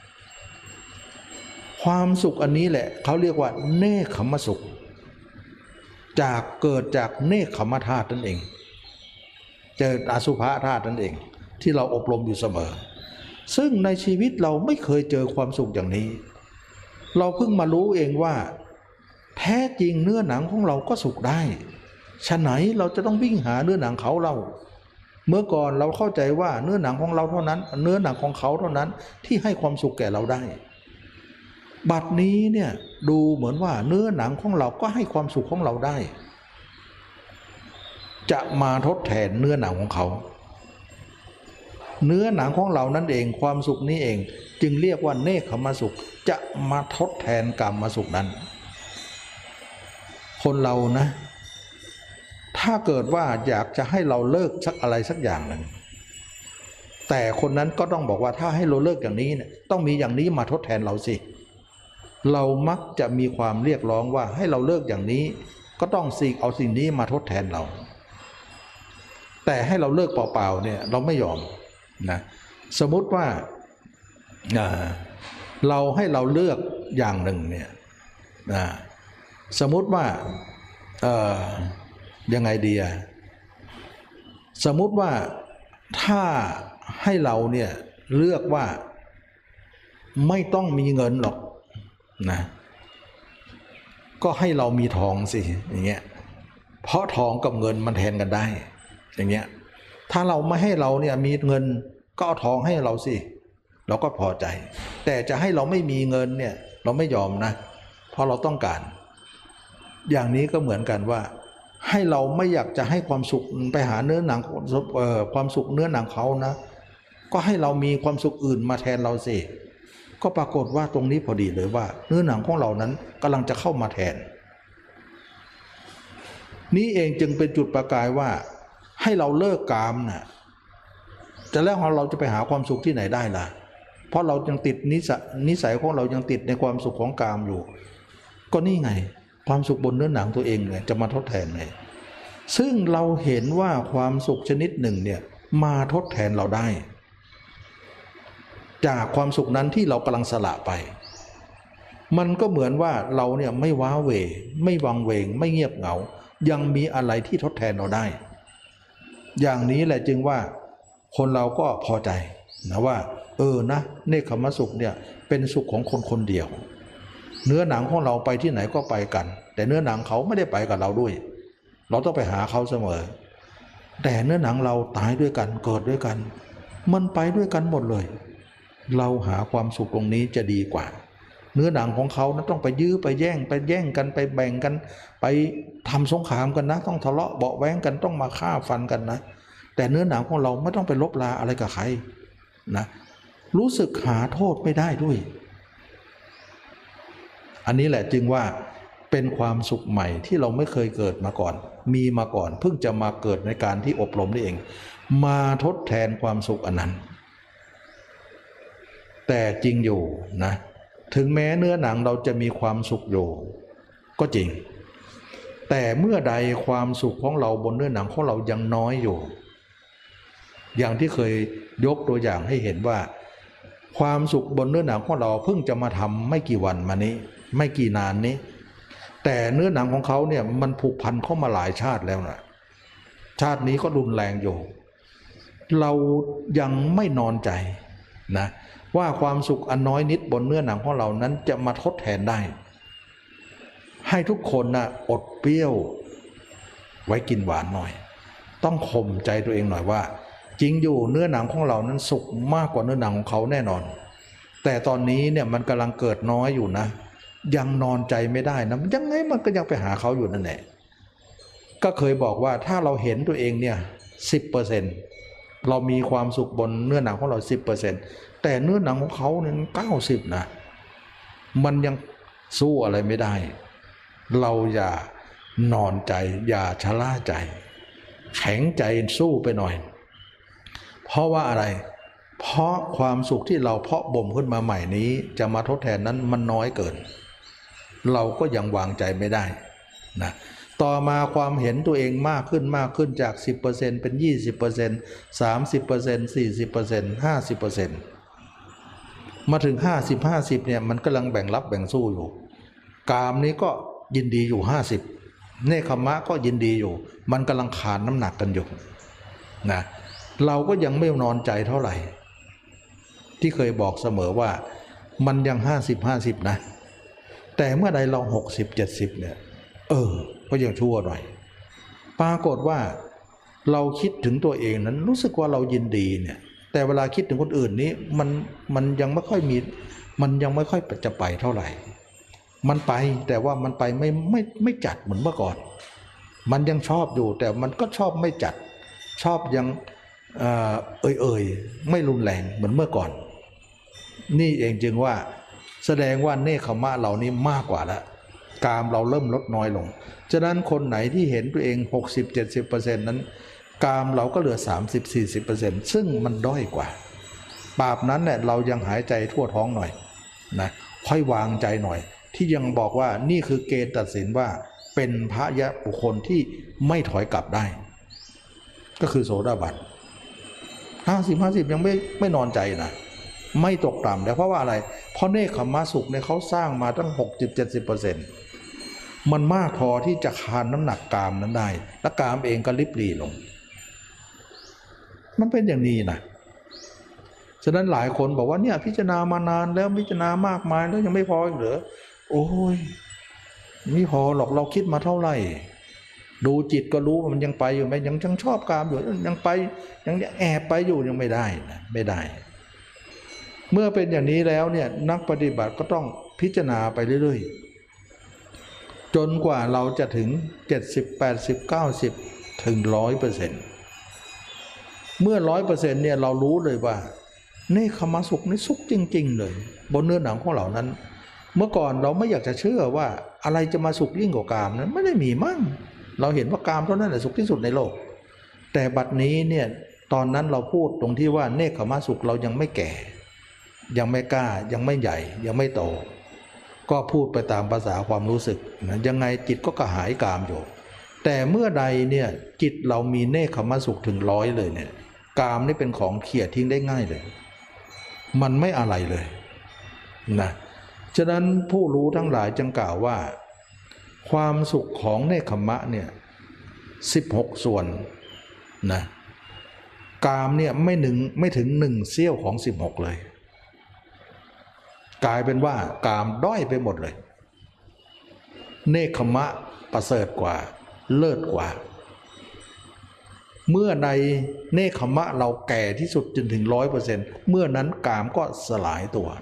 ความสุขอันนี้แหละเขาเรียกว่าเนคขมสุขจากเกิดจากเนคขมธาตุนั่นเองเจออสุภธาตุนั่นเองที่เราอบรมอยู่เสมอซึ่งในชีวิตเราไม่เคยเจอความสุขอย่างนี้เราเพิ่งมารู้เองว่าแท้จริงเนื้อหนังของเราก็สุขได้ฉะไหนเราจะต้องวิ่งหาเนื้อหนังเขาเราเมื่อก่อนเราเข้าใจว่าเนื้อหนังของเราเท่านั้นเนื้อหนังของเขาเท่านั้นที่ให้ความสุขแก่เราได้บัดนี้เนี่ยดูเหมือนว่าเนื้อหนังของเราก็ให้ความสุขของเราได้จะมาทดแทนเนื้อหนังของเขาเนื้อหนังของเรานั่นเองความสุขนี้เองจึงเรียกว่าเนคขมสุขจะมาทดแทนกรรมสุขนั้นคนเรานะถ้าเกิดว่าอยากจะให้เราเลิกสักอะไรสักอย่างหนึ่งแต่คนนั้นก็ต้องบอกว่าถ้าให้เราเลิกอย่างนี้เนี่ยต้องมีอย่างนี้มาทดแทนเราสิเรามักจะมีความเรียกร้องว่าให้เราเลิกอย่างนี้ก็ต้องสิ่งเอาสิ่งนี้มาทดแทนเราแต่ให้เราเลิกเปล่าๆเนี่ยเราไม่ยอมนะสมมุติว่าเราให้เราเลือกอย่างหนึ่งเนี่ยนะสมมุติว่าเอ่อยังไงดีอะสมมุติว่าถ้าให้เราเนี่ยเลือกว่าไม่ต้องมีเงินหรอกนะก็ให้เรามีทองสิอย่างเงี้ยเพราะทองกับเงินมันแทนกันได้อย่างเงี้ยถ้าเราไม่ให้เราเนี่ยมีเงินก็เอาทองให้เราสิเราก็พอใจแต่จะให้เราไม่มีเงินเนี่ยเราไม่ยอมนะเพราะเราต้องการอย่างนี้ก็เหมือนกันว่าให้เราไม่อยากจะให้ความสุขไปหาเนื้อหนังเอ่อความสุขเนื้อหนังเขานะก็ให้เรามีความสุขอื่นมาแทนเราสิก็ปรากฏว่าตรงนี้พอดีเลยว่าเนื้อหนังของเรานั้นกำลังจะเข้ามาแทนนี้เองจึงเป็นจุดประกายว่าให้เราเลิกกามนะจะแล้วเราจะไปหาความสุขที่ไหนได้ล่ะเพราะเรายังติดนิสัยนิสัยของเรายังติดในความสุขของกามอยู่ก็นี่ไงความสุขบนเนื้อหนังตัวเองเนี่ยจะมาทดแทนไงซึ่งเราเห็นว่าความสุขชนิดหนึ่งเนี่ยมาทดแทนเราได้จากความสุขนั้นที่เรากำลังสละไปมันก็เหมือนว่าเราเนี่ยไม่ว้าเหวไม่วังเวงไม่เงียบเหงายังมีอะไรที่ทดแทนเราได้อย่างนี้แหละจึงว่าคนเราก็พอใจนะว่าเออนะเนคขมสุขเนี่ยเป็นสุขของคนคนเดียวเนื้อหนังของเราไปที่ไหนก็ไปกันแต่เนื้อหนังเขาไม่ได้ไปกับเราด้วยเราต้องไปหาเขาเสมอแต่เนื้อหนังเราตายด้วยกันเกิดด้วยกันมันไปด้วยกันหมดเลยเราหาความสุขตรงนี้จะดีกว่าเนื้อหนังของเขานั้นต้องไปยื้อไปแย่งไปแย่งกันไปแบ่งกันไปทำสงครามกันนะต้องทะเลาะเบาะแว้งกันต้องมาฆ่าฟันกันนะแต่เนื้อหนังของเราไม่ต้องไปลบลาอะไรกับใครนะรู้สึกหาโทษไม่ได้ด้วยอันนี้แหละจึงว่าเป็นความสุขใหม่ที่เราไม่เคยเกิดมาก่อนมีมาก่อนเพิ่งจะมาเกิดในการที่อบรมนี่เองมาทดแทนความสุขอันนั้นแต่จริงอยู่นะถึงแม้เนื้อหนังเราจะมีความสุขอยู่ก็จริงแต่เมื่อใดความสุขของเราบนเนื้อหนังของเรายังน้อยอยู่อย่างที่เคยยกตัวอย่างให้เห็นว่าความสุขบนเนื้อหนังของเราเพิ่งจะมาทำไม่กี่วันมานี้ไม่กี่นานนี้แต่เนื้อหนังของเขาเนี่ยมันผูกพันเข้ามาหลายชาติแล้วนะชาตินี้ก็รุนแรงอยู่เรายังไม่นอนใจนะว่าความสุขอันน้อยนิดบนเนื้อหนังของเรานั้นจะมาทดแทนได้ให้ทุกคนนะอดเปรี้ยวไว้กินหวานหน่อยต้องข่มใจตัวเองหน่อยว่าจริงอยู่เนื้อหนังของเรานั้นสุขมากกว่าเนื้อหนังของเขาแน่นอนแต่ตอนนี้เนี่ยมันกำลังเกิดน้อยอยู่นะยังนอนใจไม่ได้นะยังไงมันก็ยังไปหาเขาอยู่นั่นแหละก็เคยบอกว่าถ้าเราเห็นตัวเองเนี่ย สิบเปอร์เซ็นต์ เรามีความสุขบนเนื้อหนังของเรา สิบเปอร์เซ็นต์ แต่เนื้อหนังของเขาเนี่ยเก้าสิบนะมันยังสู้อะไรไม่ได้เราอย่านอนใจอย่าชะล่าใจแข็งใจสู้ไปหน่อยเพราะว่าอะไรเพราะความสุขที่เราเพาะบ่มขึ้นมาใหม่นี้จะมาทดแทนนั้นมันน้อยเกินเราก็ยังวางใจไม่ได้นะต่อมาความเห็นตัวเองมากขึ้นมากขึ้นจาก สิบเปอร์เซ็นต์ เป็น ยี่สิบเปอร์เซ็นต์ สามสิบเปอร์เซ็นต์ สี่สิบเปอร์เซ็นต์ ห้าสิบเปอร์เซ็นต์ มาถึงห้าสิบ ห้าสิบเนี่ยมันกำลังแบ่งรับแบ่งสู้อยู่กามนี้ก็ยินดีอยู่ห้าสิบเนคขมะก็ยินดีอยู่มันกำลังขานน้ำหนักกันอยู่นะเราก็ยังไม่นอนใจเท่าไหร่ที่เคยบอกเสมอว่ามันยังห้าสิบ ห้าสิบนะแต่เมื่อใดเราหกสิบ เจ็ดสิบเนี่ยเออก็ยังชั่วหน่อยปรากฏว่าเราคิดถึงตัวเองนั้นรู้สึกว่าเรายินดีเนี่ยแต่เวลาคิดถึงคนอื่นนี้มันมันยังไม่ค่อยมีมันยังไม่ค่อยจะไปเท่าไหร่มันไปแต่ว่ามันไปไม่ไม่ไม่จัดเหมือนเมื่อก่อนมันยังชอบอยู่แต่มันก็ชอบไม่จัดชอบยังเอ่อเอ่ยเอ่ยไม่รุนแรงเหมือนเมื่อก่อนนี่เองจึงว่าแสดงว่าเนคขมะเหล่านี้มากกว่าแล้วกามเราเริ่มลดน้อยลงฉะนั้นคนไหนที่เห็นตัวเอง หกสิบ เจ็ดสิบเปอร์เซ็นต์ นั้นกามเราก็เหลือ สามสิบ สี่สิบเปอร์เซ็นต์ ซึ่งมันด้อยกว่าปราบนั้นเนี่ยเรายังหายใจทั่วท้องหน่อยนะค่อยวางใจหน่อยที่ยังบอกว่านี่คือเกณฑ์ตัดสินว่าเป็นพระยะบุคคลที่ไม่ถอยกลับได้ก็คือโสดาบันห้าสิบ ห้าสิบยังไม่ไม่นอนใจนะไม่ตกต่ำแต่เพราะว่าอะไรเพราะเนคขมะสุขเนี่ยเขาสร้างมาตั้ง หกสิบ เจ็ดสิบเปอร์เซ็นต์ มันมากพอที่จะคานน้ำหนักกามนั้นได้และกามเองก็ลิบหลีลงมันเป็นอย่างนี้นะฉะนั้นหลายคนบอกว่าเนี่ยพิจารณามานานแล้วพิจารณามากมายแล้วยังไม่พออีกเหรอโอ้ยไม่พอหรอกเราคิดมาเท่าไหร่ดูจิตก็รู้มันยังไปอยู่ไหมยังยังชอบกามอยู่ยังไปยังแอบไปอยู่ยังไม่ได้นะไม่ได้เมื่อเป็นอย่างนี้แล้วเนี่ยนักปฏิบัติก็ต้องพิจารณาไปเรื่อยๆจนกว่าเราจะถึงเจ็ดสิบ แปดสิบ เก้าสิบถึง หนึ่งร้อยเปอร์เซ็นต์ เมื่อ หนึ่งร้อยเปอร์เซ็นต์ เนี่ยเรารู้เลยว่าเนคขมะสุขนี่สุขจริงๆเลยบนเนื้อหนังของเรานั้นเมื่อก่อนเราไม่อยากจะเชื่อว่าอะไรจะมาสุขยิ่งกว่ากามนั้นไม่ได้มีมั่งเราเห็นว่ากามเท่านั้นแหละสุขที่สุดในโลกแต่บัดนี้เนี่ยตอนนั้นเราพูดตรงที่ว่าเนคขมะสุขเรายังไม่แก่ยังไม่กล้ายังไม่ใหญ่ยังไม่โตก็พูดไปตามภาษาความรู้สึกนะยังไงจิตก็กระหายกามอยู่แต่เมื่อใดเนี่ยจิตเรามีเนคขมะสุขถึงร้อยเลยเนี่ยกามนี่เป็นของเขี่ยทิ้งได้ง่ายเลยมันไม่อะไรเลยนะฉะนั้นผู้รู้ทั้งหลายจึงกล่าวว่าความสุขของเนคขมะเนี่ยสิบหกส่วนนะกามเนี่ยไม่หนึ่งไม่ถึงหนึ่งเสี้ยวของสิบหกเลยกลายเป็นว่ากามด้อยไปหมดเลยเนคขมะประเสริฐกว่าเลิศกว่าเมื่อในเนคขมะเราแก่ที่สุดจนถึง ร้อยเปอร์เซ็นต์ เมื่อนั้นกามก็สลายตัว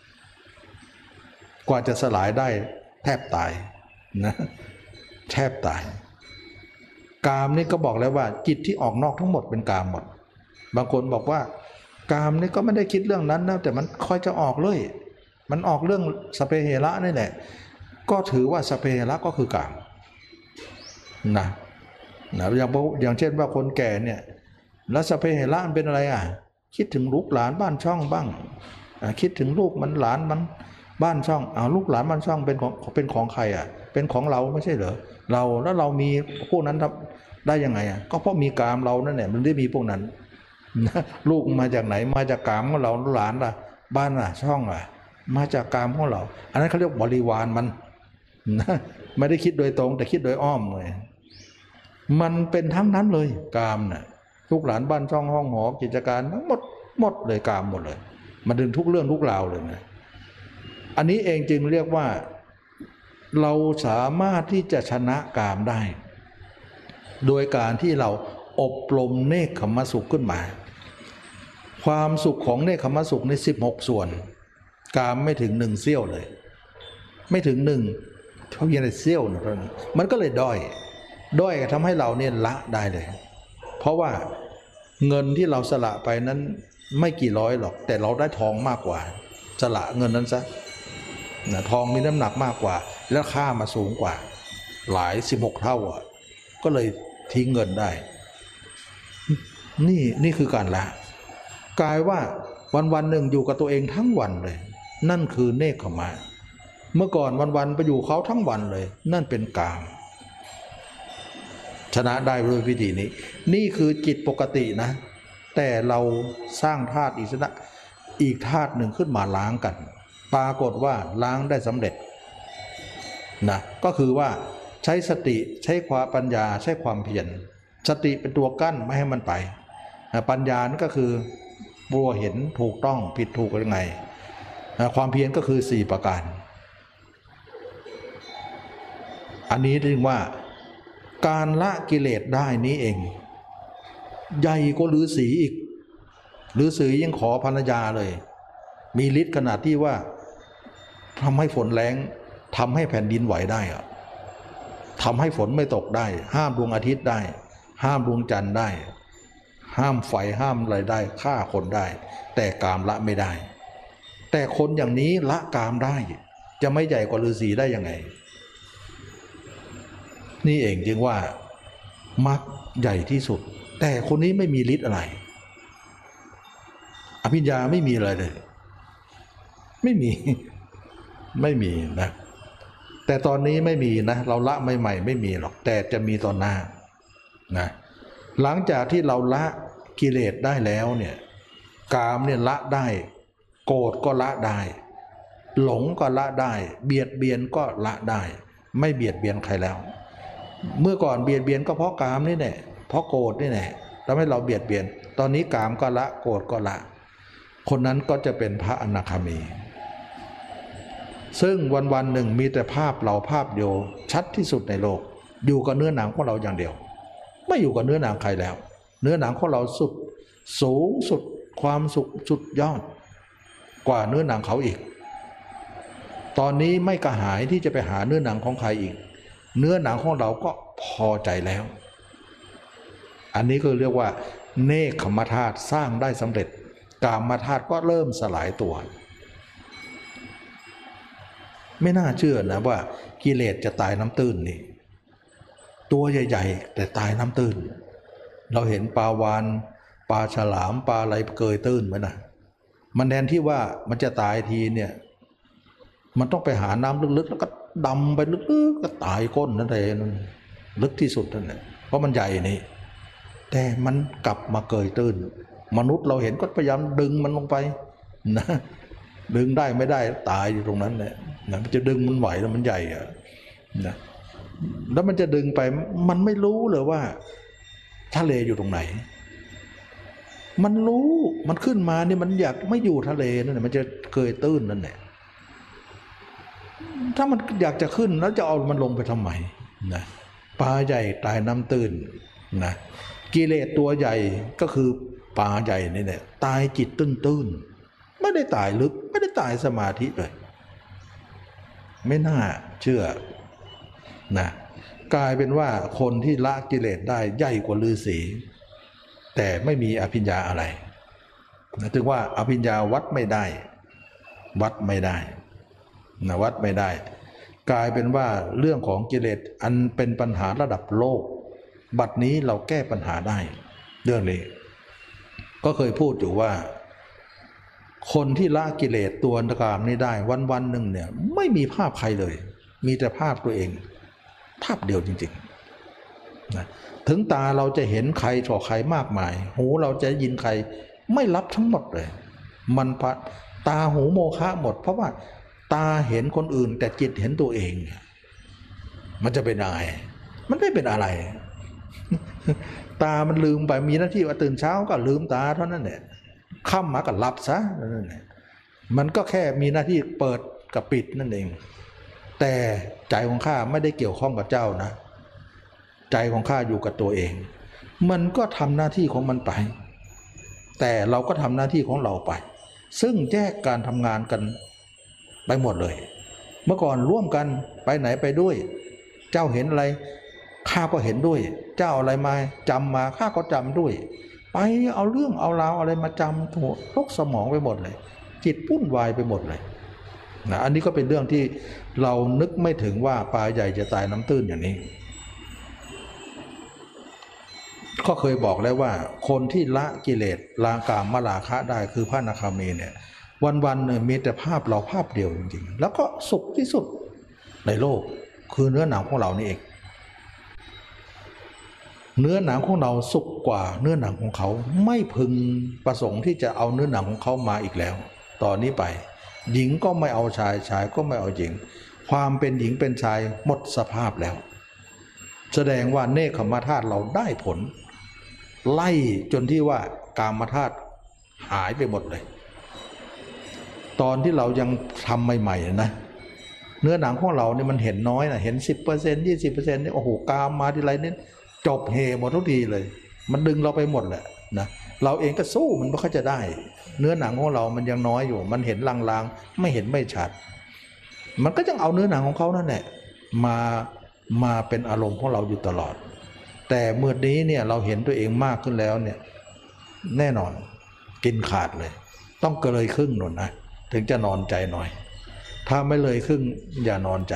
กว่าจะสลายได้แทบตายนะแทบตายกามนี่ก็บอกแล้วว่าจิตที่ออกนอกทั้งหมดเป็นกามหมดบางคนบอกว่ากามนี่ก็ไม่ได้คิดเรื่องนั้นนะแต่มันค่อยจะออกเลยมันออกเรื่องสเปเหระนี่แหละก็ถือว่าสเปเหระก็คือกามนะนะอย่างอย่างเช่นว่าคนแก่เนี่ยแล้วสเปเหระมันเป็นอะไรอ่ะคิดถึงลูกหลานบ้านช่องบ้างคิดถึงลูกมันหลานมันบ้านช่องเอาลูกหลานบ้านช่องเป็นของเป็นของใครอ่ะเป็นของเราไม่ใช่เหรอเราแล้วเรามีพวกนั้นทำได้ยังไงอ่ะก็เพราะมีกามเรานั่นแหละมันได้มีพวกนั้นนะลูกมาจากไหนมาจากกามของเราหลานล่ะบ้านล่ะช่องล่ะมาจากกามของเราอันนั้นเขาเรียกบริวารมันนะไม่ได้คิดโดยตรงแต่คิดโดยอ้อมเลยมันเป็นทั้งนั้นเลยกามน่ะลูกหลานบ้านช่องห้องหอกิจการทั้งหมดหมดเลยกามหมดเลยมันดึงทุกเรื่องทุกราวเลยนะอันนี้เองจึงเรียกว่าเราสามารถที่จะชนะกามได้โดยการที่เราอบรมเนกขัมมสุขขึ้นมาความสุขของเนกขัมมสุขในสิบหกส่วนกามไม่ถึงหนึ่งเสี้ยวเลยไม่ถึงหนึ่งเขาเพียงแต่เสี้ยวนะมันก็เลยด้อยด้อยทำให้เราเนี่ยละได้เลยเพราะว่าเงินที่เราสละไปนั้นไม่กี่ร้อยหรอกแต่เราได้ทองมากกว่าสละเงินนั้นซะนะทองมีน้ำหนักมากกว่าแล้วค่ามาสูงกว่าหลายสิบหกเท่าอ่ะก็เลยทิ้งเงินได้นี่นี่คือการละกลายว่าวันวันหนึ่งอยู่กับตัวเองทั้งวันเลยนั่นคือเนกขมะเมื่อก่อนวันวันไปอยู่เขาทั้งวันเลยนั่นเป็นกามชนะได้ด้วยวิธีนี้นี่คือจิตปกตินะแต่เราสร้างธาตุอีกชนะอีกธาตุหนึ่งขึ้นมาล้างกันปรากฏว่าล้างได้สำเร็จนะก็คือว่าใช้สติใช้ความปัญญาใช้ความเพียรสติเป็นตัวกั้นไม่ให้มันไปปัญญานั่นก็คือบัวเห็นถูกต้องผิดถูกยังไงความเพียรก็คือสี่ประการอันนี้เรียกว่าการละกิเลสได้นี้เองใหญ่กว่าฤาษีอีกฤาษียังขอภรรยาเลยมีฤทธิ์ขนาดที่ว่าทำให้ฝนแล้งทำให้แผ่นดินไหวได้อะทำให้ฝนไม่ตกได้ห้ามดวงอาทิตย์ได้ห้ามดวงจันทร์ได้ห้ามไฟห้ามอะไรได้ฆ่าคนได้แต่กามละไม่ได้แต่คนอย่างนี้ละกามได้จะไม่ใหญ่กว่าฤาษีได้ยังไงนี่เองจึงว่ามรรคใหญ่ที่สุดแต่คนนี้ไม่มีฤทธิ์อะไรอภิญญาไม่มีอะไรเลยไม่มีไม่มีนะแต่ตอนนี้ไม่มีนะเราละใหม่ๆไม่มีหรอกแต่จะมีตอนหน้านะหลังจากที่เราละกิเลสได้แล้วเนี่ยกามเนี่ยละได้โกรธก็ละได้หลงก็ละได้เบียดเบียนก็ละได้ไม่เบียดเบียนใครแล้วเมื่อก่อนเบียดเบียนก็เพราะกามนี่แหละเพราะโกรธนี่แหละทำให้เราเบียดเบียนตอนนี้กามก็ละโกรธก็ละคนนั้นก็จะเป็นพระอนาคามีซึ่งวันวันหนึ่งมีแต่ภาพเราภาพเดียวชัดที่สุดในโลกอยู่กับเนื้อหนังของเราอย่างเดียวไม่อยู่กับเนื้อหนังใครแล้วเนื้อหนังของเราสุดสูงสุดความสุขสุดยอดกว่าเนื้อหนังเขาอีกตอนนี้ไม่กระหายที่จะไปหาเนื้อหนังของใครอีกเนื้อหนังของเราก็พอใจแล้วอันนี้คือเรียกว่าเนกขมธาตุสร้างได้สำเร็จกามธาตุก็เริ่มสลายตัวไม่น่าเชื่อนะว่ากิเลสจะตายน้ำตื้นนี่ตัวใหญ่ๆแต่ตายน้ำตื้นเราเห็นปลาวาฬปลาฉลามปลาอะไรเกยตื้นไหมนะมันแทนที่ว่ามันจะตายทีเนี่ยมันต้องไปหาน้ำลึกๆแล้วก็ดำไปลึกๆก็ตายก้นนั่นเองลึกที่สุดนั่นแหละเพราะมันใหญ่นี่แต่มันกลับมาเกยตื้นมนุษย์เราเห็นก็พยายามดึงมันลงไปนะดึงได้ไม่ได้ตายอยู่ตรงนั้นแหละนะมันจะดึงมันไหวแล้วมันใหญ่อะนะแล้วมันจะดึงไปมันไม่รู้เลยว่าทะเลอยู่ตรงไหนมันรู้มันขึ้นมานี่มันอยากไม่อยู่ทะเลนั่นแหละมันจะเกยตื้นนั่นแหละถ้ามันอยากจะขึ้นแล้วจะเอามันลงไปทำไมนะปลาใหญ่ตายน้ำตื้นนะกิเลสตัวใหญ่ก็คือปลาใหญ่นี่แหละตายจิตตื้นๆไม่ได้ตายลึกไม่ได้ตายสมาธิเลยไม่น่าเชื่อนะกลายเป็นว่าคนที่ละกิเลสได้ใหญ่กว่าฤาษีแต่ไม่มีอภิญญาอะไรนะถึงว่าอภิญญาวัดไม่ได้วัดไม่ได้นะวัดไม่ได้กลายเป็นว่าเรื่องของกิเลสอันเป็นปัญหาระดับโลกบัดนี้เราแก้ปัญหาได้เรื่องนี้ก็เคยพูดอยู่ว่าคนที่ละกิเลสตัวกามนี้ได้วันวันหนึ่งเนี่ยไม่มีภาพใครเลยมีแต่ภาพตัวเองภาพเดียวจริงๆนะถึงตาเราจะเห็นใครต่อใครมากมายหูเราจะยินใครไม่รับทั้งหมดเลยมันพัดตาหูโมฆะหมดเพราะว่าตาเห็นคนอื่นแต่จิตเห็นตัวเองมันจะเป็นอะไรมันไม่เป็นอะไรตามันลืมไปมีหน้าที่ว่าตื่นเช้าก็ลืมตาเท่านั้นแหละค่ำมาก็หลับซะนั่นแหละมันก็แค่มีหน้าที่เปิดกับปิดนั่นเองแต่ใจของข้าไม่ได้เกี่ยวข้องกับเจ้านะใจของข้าอยู่กับตัวเองมันก็ทำหน้าที่ของมันไปแต่เราก็ทำหน้าที่ของเราไปซึ่งแยกการทำงานกันไปหมดเลยเมื่อก่อนร่วมกันไปไหนไปด้วยเจ้าเห็นอะไรข้าก็เห็นด้วยเจ้าอะไรมาจำมาข้าก็จำด้วยไปเอาเรื่องเอาราวอะไรมาจำทั้งหมดทกสมองไปหมดเลยจิตวุ่นวายไปหมดเลยนะอันนี้ก็เป็นเรื่องที่เรานึกไม่ถึงว่าปลาใหญ่จะตายน้ำตื้นอย่างนี้ก็เคยบอกแล้วว่าคนที่ละกิเลสละกามราคะได้คือพระอนาคามีเนี่ยวันๆเนี่ยมีแต่ภาพเราภาพเดียวจริงๆแล้วก็สุขที่สุดในโลกคือเนื้อหนังของเรานี่เองเนื้อหนังของเราสุขกว่าเนื้อหนังของเขาไม่พึงประสงค์ที่จะเอาเนื้อหนังของเขามาอีกแล้วตอนนี้ไปหญิงก็ไม่เอาชายชายก็ไม่เอาหญิงความเป็นหญิงเป็นชายหมดสภาพแล้วแสดงว่าเนคขมธาตุเราได้ผลไล่จนที่ว่ากามธาตุหายไปหมดเลยตอนที่เรายังทำใหม่ๆนะเนื้อหนังของเราเนี่ยมันเห็นน้อยนะเห็น สิบเปอร์เซ็นต์ ยี่สิบเปอร์เซ็นต์ นี่โอ้โหกามมาทีไรนี่จบเฮหมดทุกทีเลยมันดึงเราไปหมดแหละนะเราเองก็สู้มันไม่ค่อยจะได้เนื้อหนังของเรามันยังน้อยอยู่มันเห็นลางๆไม่เห็นไม่ชัดมันก็ยังเอาเนื้อหนังของเขานั่นแหละมามาเป็นอารมณ์ของเราอยู่ตลอดแต่เมื่อนี้เนี่ยเราเห็นตัวเองมากขึ้นแล้วเนี่ยแน่นอนกินขาดเลยต้องเกยครึ่งหน่อยนะถึงจะนอนใจหน่อยถ้าไม่เลยครึ่งอย่านอนใจ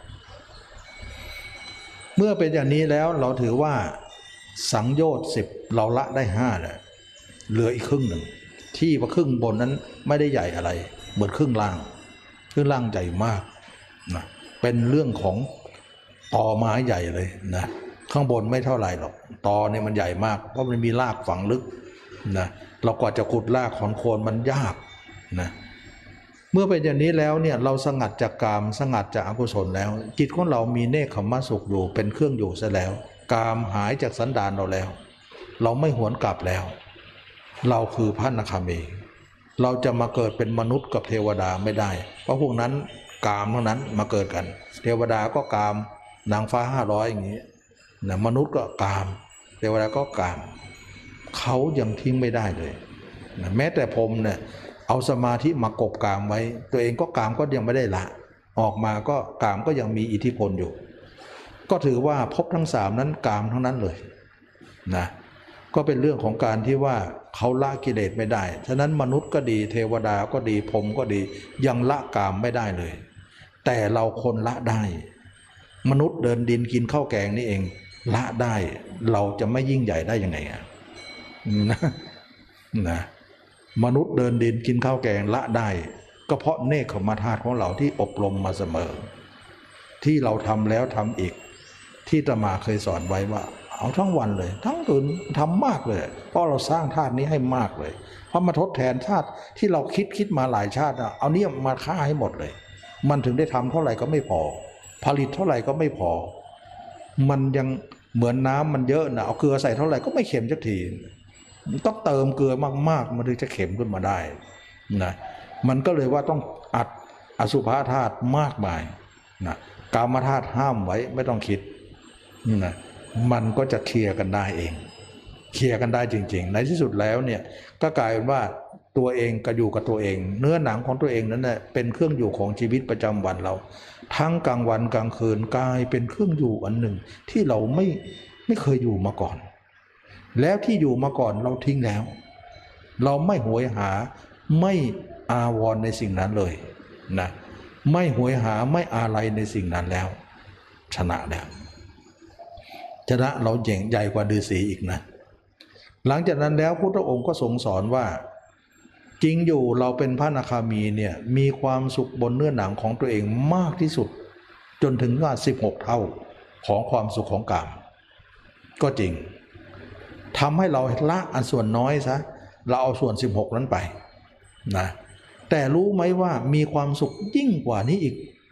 เมื่อเป็นอย่างนี้แล้วเราถือว่าสังโยชน์สิบเราละได้ห้าแล้วเหลืออีกครึ่งหนึ่งที่ว่าครึ่งบนนั้นไม่ได้ใหญ่อะไรเหมือนครึ่งล่างครึ่งล่างใหญ่มากนะเป็นเรื่องของตอไม้ใหญ่เลยนะข้างบนไม่เท่าไหร่หรอกตอเนี่ยมันใหญ่มากเพราะมันมีรากฝังลึกนะเรากว่าจะขุดรากขอนโคนมันยากนะเมื่อเป็นอย่างนี้แล้วเนี่ยเราสงัดจากกามสงัดจากอกุศลแล้วจิตของเรามีเนคขมสุขอยู่เป็นเครื่องอยู่ซะแล้วกามหายจากสันดานเราแล้วเราไม่หวนกลับแล้วเราคือพระอนาคามีเราจะมาเกิดเป็นมนุษย์กับเทวดาไม่ได้เพราะพวกนั้นกามเท่านั้นมาเกิดกันเทวดาก็กามนางฟ้าห้าร้อยอย่างนี้นะมนุษย์ก็กามเทวดาก็กามเขายังทิ้งไม่ได้เลยนะแม้แต่ผมเนี่ยเอาสมาธิมากบกามไว้ตัวเองก็กามก็ยังไม่ได้ละออกมาก็กามก็ยังมีอิทธิพลอยู่ก็ถือว่าภพทั้งสามนั้นกามทั้งนั้นเลยนะก็เป็นเรื่องของการที่ว่าเขาละกิเลสไม่ได้ฉะนั้นมนุษย์ก็ดีเทวดาก็ดีพรหมก็ดียังละกามไม่ได้เลยแต่เราคนละได้มนุษย์เดินดินกินข้าวแกงนี่เองละได้เราจะไม่ยิ่งใหญ่ได้ยังไงอ่ะนะนะมนุษย์เดินดินกินข้าวแกงละได้ก็เพราะเนคขมธาตุของเราที่อบรมมาเสมอที่เราทำแล้วทำอีกที่อาตมาเคยสอนไว้ว่าเอาทั้งวันเลยทั้งคืนทำมากเลยเพราะเราสร้างธาตุนี้ให้มากเลยเพราะมาทดแทนธาตุที่เราคิดคิดมาหลายชาติเอาเนี้ยมาฆ่าให้หมดเลยมันถึงได้ทำเท่าไหร่ก็ไม่พอผลิตเท่าไหร่ก็ไม่พอมันยังเหมือนน้ำมันเยอะนะเอาเกลือใส่เท่าไหร่ก็ไม่เค็มสักทีต้องเติมเกลือมากๆมันถึงจะเข็มขึ้นมาได้นะมันก็เลยว่าต้องอัดอสุภธาตุมากมายนะกามธาตุห้ามไว้ไม่ต้องคิดนะมันก็จะเคลียร์กันได้เองเคลียร์กันได้จริงๆในที่สุดแล้วเนี่ยก็กลายเป็นว่าตัวเองก็อยู่กับตัวเองเนื้อหนังของตัวเองนั้นน่ะเป็นเครื่องอยู่ของชีวิตประจำวันเราทั้งกลางวันกลางคืนกลายเป็นเครื่องอยู่อันหนึ่งที่เราไม่ไม่เคยอยู่มาก่อนแล้วที่อยู่มาก่อนเราทิ้งแล้วเราไม่หวยหาไม่อาวรณ์ในสิ่งนั้นเลยนะไม่หวยหาไม่อาลัยในสิ่งนั้นแล้วชนะแล้วชนะเราเจ๋งใหญ่กว่าฤาษีอีกนะหลังจากนั้นแล้วพุทธองค์ก็ทรงสอนว่าจริงอยู่เราเป็นพระอนาคามีเนี่ยมีความสุขบนเนื้อหนังของตัวเองมากที่สุดจนถึงว่าสิบหกเท่าของความสุขของกามก็จริงทำให้เราละอันส่วนน้อยซะเราเอาส่วนสิบหกนั้นไปนะแต่รู้ไหมว่ามีความสุขยิ่งกว่านี้อีก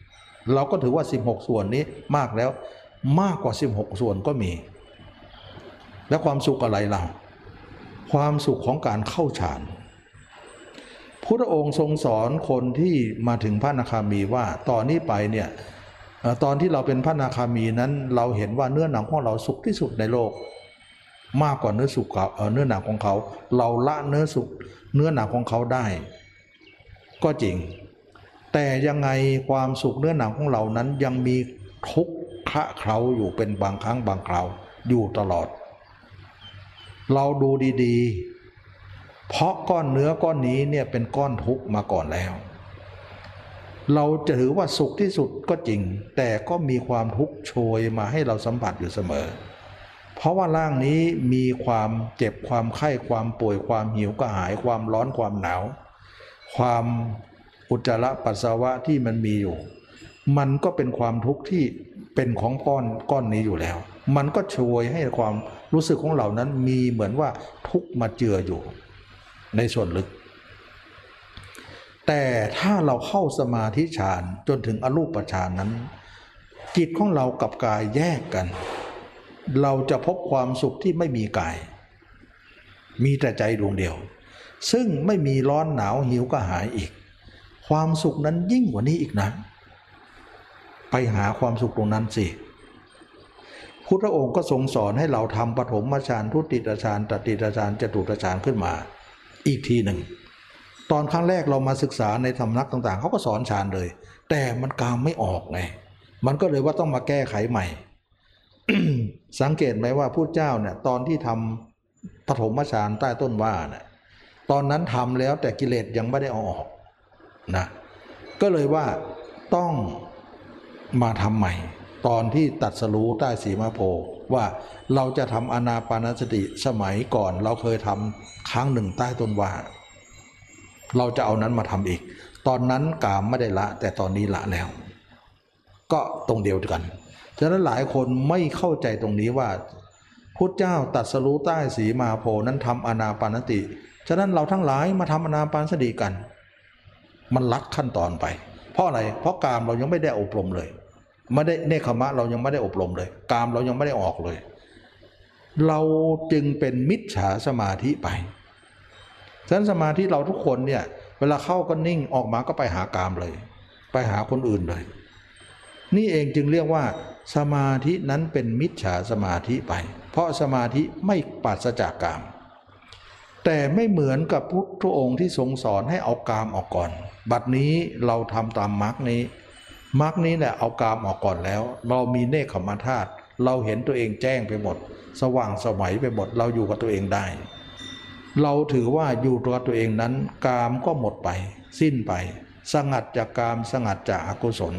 เราก็ถือว่าสิบหกส่วนนี้มากแล้วมากกว่าสิบหกส่วนก็มีและความสุขอะไรล่ะความสุขของการเข้าฌานพุทธองค์ทรงสอนคนที่มาถึงพระอนาคามีว่าตอนนี้ไปเนี่ยตอนที่เราเป็นพระอนาคามีนั้นเราเห็นว่าเนื้อหนังของเราสุขที่สุดในโลกมากกว่าเนื้อสุขเนื้อหนังของเขาเราละเนื้อสุขเนื้อหนังของเขาได้ก็จริงแต่ยังไงความสุขเนื้อหนังของเรานั้นยังมีทุกข์คะเคล้าอยู่เป็นบางครั้งบางคราวอยู่ตลอดเราดูดีๆเพราะก้อนเนื้อก้อนนี้เนี่ยเป็นก้อนทุกข์มาก่อนแล้วเราจะถือว่าสุขที่สุดก็จริงแต่ก็มีความทุกข์โชยมาให้เราสัมผัสอยู่เสมอเพราะว่าร่างนี้มีความเจ็บความไข้ความป่วยความหิวกระหายความร้อนความหนาวความอุจจาระปัสสาวะที่มันมีอยู่มันก็เป็นความทุกข์ที่เป็นของก้อนก้อนนี้อยู่แล้วมันก็ช่วยให้ความรู้สึกของเรานั้นมีเหมือนว่าทุกข์มาเจืออยู่ในส่วนลึกแต่ถ้าเราเข้าสมาธิฌานจนถึงอรูปฌานนั้นจิตของเรากับกายแยกกันเราจะพบความสุขที่ไม่มีกายมีแต่ใจดวงเดียวซึ่งไม่มีร้อนหนาวหิวกระหายอีกความสุขนั้นยิ่งกว่านี้อีกนะไปหาความสุขตรงนั้นสิพุทธองค์ก็ทรงสอนให้เราทำปฐมฌานทุติยฌานตติยฌานจตุตฌานขึ้นมาอีกทีหนึ่งตอนครั้งแรกเรามาศึกษาในสำนักต่างๆเขาก็สอนฌานเลยแต่มันกามไม่ออกไงมันก็เลยว่าต้องมาแก้ไขใหม่ สังเกตไหมว่าพุทธเจ้าเนี่ยตอนที่ทำปฐมฌานใต้ต้นว่าเนี่ยตอนนั้นทำแล้วแต่กิเลสยังไม่ได้เอาออกนะก็เลยว่าต้องมาทำใหม่ตอนที่ตัดสรู้ใต้สีมะโพธิ์ว่าเราจะทำอานาปานสติสมัยก่อนเราเคยทำครั้งหนึ่งใต้ต้นว่าเราจะเอานั้นมาทำอีกตอนนั้นกามไม่ได้ละแต่ตอนนี้ละแล้วก็ตรงเดียวกันฉะนั้นหลายคนไม่เข้าใจตรงนี้ว่าพุทธเจ้าตรัสรู้ใต้สีมหาโพธิ์นั้นทำอานาปานสติฉะนั้นเราทั้งหลายมาทำอานาปานสติกันมันลัดขั้นตอนไปเพราะอะไรเพราะกามเรายังไม่ได้อบรมเลยไม่ได้เนคขมะเรายังไม่ได้อบรมเลยกามเรายังไม่ได้ออกเลยเราจึงเป็นมิจฉาสมาธิไปฉะนั้นสมาธิเราทุกคนเนี่ยเวลาเข้าก็นิ่งออกมาก็ไปหากามเลยไปหาคนอื่นเลยนี่เองจึงเรียกว่าสมาธินั้นเป็นมิจฉาสมาธิไปเพราะสมาธิไม่ปราศจากกามแต่ไม่เหมือนกับพุทธองค์ที่ทรงสอนให้เอากามออกก่อนบัดนี้เราทำตามมรรคนี้มรรคนี้แหละเอากามออกก่อนแล้วเรามีเนคขมธาตุเราเห็นตัวเองแจ้งไปหมดสว่างไสวไปหมดเราอยู่กับตัวเองได้เราถือว่าอยู่กับตัวเองนั้นกามก็หมดไปสิ้นไปสงัดจากกามสงัดจากอกุศล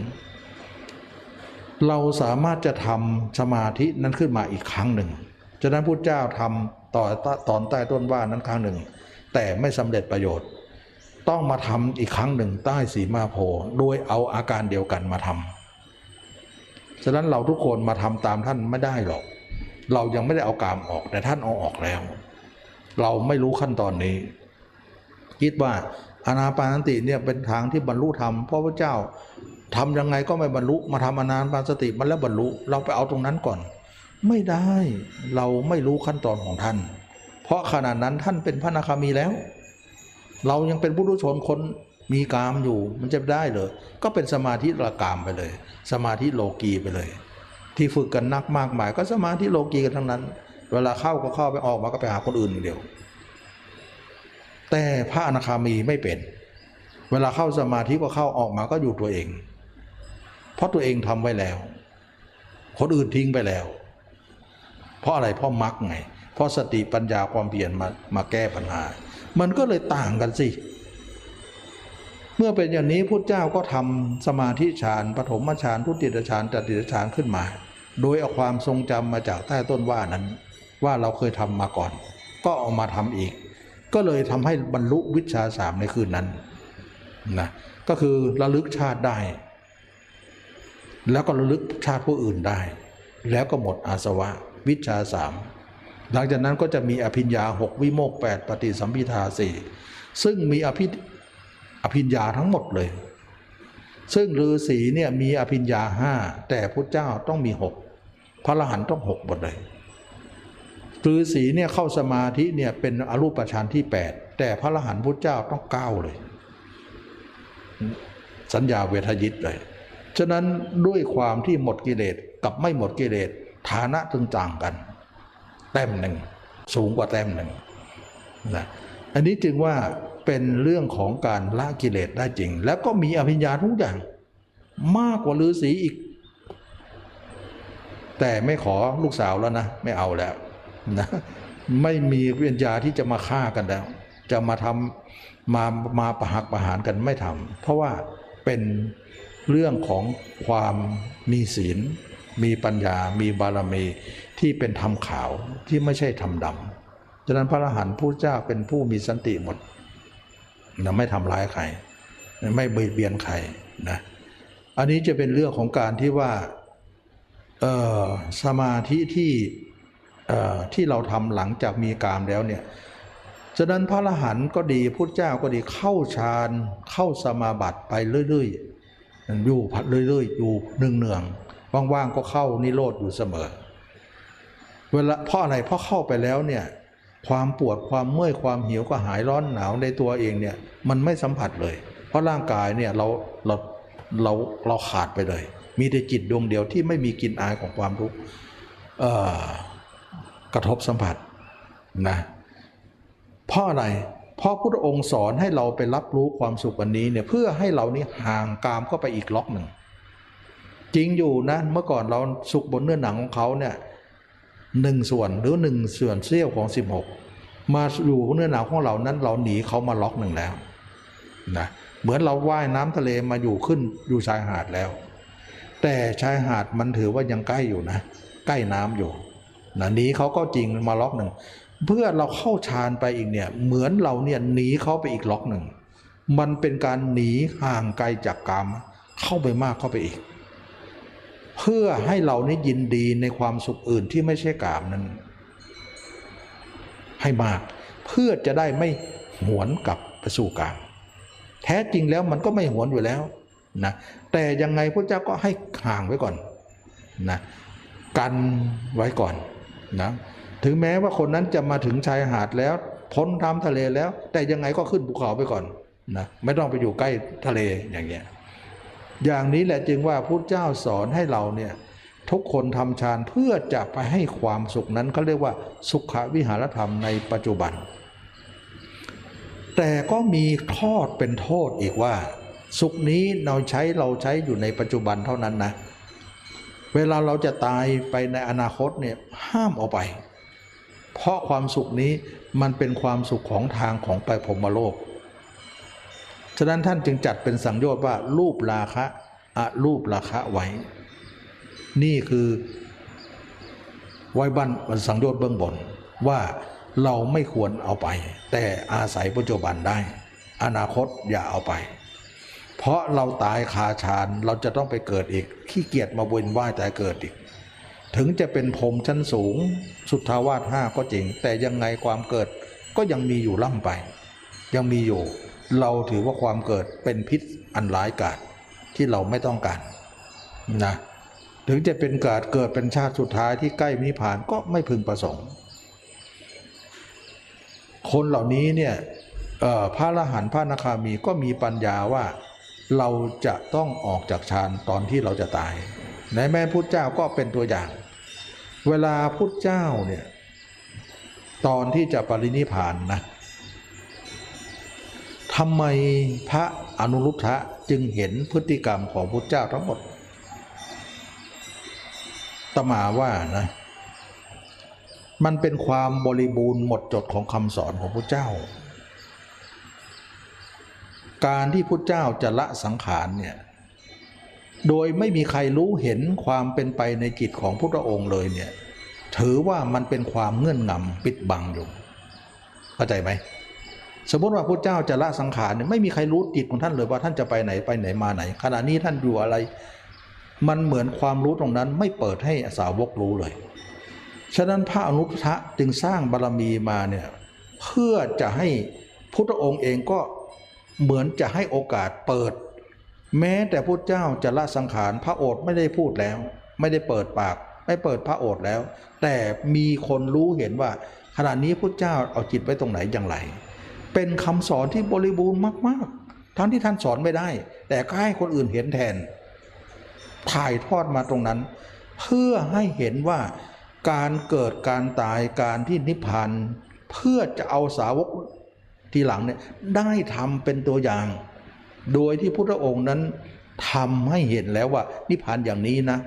เราสามารถจะทำสมาธินั้นขึ้นมาอีกครั้งหนึ่งฉะนั้นพุทธเจ้าทำต่อตอนใต้ต้นว่านั้นครั้งหนึ่งแต่ไม่สำเร็จประโยชน์ต้องมาทำอีกครั้งหนึ่งใต้สีมหาโพธิ์โดยเอาอาการเดียวกันมาทำฉะนั้นเราทุกคนมาทำตามท่านไม่ได้หรอกเรายังไม่ได้เอากามออกแต่ท่านเอาออกแล้วเราไม่รู้ขั้นตอนนี้คิดว่าอานาปานสติเนี่ยเป็นทางที่บรรลุธรรมเพราะพระเจ้าทำยังไงก็ไม่บรรลุมาทำอานาปานสติมันแล้วบรรลุเราไปเอาตรงนั้นก่อนไม่ได้เราไม่รู้ขั้นตอนของท่านเพราะขณะนั้นท่านเป็นพระอนาคามีแล้วเรายังเป็นปุถุชนคนมีกามอยู่มันจะได้เลยก็เป็นสมาธิละกามไปเลยสมาธิโลกีไปเลยที่ฝึกกันนักมากมายก็สมาธิโลกีกันทั้งนั้นเวลาเข้าก็เข้าไปออกมาก็ไปหาคนอื่นอย่างเดียวแต่พระอนาคามีไม่เป็นเวลาเข้าสมาธิก็เข้าออกมาก็อยู่ตัวเองเพราะตัวเองทำไว้แล้วคนอื่นทิ้งไปแล้วเพราะอะไรเพราะมรรคไงเพราะสติปัญญาความเพียรมามาแก้ปัญหามันก็เลยต่างกันสิเมื่อเป็นอย่างนี้พุทธเจ้าก็ทำสมาธิฌานปฐมฌานทุติยฌานตติยฌานขึ้นมาโดยเอาความทรงจำมาจากใต้ต้นว่านั้นว่าเราเคยทำมาก่อนก็เอามาทำอีกก็เลยทำให้บรรลุวิชชาสามในคืนนั้นนะก็คือระลึกชาติได้แล้วก็ระลึกชาติผู้อื่นได้แล้วก็หมดอาสวะวิชชาสามหลังจากนั้นก็จะมีอภิญญาหกวิโมกข์แปดปฏิสัมภิทาสี่ซึ่งมีอภิอภิญญาทั้งหมดเลยซึ่งฤาษีเนี่ยมีอภิญญาห้าแต่พุทธเจ้าต้องมีหกพระอรหันต์ต้องหกหมดเลยฤาษีเนี่ยเข้าสมาธิเนี่ยเป็นอรูปฌานที่แปดแต่พระอรหันต์พุทธเจ้าต้องเก้าเลยสัญญาเวทยิตเลยฉะนั้นด้วยความที่หมดกิเลสกับไม่หมดกิเลสฐานะถึงต่างกันแต้มหนึ่งสูงกว่าแต้มหนึ่งนะอันนี้จึงว่าเป็นเรื่องของการละกิเลสได้จริงแล้วก็มีอภิญญาทุกอย่างมากกว่าฤาษีอีกแต่ไม่ขอลูกสาวแล้วนะไม่เอาแล้วนะไม่มีวิญญาที่จะมาฆ่ากันแล้วจะมาทำมามาประหักประหารกันไม่ทำเพราะว่าเป็นเรื่องของความมีศีลมีปัญญามีบารมีที่เป็นธรรมขาวที่ไม่ใช่ธรรมดำฉะนั้นพระอรหันต์ผู้เจ้าเป็นผู้มีสันติหมดนะไม่ทำร้ายใครไม่เบียดเบียนใครนะอันนี้จะเป็นเรื่องของการที่ว่าสมาธิที่ที่เราทำหลังจากมีกามแล้วเนี่ยฉะนั้นพระอรหันต์ก็ดีพุทธเจ้าก็ดีเข้าฌานเข้าสมาบัติไปเรื่อยๆอยู่พัดเรื่อยๆอยู่เนืองๆว่างๆก็เข้านิโรธอยู่เสมอเวลาเพราะอะไรเพราะเข้าไปแล้วเนี่ยความปวดความเมื่อยความหิวก็หายร้อนหนาวในตัวเองเนี่ยมันไม่สัมผัสเลยเพราะร่างกายเนี่ยเราเราเราเราขาดไปเลยมีแต่จิตดวงเดียวที่ไม่มีกลิ่นอายของความทุกข์กระทบสัมผัสนะเพราะอะไรเพราะพุทธองค์สอนให้เราไปรับรู้ความสุขอันนี้เนี่ยเพื่อให้เรานี่ห่างกามเข้าไปอีกล็อกหนึ่งจริงอยู่นะเมื่อก่อนเราสุขบนเนื้อหนังของเขาเนี่ยหนึ่งส่วนหรือหนึ่งส่วนเสี้ยวของสิบหกมาอยู่บนเนื้อหนังของเรานั้นเราหนีเขามาล็อกหนึ่งแล้วนะเหมือนเราว่ายน้ำทะเลมาอยู่ขึ้นอยู่ชายหาดแล้วแต่ชายหาดมันถือว่ายังใกล้อยู่นะใกล้น้ำอยู่นะหนีเขาก็จริงมาล็อกหนึ่งเพื่อเราเข้าฌานไปอีกเนี่ยเหมือนเราเนี่ยหนีเขาไปอีกล็อกหนึ่งมันเป็นการหนีห่างไกลจากกามเข้าไปมากเข้าไปอีกเพื่อให้เรานี่ยินดีในความสุขอื่นที่ไม่ใช่กามนั้นให้มากเพื่อจะได้ไม่หวนกลับไปสู่กามแท้จริงแล้วมันก็ไม่หวนอยู่แล้วนะแต่ยังไงพระเจ้าก็ให้ห่างไว้ก่อนนะกันไว้ก่อนนะถึงแม้ว่าคนนั้นจะมาถึงชายหาดแล้วพ้นท้ำทะเลแล้วแต่ยังไงก็ขึ้นภูเขาไปก่อนนะไม่ต้องไปอยู่ใกล้ทะเลอย่างเงี้ยอย่างนี้แหละจึงว่าพุทธเจ้าสอนให้เราเนี่ยทุกคนทำฌานเพื่อจะไปให้ความสุขนั้นเขาเรียกว่าสุขวิหารธรรมในปัจจุบันแต่ก็มีทอดเป็นโทษอีกว่าสุขนี้เราใช้เราใช้อยู่ในปัจจุบันเท่านั้นนะเวลาเราจะตายไปในอนาคตเนี่ยห้ามเอาไปเพราะความสุขนี้มันเป็นความสุขของทางของไปพรหมโลกฉะนั้นท่านจึงจัดเป็นสังโยชน์ว่ารูปราคะอรูปราคะไว้นี่คือไว้บันสังโยชน์เบื้องบนว่าเราไม่ควรเอาไปแต่อาศัยปัจจุบันได้อนาคตอย่าเอาไปเพราะเราตายคาฌานเราจะต้องไปเกิดอีกขี้เกียจมาเวียนว่ายแต่เกิดอีกถึงจะเป็นพรหมชั้นสูงสุทธาวาสห้าก็จริงแต่ยังไงความเกิดก็ยังมีอยู่ล่ำไปยังมีอยู่เราถือว่าความเกิดเป็นพิษอันร้ายกาจที่เราไม่ต้องการนะถึงจะเป็นเกิดเกิดเป็นชาติสุดท้ายที่ใกล้นิพพานก็ไม่พึงประสงค์คนเหล่านี้เนี่ยพระอรหันต์พระอนาคามีก็มีปัญญาว่าเราจะต้องออกจากฌานตอนที่เราจะตายในแม่พุทธเจ้าก็เป็นตัวอย่างเวลาพุทธเจ้าเนี่ยตอนที่จะปรินิพพานนะทำไมพระอนุรุทธะจึงเห็นพฤติกรรมของพุทธเจ้าทั้งหมดตมาว่านะมันเป็นความบริบูรณ์หมดจดของคำสอนของพุทธเจ้าการที่พุทธเจ้าจะละสังขารเนี่ยโดยไม่มีใครรู้เห็นความเป็นไปในจิตของพุทธองค์เลยเนี่ยถือว่ามันเป็นความเงื่อนงำปิดบังอยู่เข้าใจไหมสมมติว่าพุทธเจ้าจะละสังขารเนี่ยไม่มีใครรู้จิตของท่านเลยว่าท่านจะไปไหนไปไหนมาไหนขณะนี้ท่านอยู่อะไรมันเหมือนความรู้ตรงนั้นไม่เปิดให้สาวกรู้เลยฉะนั้นพระอนุรุทธะจึงสร้างบารมีมาเนี่ยเพื่อจะให้พุทธองค์เองก็เหมือนจะให้โอกาสเปิดแม้แต่พุทธเจ้าจะละสังขารพระโอษฐ์ไม่ได้พูดแล้วไม่ได้เปิดปากไม่เปิดพระโอษฐ์แล้วแต่มีคนรู้เห็นว่าขณะนี้พุทธเจ้าเอาจิตไว้ตรงไหนอย่างไรเป็นคำสอนที่บริบูรณ์มากๆทั้งที่ท่านสอนไม่ได้แต่ก็ให้คนอื่นเห็นแทนถ่ายทอดมาตรงนั้นเพื่อให้เห็นว่าการเกิดการตายการที่นิพพานเพื่อจะเอาสาวกทีหลังเนี่ยได้ทำเป็นตัวอย่างโดยที่พุทธองค์นั้นทำให้เห็นแล้วว่านิพพานอย่างนี้นะ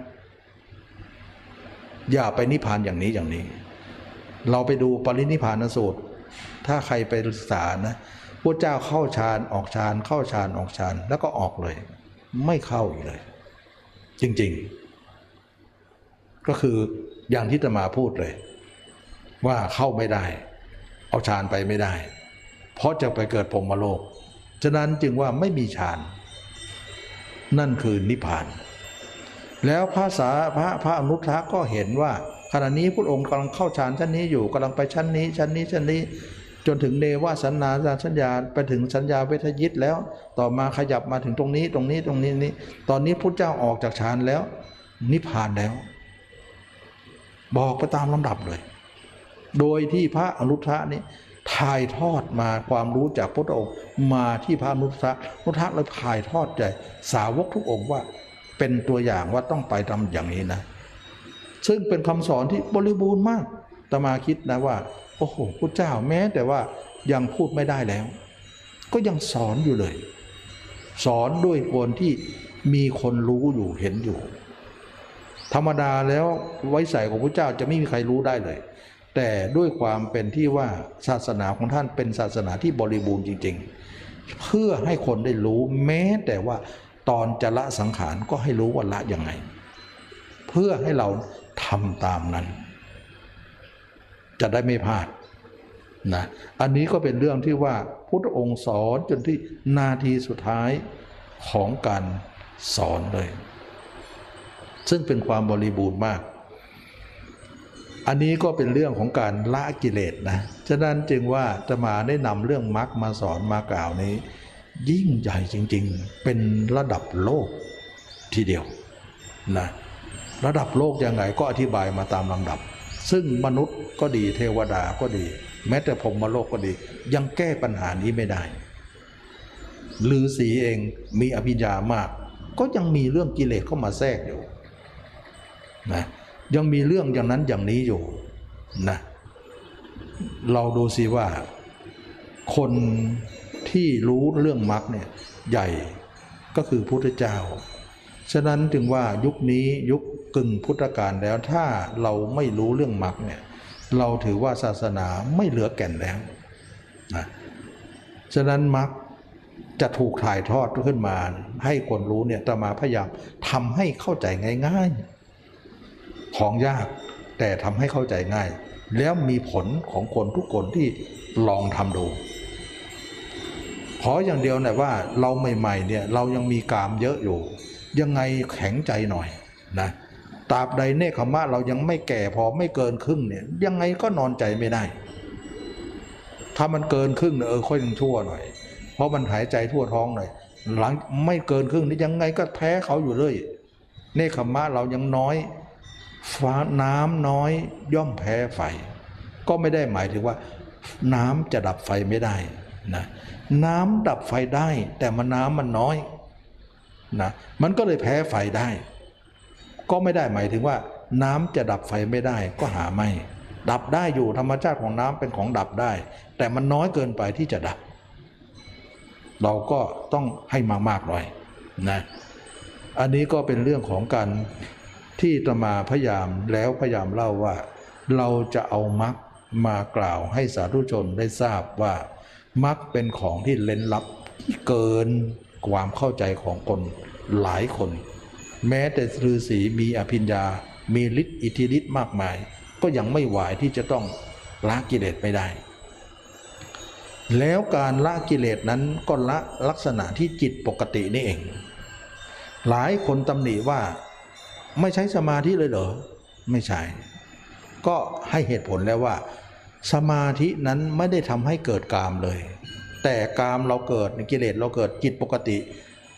อย่าไปนิพพานอย่างนี้อย่างนี้เราไปดูปรินิพพานสูตรถ้าใครไปศึกษานะพระเจ้าเข้าฌานออกฌานเข้าฌานออกฌานแล้วก็ออกเลยไม่เข้าอีกเลยจริงๆก็คืออย่างที่อาตมาพูดเลยว่าเข้าไม่ได้เอาฌานไปไม่ได้เพราะจะไปเกิดพรหมโลกฉะนั้นจึงว่าไม่มีฌานนั่นคือนิพพานแล้วภาษาพระพระอนุทธะก็เห็นว่าขณะนี้พระองค์กำลังเข้าฌานชั้นนี้อยู่กำลังไปชั้นนี้ชั้นนี้ชั้นนี้จนถึงเนวสัญญาสัญญาไปถึงสัญญาเวทยิตแล้วต่อมาขยับมาถึงตรงนี้ตรงนี้ตรงนี้นี้ตอนนี้พระเจ้าออกจากฌานแล้วนิพพานแล้วบอกไปตามลำดับเลยโดยที่พระอนุทธะนี้ถ่ายทอดมาความรู้จากพระองค์มาที่พระอนุทธะอนุทธะเลยถ่ายทอดใจสาวกทุกองค์ว่าเป็นตัวอย่างว่าต้องไปทำอย่างนี้นะซึ่งเป็นคำสอนที่บริบูรณ์มากอาตมาคิดนะว่าโอ้โหพระเจ้าแม้แต่ว่ายังพูดไม่ได้แล้วก็ยังสอนอยู่เลยสอนด้วยคนที่มีคนรู้อยู่เห็นอยู่ธรรมดาแล้วไว้ใส่ของพระเจ้าจะไม่มีใครรู้ได้เลยแต่ด้วยความเป็นที่ว่าศาสนาของท่านเป็นศาสนาที่บริบูรณ์จริงๆเพื่อให้คนได้รู้แม้แต่ว่าตอนจะละสังขารก็ให้รู้ว่าละยังไงเพื่อให้เราทำตามนั้นจะได้ไม่พลาดนะอันนี้ก็เป็นเรื่องที่ว่าพุทธองค์สอนจนที่นาทีสุดท้ายของการสอนเลยซึ่งเป็นความบริบูรณ์มากอันนี้ก็เป็นเรื่องของการละกิเลสนะฉะนั้นจึงว่าจะมาได้นำเรื่องมรรคมาสอนมากล่าวนี้ยิ่งใหญ่จริงๆเป็นระดับโลกทีเดียวนะระดับโลกยังไงก็อธิบายมาตามลำดับซึ่งมนุษย์ก็ดีเทวดาก็ดีแม้แต่พรหมโลกก็ดียังแก้ปัญหานี้ไม่ได้ฤาษีเองมีอภิญญามากก็ยังมีเรื่องกิเลสเข้ามาแทรกอยู่นะยังมีเรื่องอย่างนั้นอย่างนี้อยู่นะเราดูสิว่าคนที่รู้เรื่องมรรคเนี่ยใหญ่ก็คือพุทธเจ้าฉะนั้นจึงว่ายุคนี้ยุคกึ่งพุทธกาลแล้วถ้าเราไม่รู้เรื่องมรรคเนี่ยเราถือว่าศาสนาไม่เหลือแก่นแล้วนะฉะนั้นมรรคจะถูกถ่ายทอดขึ้นมาให้คนรู้เนี่ยอาตมาพยายามทำให้เข้าใจง่ายๆของยากแต่ทำให้เข้าใจง่ายแล้วมีผลของคนทุกคนที่ลองทำดูขออย่างเดียวนะว่าเราใหม่ๆเนี่ยเรายังมีกามเยอะอยู่ยังไงแข็งใจหน่อยนะตราบใดเนคขมะเรายังไม่แก่พอไม่เกินครึ่งเนี่ยยังไงก็นอนใจไม่ได้ถ้ามันเกินครึ่งเนี่ยเออค่อยยังชั่วหน่อยเพราะมันหายใจทั่วท้องหน่อยหลังไม่เกินครึ่งนี่ยังไงก็แพ้เขาอยู่เลยเนคขมะเรายังน้อยฟ้าน้ำน้อยย่อมแพ้ไฟก็ไม่ได้หมายถึงว่าน้ำจะดับไฟไม่ได้นะน้ำดับไฟได้แต่มันน้ำมันน้อยนะมันก็เลยแพ้ไฟได้ก็ไม่ได้หมายถึงว่าน้ำจะดับไฟไม่ได้ก็หาไม่ดับได้อยู่ธรรมชาติของน้ำเป็นของดับได้แต่มันน้อยเกินไปที่จะดับเราก็ต้องให้มากๆหน่อยนะอันนี้ก็เป็นเรื่องของการที่อาตมาพยายามแล้วพยายามเล่าว่าเราจะเอามรรคมากล่าวให้สาธุชนได้ทราบว่ามรรคเป็นของที่เร้นลับที่เกินความเข้าใจของคนหลายคนแม้แต่ฤาษีมีอภิญญามีฤทธิ์อิทธิฤทธิ์มากมายก็ยังไม่ไหวที่จะต้องละกิเลสไม่ได้แล้วการละกิเลสนั้นก็ละลักษณะที่จิตปกตินี่เองหลายคนตำหนิว่าไม่ใช้สมาธิเลยเหรอไม่ใช่ก็ให้เหตุผลแล้วว่าสมาธินั้นไม่ได้ทำให้เกิดกามเลยแต่กามเราเกิดกิเลสเราเกิดจิตปกติ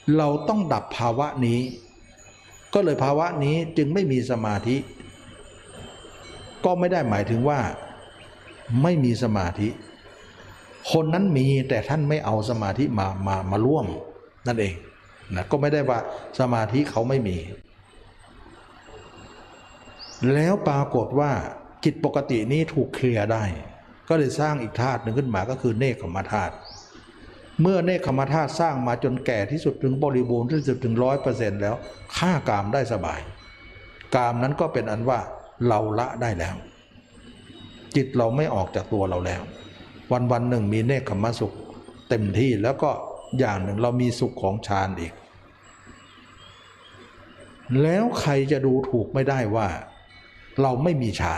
เราต้องดับภาวะนี้ก็เลยภาวะนี้จึงไม่มีสมาธิก็ไม่ได้หมายถึงว่าไม่มีสมาธิคนนั้นมีแต่ท่านไม่เอาสมาธิมามามาร่วมนั่นเองนะก็ไม่ได้ว่าสมาธิเขาไม่มีแล้วปรากฏว่าจิตปกตินี้ถูกเคลียร์ได้ก็เลยสร้างอีกธาตุหนึ่งขึ้นมาก็คือเนกขมธาตุเมื่อเนกขมธาตุสร้างมาจนแก่ที่สุดถึงบริบูรณ์ที่สุดถึงร้อยเปอร์เซ็นต์แล้วฆ่ากามได้สบายกามนั้นก็เป็นอันว่าเราละได้แล้วจิตเราไม่ออกจากตัวเราแล้ววันวันหนึ่งมีเนกขมสุขเต็มที่แล้วก็อย่างหนึ่งเรามีสุขของฌานอีกแล้วใครจะดูถูกไม่ได้ว่าเราไม่มีฌาน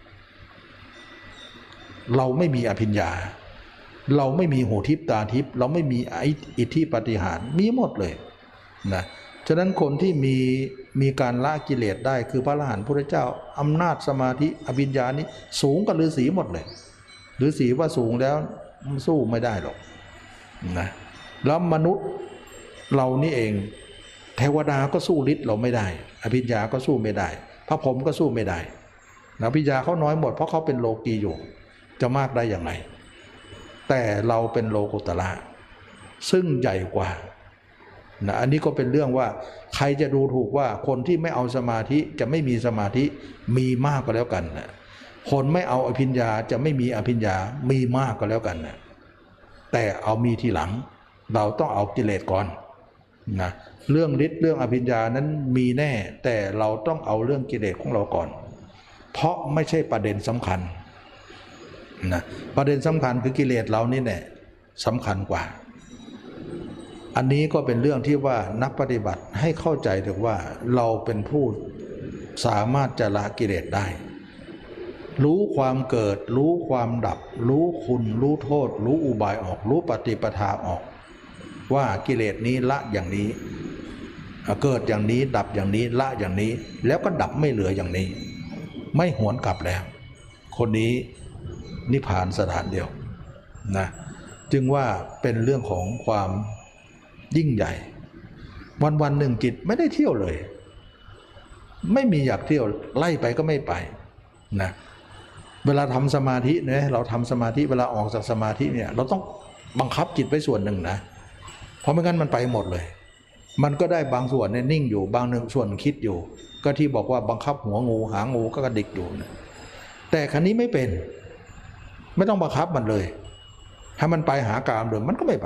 เราไม่มีอภิญญาเราไม่มีหูทิพตาทิพเราไม่มีอิทธิปาฏิหาริย์มีหมดเลยนะฉะนั้นคนที่มีมีการละกิเลสได้คือพระอรหันต์พุทธเจ้าอำนาจสมาธิอภิญญานี้สูงกว่าฤาษีหมดเลยฤาษีว่าสูงแล้วสู้ไม่ได้หรอกนะแล้วมนุษย์เรานี่เองเทวดาก็สู้ฤทธิ์เราไม่ได้อภิญญาก็สู้ไม่ได้พระพรหมก็สู้ไม่ได้อภิญญาเขาน้อยหมดเพราะเขาเป็นโลกีอยู่จะมากได้อย่างไรแต่เราเป็นโลกุตระซึ่งใหญ่กว่านะอันนี้ก็เป็นเรื่องว่าใครจะดูถูกว่าคนที่ไม่เอาสมาธิจะไม่มีสมาธิมีมากก็แล้วกันนะคนไม่เอาอภิญญาจะไม่มีอภิญญามีมากก็แล้วกันนะแต่เอามีทีหลังเราต้องเอากิเลสก่อนนะเรื่องฤทธิ์เรื่องอภิญญานั้นมีแน่แต่เราต้องเอาเรื่องกิเลสของเราก่อนเพราะไม่ใช่ประเด็นสำคัญนะประเด็นสำคัญคือกิเลสเรานี่แหละสำคัญกว่าอันนี้ก็เป็นเรื่องที่ว่านักปฏิบัติให้เข้าใจถึงว่าเราเป็นผู้สามารถจะละกิเลสได้รู้ความเกิดรู้ความดับรู้คุณรู้โทษรู้อุบายออกรู้ปฏิปทาออกว่ากิเลสนี้ละอย่างนี้เกิดอย่างนี้ดับอย่างนี้ละอย่างนี้แล้วก็ดับไม่เหลืออย่างนี้ไม่หวนกลับแล้วคนนี้นิพพานสถานเดียวนะจึงว่าเป็นเรื่องของความยิ่งใหญ่วันวันหนึ่งจิตไม่ได้เที่ยวเลยไม่มีอยากเที่ยวไล่ไปก็ไม่ไปนะเวลาทำสมาธิเนี่ยเราทำสมาธิเวลาออกจากสมาธิเนี่ยเราต้องบังคับจิตไว้ส่วนหนึ่งนะเพราะไม่งั้นมันไปหมดเลยมันก็ได้บางส่วนเนี่ยนิ่งอยู่บางหนึ่งส่วนคิดอยู่ก็ที่บอกว่าบังคับหัวงูหางงูก็กระดิกอยู่นะแต่ครั้นี้ไม่เป็นไม่ต้องบังคับมันเลยถ้ามันไปหากามเดิมมันก็ไม่ไป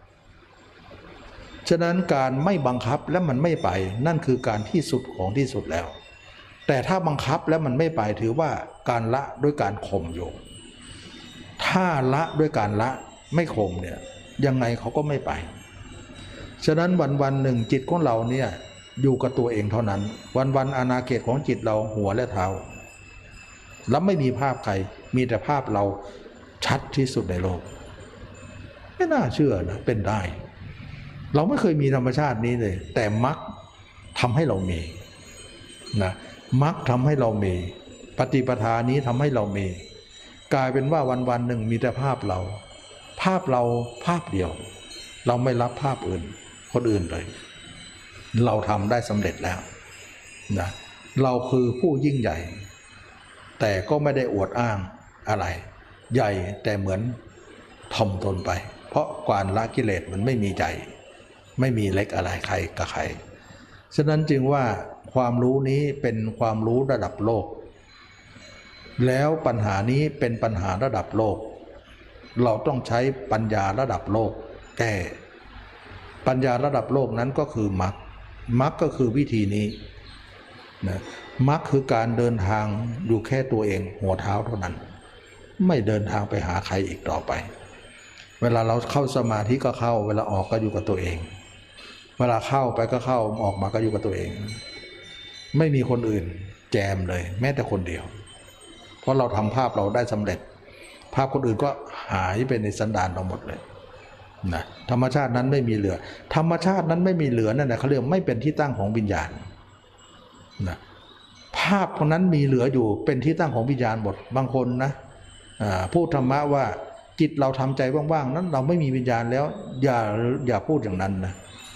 ฉะนั้นการไม่บังคับและมันไม่ไปนั่นคือการที่สุดของที่สุดแล้วแต่ถ้าบังคับแล้วมันไม่ไปถือว่าการละด้วยการข่มอยู่ถ้าละด้วยการละไม่ข่มเนี่ยยังไงเขาก็ไม่ไปฉะนั้นวันวันหนึ่งจิตของเราเนี่ยอยู่กับตัวเองเท่านั้นวันวันอาณาเขตของจิตเราหัวและเท้าแล้วไม่มีภาพใครมีแต่ภาพเราชัดที่สุดในโลกไม่น่าเชื่อนะเป็นได้เราไม่เคยมีธรรมชาตินี้เลยแต่มรรคทำให้เรามีนะมรรคทำให้เรามีปฏิปทานี้ทำให้เรามีกลายเป็นว่าวันวันหนึ่งมีแต่ภาพเราภาพเราภาพเดียวเราไม่รับภาพอื่นคนอื่นเลยเราทำได้สำเร็จแล้วนะเราคือผู้ยิ่งใหญ่แต่ก็ไม่ได้อวดอ้างอะไรใหญ่แต่เหมือนถ่อมตนไปเพราะการละกิเลสมันไม่มีใจไม่มีเล็กอะไรใครกับใครฉะนั้นจึงว่าความรู้นี้เป็นความรู้ระดับโลกแล้วปัญหานี้เป็นปัญหาระดับโลกเราต้องใช้ปัญญาระดับโลกแก้ปัญญาระดับโลกนั้นก็คือมรรคมรรคก็คือวิธีนี้นะมรรคคือการเดินทางอยู่แค่ตัวเองหัวเท้าเท่านั้นไม่เดินทางไปหาใครอีกต่อไปเวลาเราเข้าสมาธิก็เข้าเวลาออกก็อยู่กับตัวเองเวลาเข้าไปก็เข้าออกมาก็อยู่กับตัวเองไม่มีคนอื่นแจมเลยแม้แต่คนเดียวเพราะเราทำภาพเราได้สำเร็จภาพคนอื่นก็หายไปในสันดานเราหมดเลยนะธรรมชาตินั้นไม่มีเหลือธรรมชาตินั้นไม่มีเหลือนั่นแหละเขาเรียกไม่เป็นที่ตั้งของวิญญาณนะภาพคนนั้นมีเหลืออยู่เป็นที่ตั้งของวิญญาณหมดบางคนนะพูดธรรมะว่าจิตเราทำใจว่างๆนั้นเราไม่มีวิญญาณแล้วอย่าอย่าพูดอย่างนั้นนะ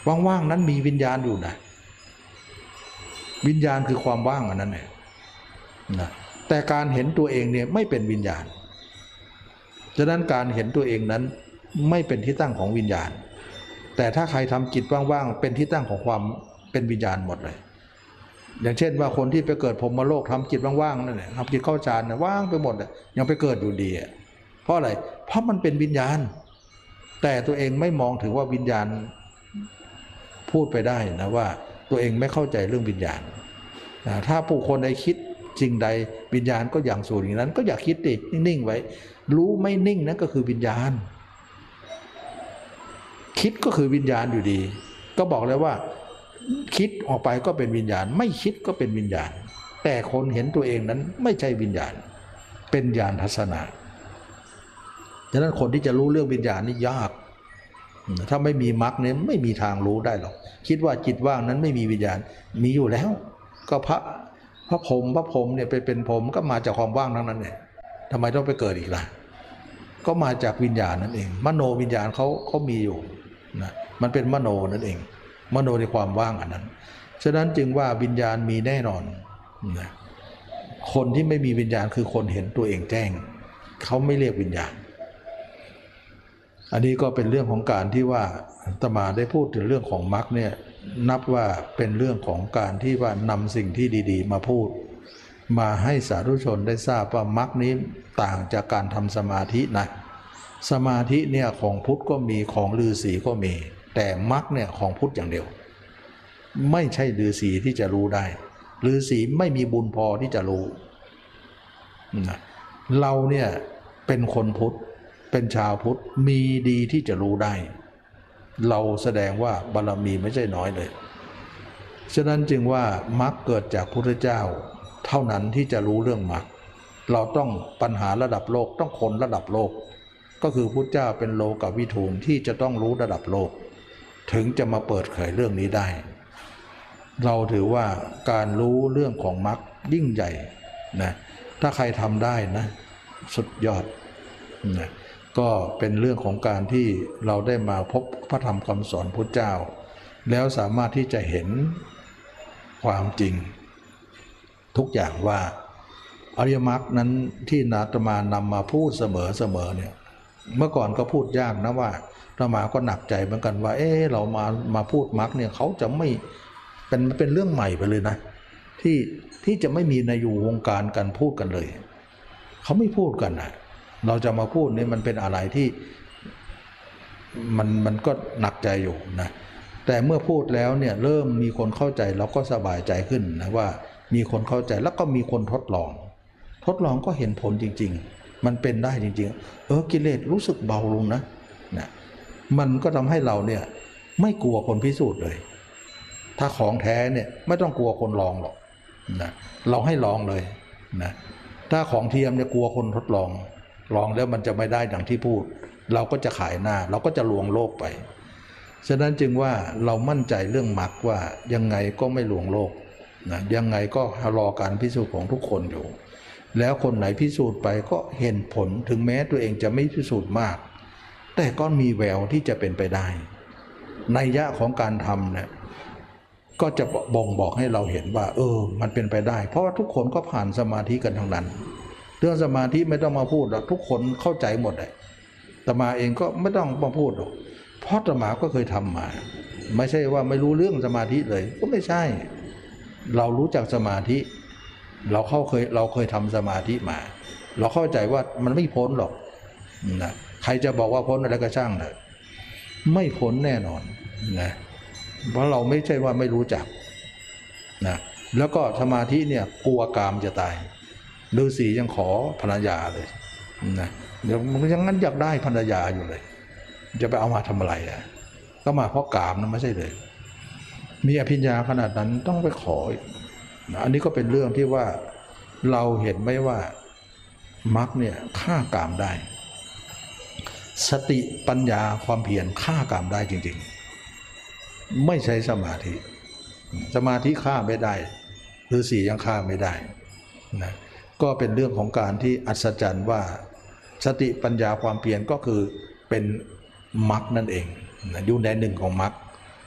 ว่างๆนั้นมีวิญญาณอยู่นะวิญญาณคือความว่างอันนั้นเนี่ยนะแต่การเห็นตัวเองเนี่ยไม่เป็นวิญญาณฉะนั้นการเห็นตัวเองนั้นไม่เป็นที่ตั้งของวิญญาณแต่ถ้าใครทำจิตว่างๆเป็นที่ตั้งของความเป็นวิญญาณหมดเลยอย่างเช่นว่าคนที่ไปเกิดพรหมโลกทำจิตว่างๆนั่นแหละทำจิตเข้าฌานนะว่างไปหมดเลยยังไปเกิดอยู่ดีเพราะอะไรเพราะมันเป็นวิญญาณแต่ตัวเองไม่มองถึงว่าวิญญาณพูดไปได้นะว่าตัวเองไม่เข้าใจเรื่องวิญญาณนะถ้าผู้คนใดคิดสิ่งใดวิญญาณก็อย่างสูงอย่างนั้นก็อย่าคิดดินิ่งๆไว้รู้ไม่นิ่งนั่นก็คือวิญญาณคิดก็คือวิญญาณอยู่ดีก็บอกเลยว่าคิดออกไปก็เป็นวิญญาณไม่คิดก็เป็นวิญญาณแต่คนเห็นตัวเองนั้นไม่ใช่วิญญาณเป็นญาณทัศนะฉะนั้นคนที่จะรู้เรื่องวิญญาณนี่ยากถ้าไม่มีมรรคเนี่ยไม่มีทางรู้ได้หรอกคิดว่าจิตว่างนั้นไม่มีวิญญาณมีอยู่แล้วก็พระพระพรหมพระพรหมเนี่ยไปเป็นพรหมก็มาจากความว่างทั้งนั้นเนี่ยทำไมต้องไปเกิดอีกล่ะก็มาจากวิญญาณนั่นเองมโนวิญญาณเขาเขามีอยู่นะมันเป็นมโนนั่นเองมโนในความว่างอันนั้นฉะนั้นจึงว่าวิญญาณมีแน่นอนนะคนที่ไม่มีวิญญาณคือคนเห็นตัวเองแจ้งเขาไม่เรียกวิญญาณอันนี้ก็เป็นเรื่องของการที่ว่าอาตมาได้พูดถึงเรื่องของมรรคเนี่ยนับว่าเป็นเรื่องของการที่ว่านำสิ่งที่ดีๆมาพูดมาให้สาธุชนได้ทราบว่ามรรคนี้ต่างจากการทำสมาธินะสมาธิเนี่ยของพุทธก็มีของฤาษีก็มีแต่มรรคเนี่ยของพุทธอย่างเดียวไม่ใช่ฤาษีที่จะรู้ได้ฤาษีไม่มีบุญพอที่จะรู้นะเราเนี่ยเป็นคนพุทธเป็นชาวพุทธมีดีที่จะรู้ได้เราแสดงว่าบารมีไม่ใช่น้อยเลยฉะนั้นจึงว่ามรรคเกิดจากพุทธเจ้าเท่านั้นที่จะรู้เรื่องมรรคเราต้องปัญหาระดับโลกต้องคนระดับโลกก็คือพุทธเจ้าเป็นโลกวิทูลที่จะต้องรู้ระดับโลกถึงจะมาเปิดเผยเรื่องนี้ได้เราถือว่าการรู้เรื่องของมรรคยิ่งใหญ่นะถ้าใครทำได้นะสุดยอดนะก็เป็นเรื่องของการที่เราได้มาพบพระธรรมคำสอนพุทธเจ้าแล้วสามารถที่จะเห็นความจริงทุกอย่างว่าอริยมรรคนั้นที่อาตมานำมาพูดเสมอๆเนี่ยเมื่อก่อนก็พูดยากนะว่าอาตมาก็หนักใจเหมือนกันว่าเอ๊ะเรามามาพูดมรรคเนี่ยเขาจะไม่เป็นเป็นเรื่องใหม่ไปเลยนะที่ที่จะไม่มีในอยู่วงการการพูดกันเลยเขาไม่พูดกันนะเราจะมาพูดนี่มันเป็นอะไรที่มันมันก็หนักใจอยู่นะแต่เมื่อพูดแล้วเนี่ยเริ่มมีคนเข้าใจเราก็สบายใจขึ้นนะว่ามีคนเข้าใจแล้วก็มีคนทดลองทดลองก็เห็นผลจริงๆมันเป็นได้จริงๆเออกิเลสรู้สึกเบาลงนะนะมันก็ทำให้เราเนี่ยไม่กลัวคนพิสูจน์เลยถ้าของแท้เนี่ยไม่ต้องกลัวคนลองหรอกนะเราให้ลองเลยนะถ้าของเทียมเนี่ยกลัวคนทดลองลองแล้วมันจะไม่ได้ดังที่พูดเราก็จะขายหน้าเราก็จะลวงโลกไปฉะนั้นจึงว่าเรามั่นใจเรื่องมรรคว่ายังไงก็ไม่ลวงโลกนะยังไงก็รอการพิสูจน์ของทุกคนอยู่แล้วคนไหนพิสูจน์ไปก็เห็นผลถึงแม้ตัวเองจะไม่พิสูจน์มากแต่ก็มีแววที่จะเป็นไปได้นัยยะของการทำเนี่ยก็จะบ่งบอกให้เราเห็นว่าเออมันเป็นไปได้เพราะว่าทุกคนก็ผ่านสมาธิกันทั้งนั้นเรื่องสมาธิไม่ต้องมาพูดหรอกทุกคนเข้าใจหมดเลยอาตมาเองก็ไม่ต้องมาพูดหรอกเพราะอาตมาก็เคยทำมาไม่ใช่ว่าไม่รู้เรื่องสมาธิเลยก็ไม่ใช่เรารู้จักสมาธิเราเข้าเคยเราเคยทำสมาธิมาเราเข้าใจว่ามันไม่พ้นหรอกนะใครจะบอกว่าพ้นอะไรก็ช่างเถอะไม่พ้นแน่นอนนะเพราะเราไม่ใช่ว่าไม่รู้จักนะแล้วก็สมาธิเนี่ยกลัวกามจะตายฤาษียังขอภรรยาเลยนะเดี๋ยวมันยังงั้นอยากได้ภรรยาอยู่เลยจะไปเอามาทำอะไรอ่ะก็มาเพราะกามนะไม่ใช่เลยมีอภิญญาขนาดนั้นต้องไปขอนะอันนี้ก็เป็นเรื่องที่ว่าเราเห็นไหมว่ามรรคเนี่ยฆ่ากามได้สติปัญญาความเพียรฆ่ากามได้จริงๆไม่ใช่สมาธิสมาธิฆ่าไม่ได้ฤาษียังฆ่าไม่ได้นะก็เป็นเรื่องของการที่อัศจรรย์ว่าสติปัญญาความเพียรก็คือเป็นมรรคนั่นเองนะอยู่ในหนึ่งของมรรค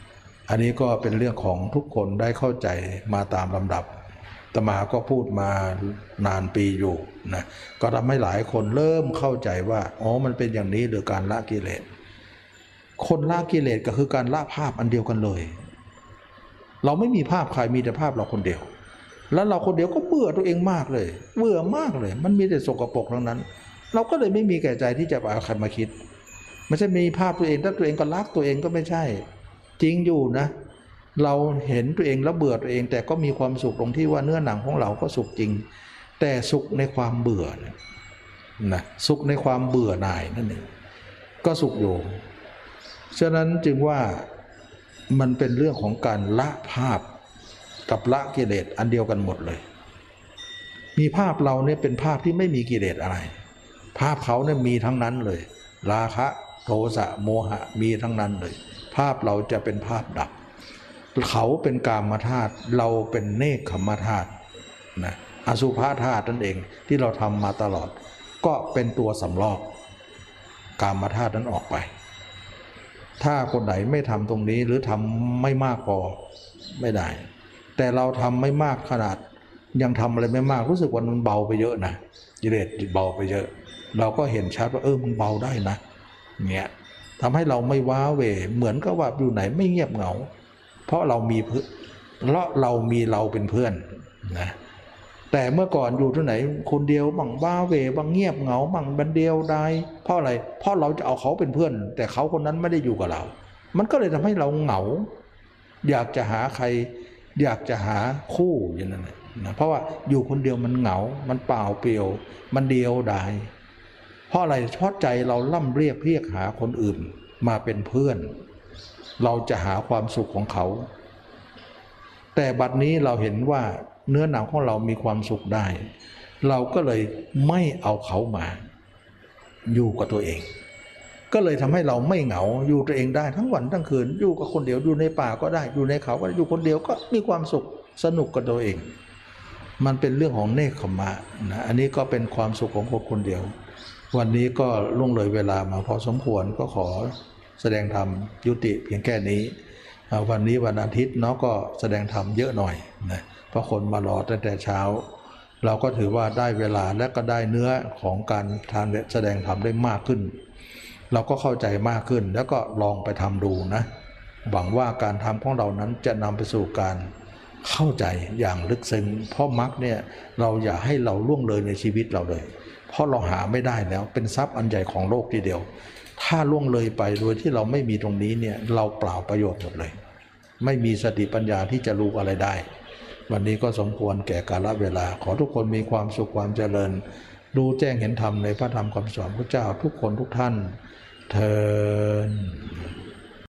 อันนี้ก็เป็นเรื่องของทุกคนได้เข้าใจมาตามลำดับอาตมาก็พูดมานานปีอยู่นะก็ทำให้หลายคนเริ่มเข้าใจว่าอ๋อมันเป็นอย่างนี้หรือการละกิเลสคนละกิเลสก็คือการละภาพอันเดียวกันเลยเราไม่มีภาพใครมีแต่ภาพเราคนเดียวแล้วเราคนเดียวก็เบื่อตัวเองมากเลยเบื่อมากเลยมันมีแต่สกปรกทั้งนั้นเราก็เลยไม่มีแก่ใจที่จะเอาใครมาคิดไม่ใช่มีภาพตัวเองถ้าตัวเองก็รักตัวเองก็ไม่ใช่จริงอยู่นะเราเห็นตัวเองแล้วเบื่อตัวเองแต่ก็มีความสุขตรงที่ว่าเนื้อหนังของเราก็สุขจริงแต่สุขในความเบื่อนะสุขในความเบื่อหน่ายนั่นเองก็สุขอยู่ฉะนั้นจึงว่ามันเป็นเรื่องของการละภาพกับละกิเลสอันเดียวกันหมดเลยมีภาพเราเนี่ยเป็นภาพที่ไม่มีกิเลสอะไรภาพเขาเนี่ยมีทั้งนั้นเลยราคะโทสะโมหะมีทั้งนั้นเลยภาพเราจะเป็นภาพดับเขาเป็นกามธาตุเราเป็นเนกขมธาตุนะอสุภธาตุนั่นเองที่เราทำมาตลอดก็เป็นตัวสำลอกกามธาตุนั้นออกไปถ้าคนไหนไม่ทำตรงนี้หรือทำไม่มากพอไม่ได้แต่เราทำไม่มากขนาดยังทำอะไรไม่มากรู้สึกว่ามันเบาไปเยอะนะกิเลสเบาไปเยอะเราก็เห็นชัดว่าเออมันเบาได้นะเนี่ยทำให้เราไม่ว้าเหวเหมือนกับว่าอยู่ไหนไม่เงียบเหงาเพราะเรามีเพราะเรามีเราเป็นเพื่อนนะแต่เมื่อก่อนอยู่ที่ไหนคนเดียวบังว้าเหวบังเงียบเหงาบังบันเดียวได้เพราะอะไรเพราะเราจะเอาเขาเป็นเพื่อนแต่เขาคนนั้นไม่ได้อยู่กับเรามันก็เลยทำให้เราเหงาอยากจะหาใครอยากจะหาคู่อย่างนั้นนะเพราะว่าอยู่คนเดียวมันเหงามันเปล่าเปลี่ยวมันเดียวดายเพราะอะไรเพราะใจเราล่ำเรียกเรียกหาคนอื่นมาเป็นเพื่อนเราจะหาความสุขของเขาแต่บัดนี้เราเห็นว่าเนื้อหนังของเรามีความสุขได้เราก็เลยไม่เอาเขามาอยู่กับตัวเองก็เลยทำให้เราไม่เหงาอยู่ตัวเองได้ทั้งวันทั้งคืนอยู่กับคนเดียวอยู่ในป่าก็ได้อยู่ในเขาก็ได้อยู่คนเดียวก็มีความสุขสนุกกับตัวเองมันเป็นเรื่องของเนคขมะนะอันนี้ก็เป็นความสุขของคนคนเดียววันนี้ก็ล่วงเลยเวลามาพอสมควรก็ขอแสดงธรรมยุติเพียงแค่นี้วันนี้วันอาทิตย์เนาะก็แสดงธรรมเยอะหน่อยนะเพราะคนมารอตั้งแต่เช้าเราก็ถือว่าได้เวลาและก็ได้เนื้อของการทานแสดงธรรมได้มากขึ้นเราก็เข้าใจมากขึ้นแล้วก็ลองไปทำดูนะหวังว่าการทำของเรานั้นจะนำไปสู่การเข้าใจอย่างลึกซึ้งเพราะมรรคเนี่ยเราอย่าให้เราล่วงเลยในชีวิตเราเลยเพราะเราหาไม่ได้แล้วเป็นทรัพย์อันใหญ่ของโลกทีเดียวถ้าล่วงเลยไปโดยที่เราไม่มีตรงนี้เนี่ยเราเปล่าประโยชน์หมดเลยไม่มีสติปัญญาที่จะรู้อะไรได้วันนี้ก็สมควรแก่กาลเวลาขอทุกคนมีความสุขความเจริญรู้แจ้งเห็นธรรมในพระธรรมคำสอนพระเจ้าทุกคนทุกท่านเทอญ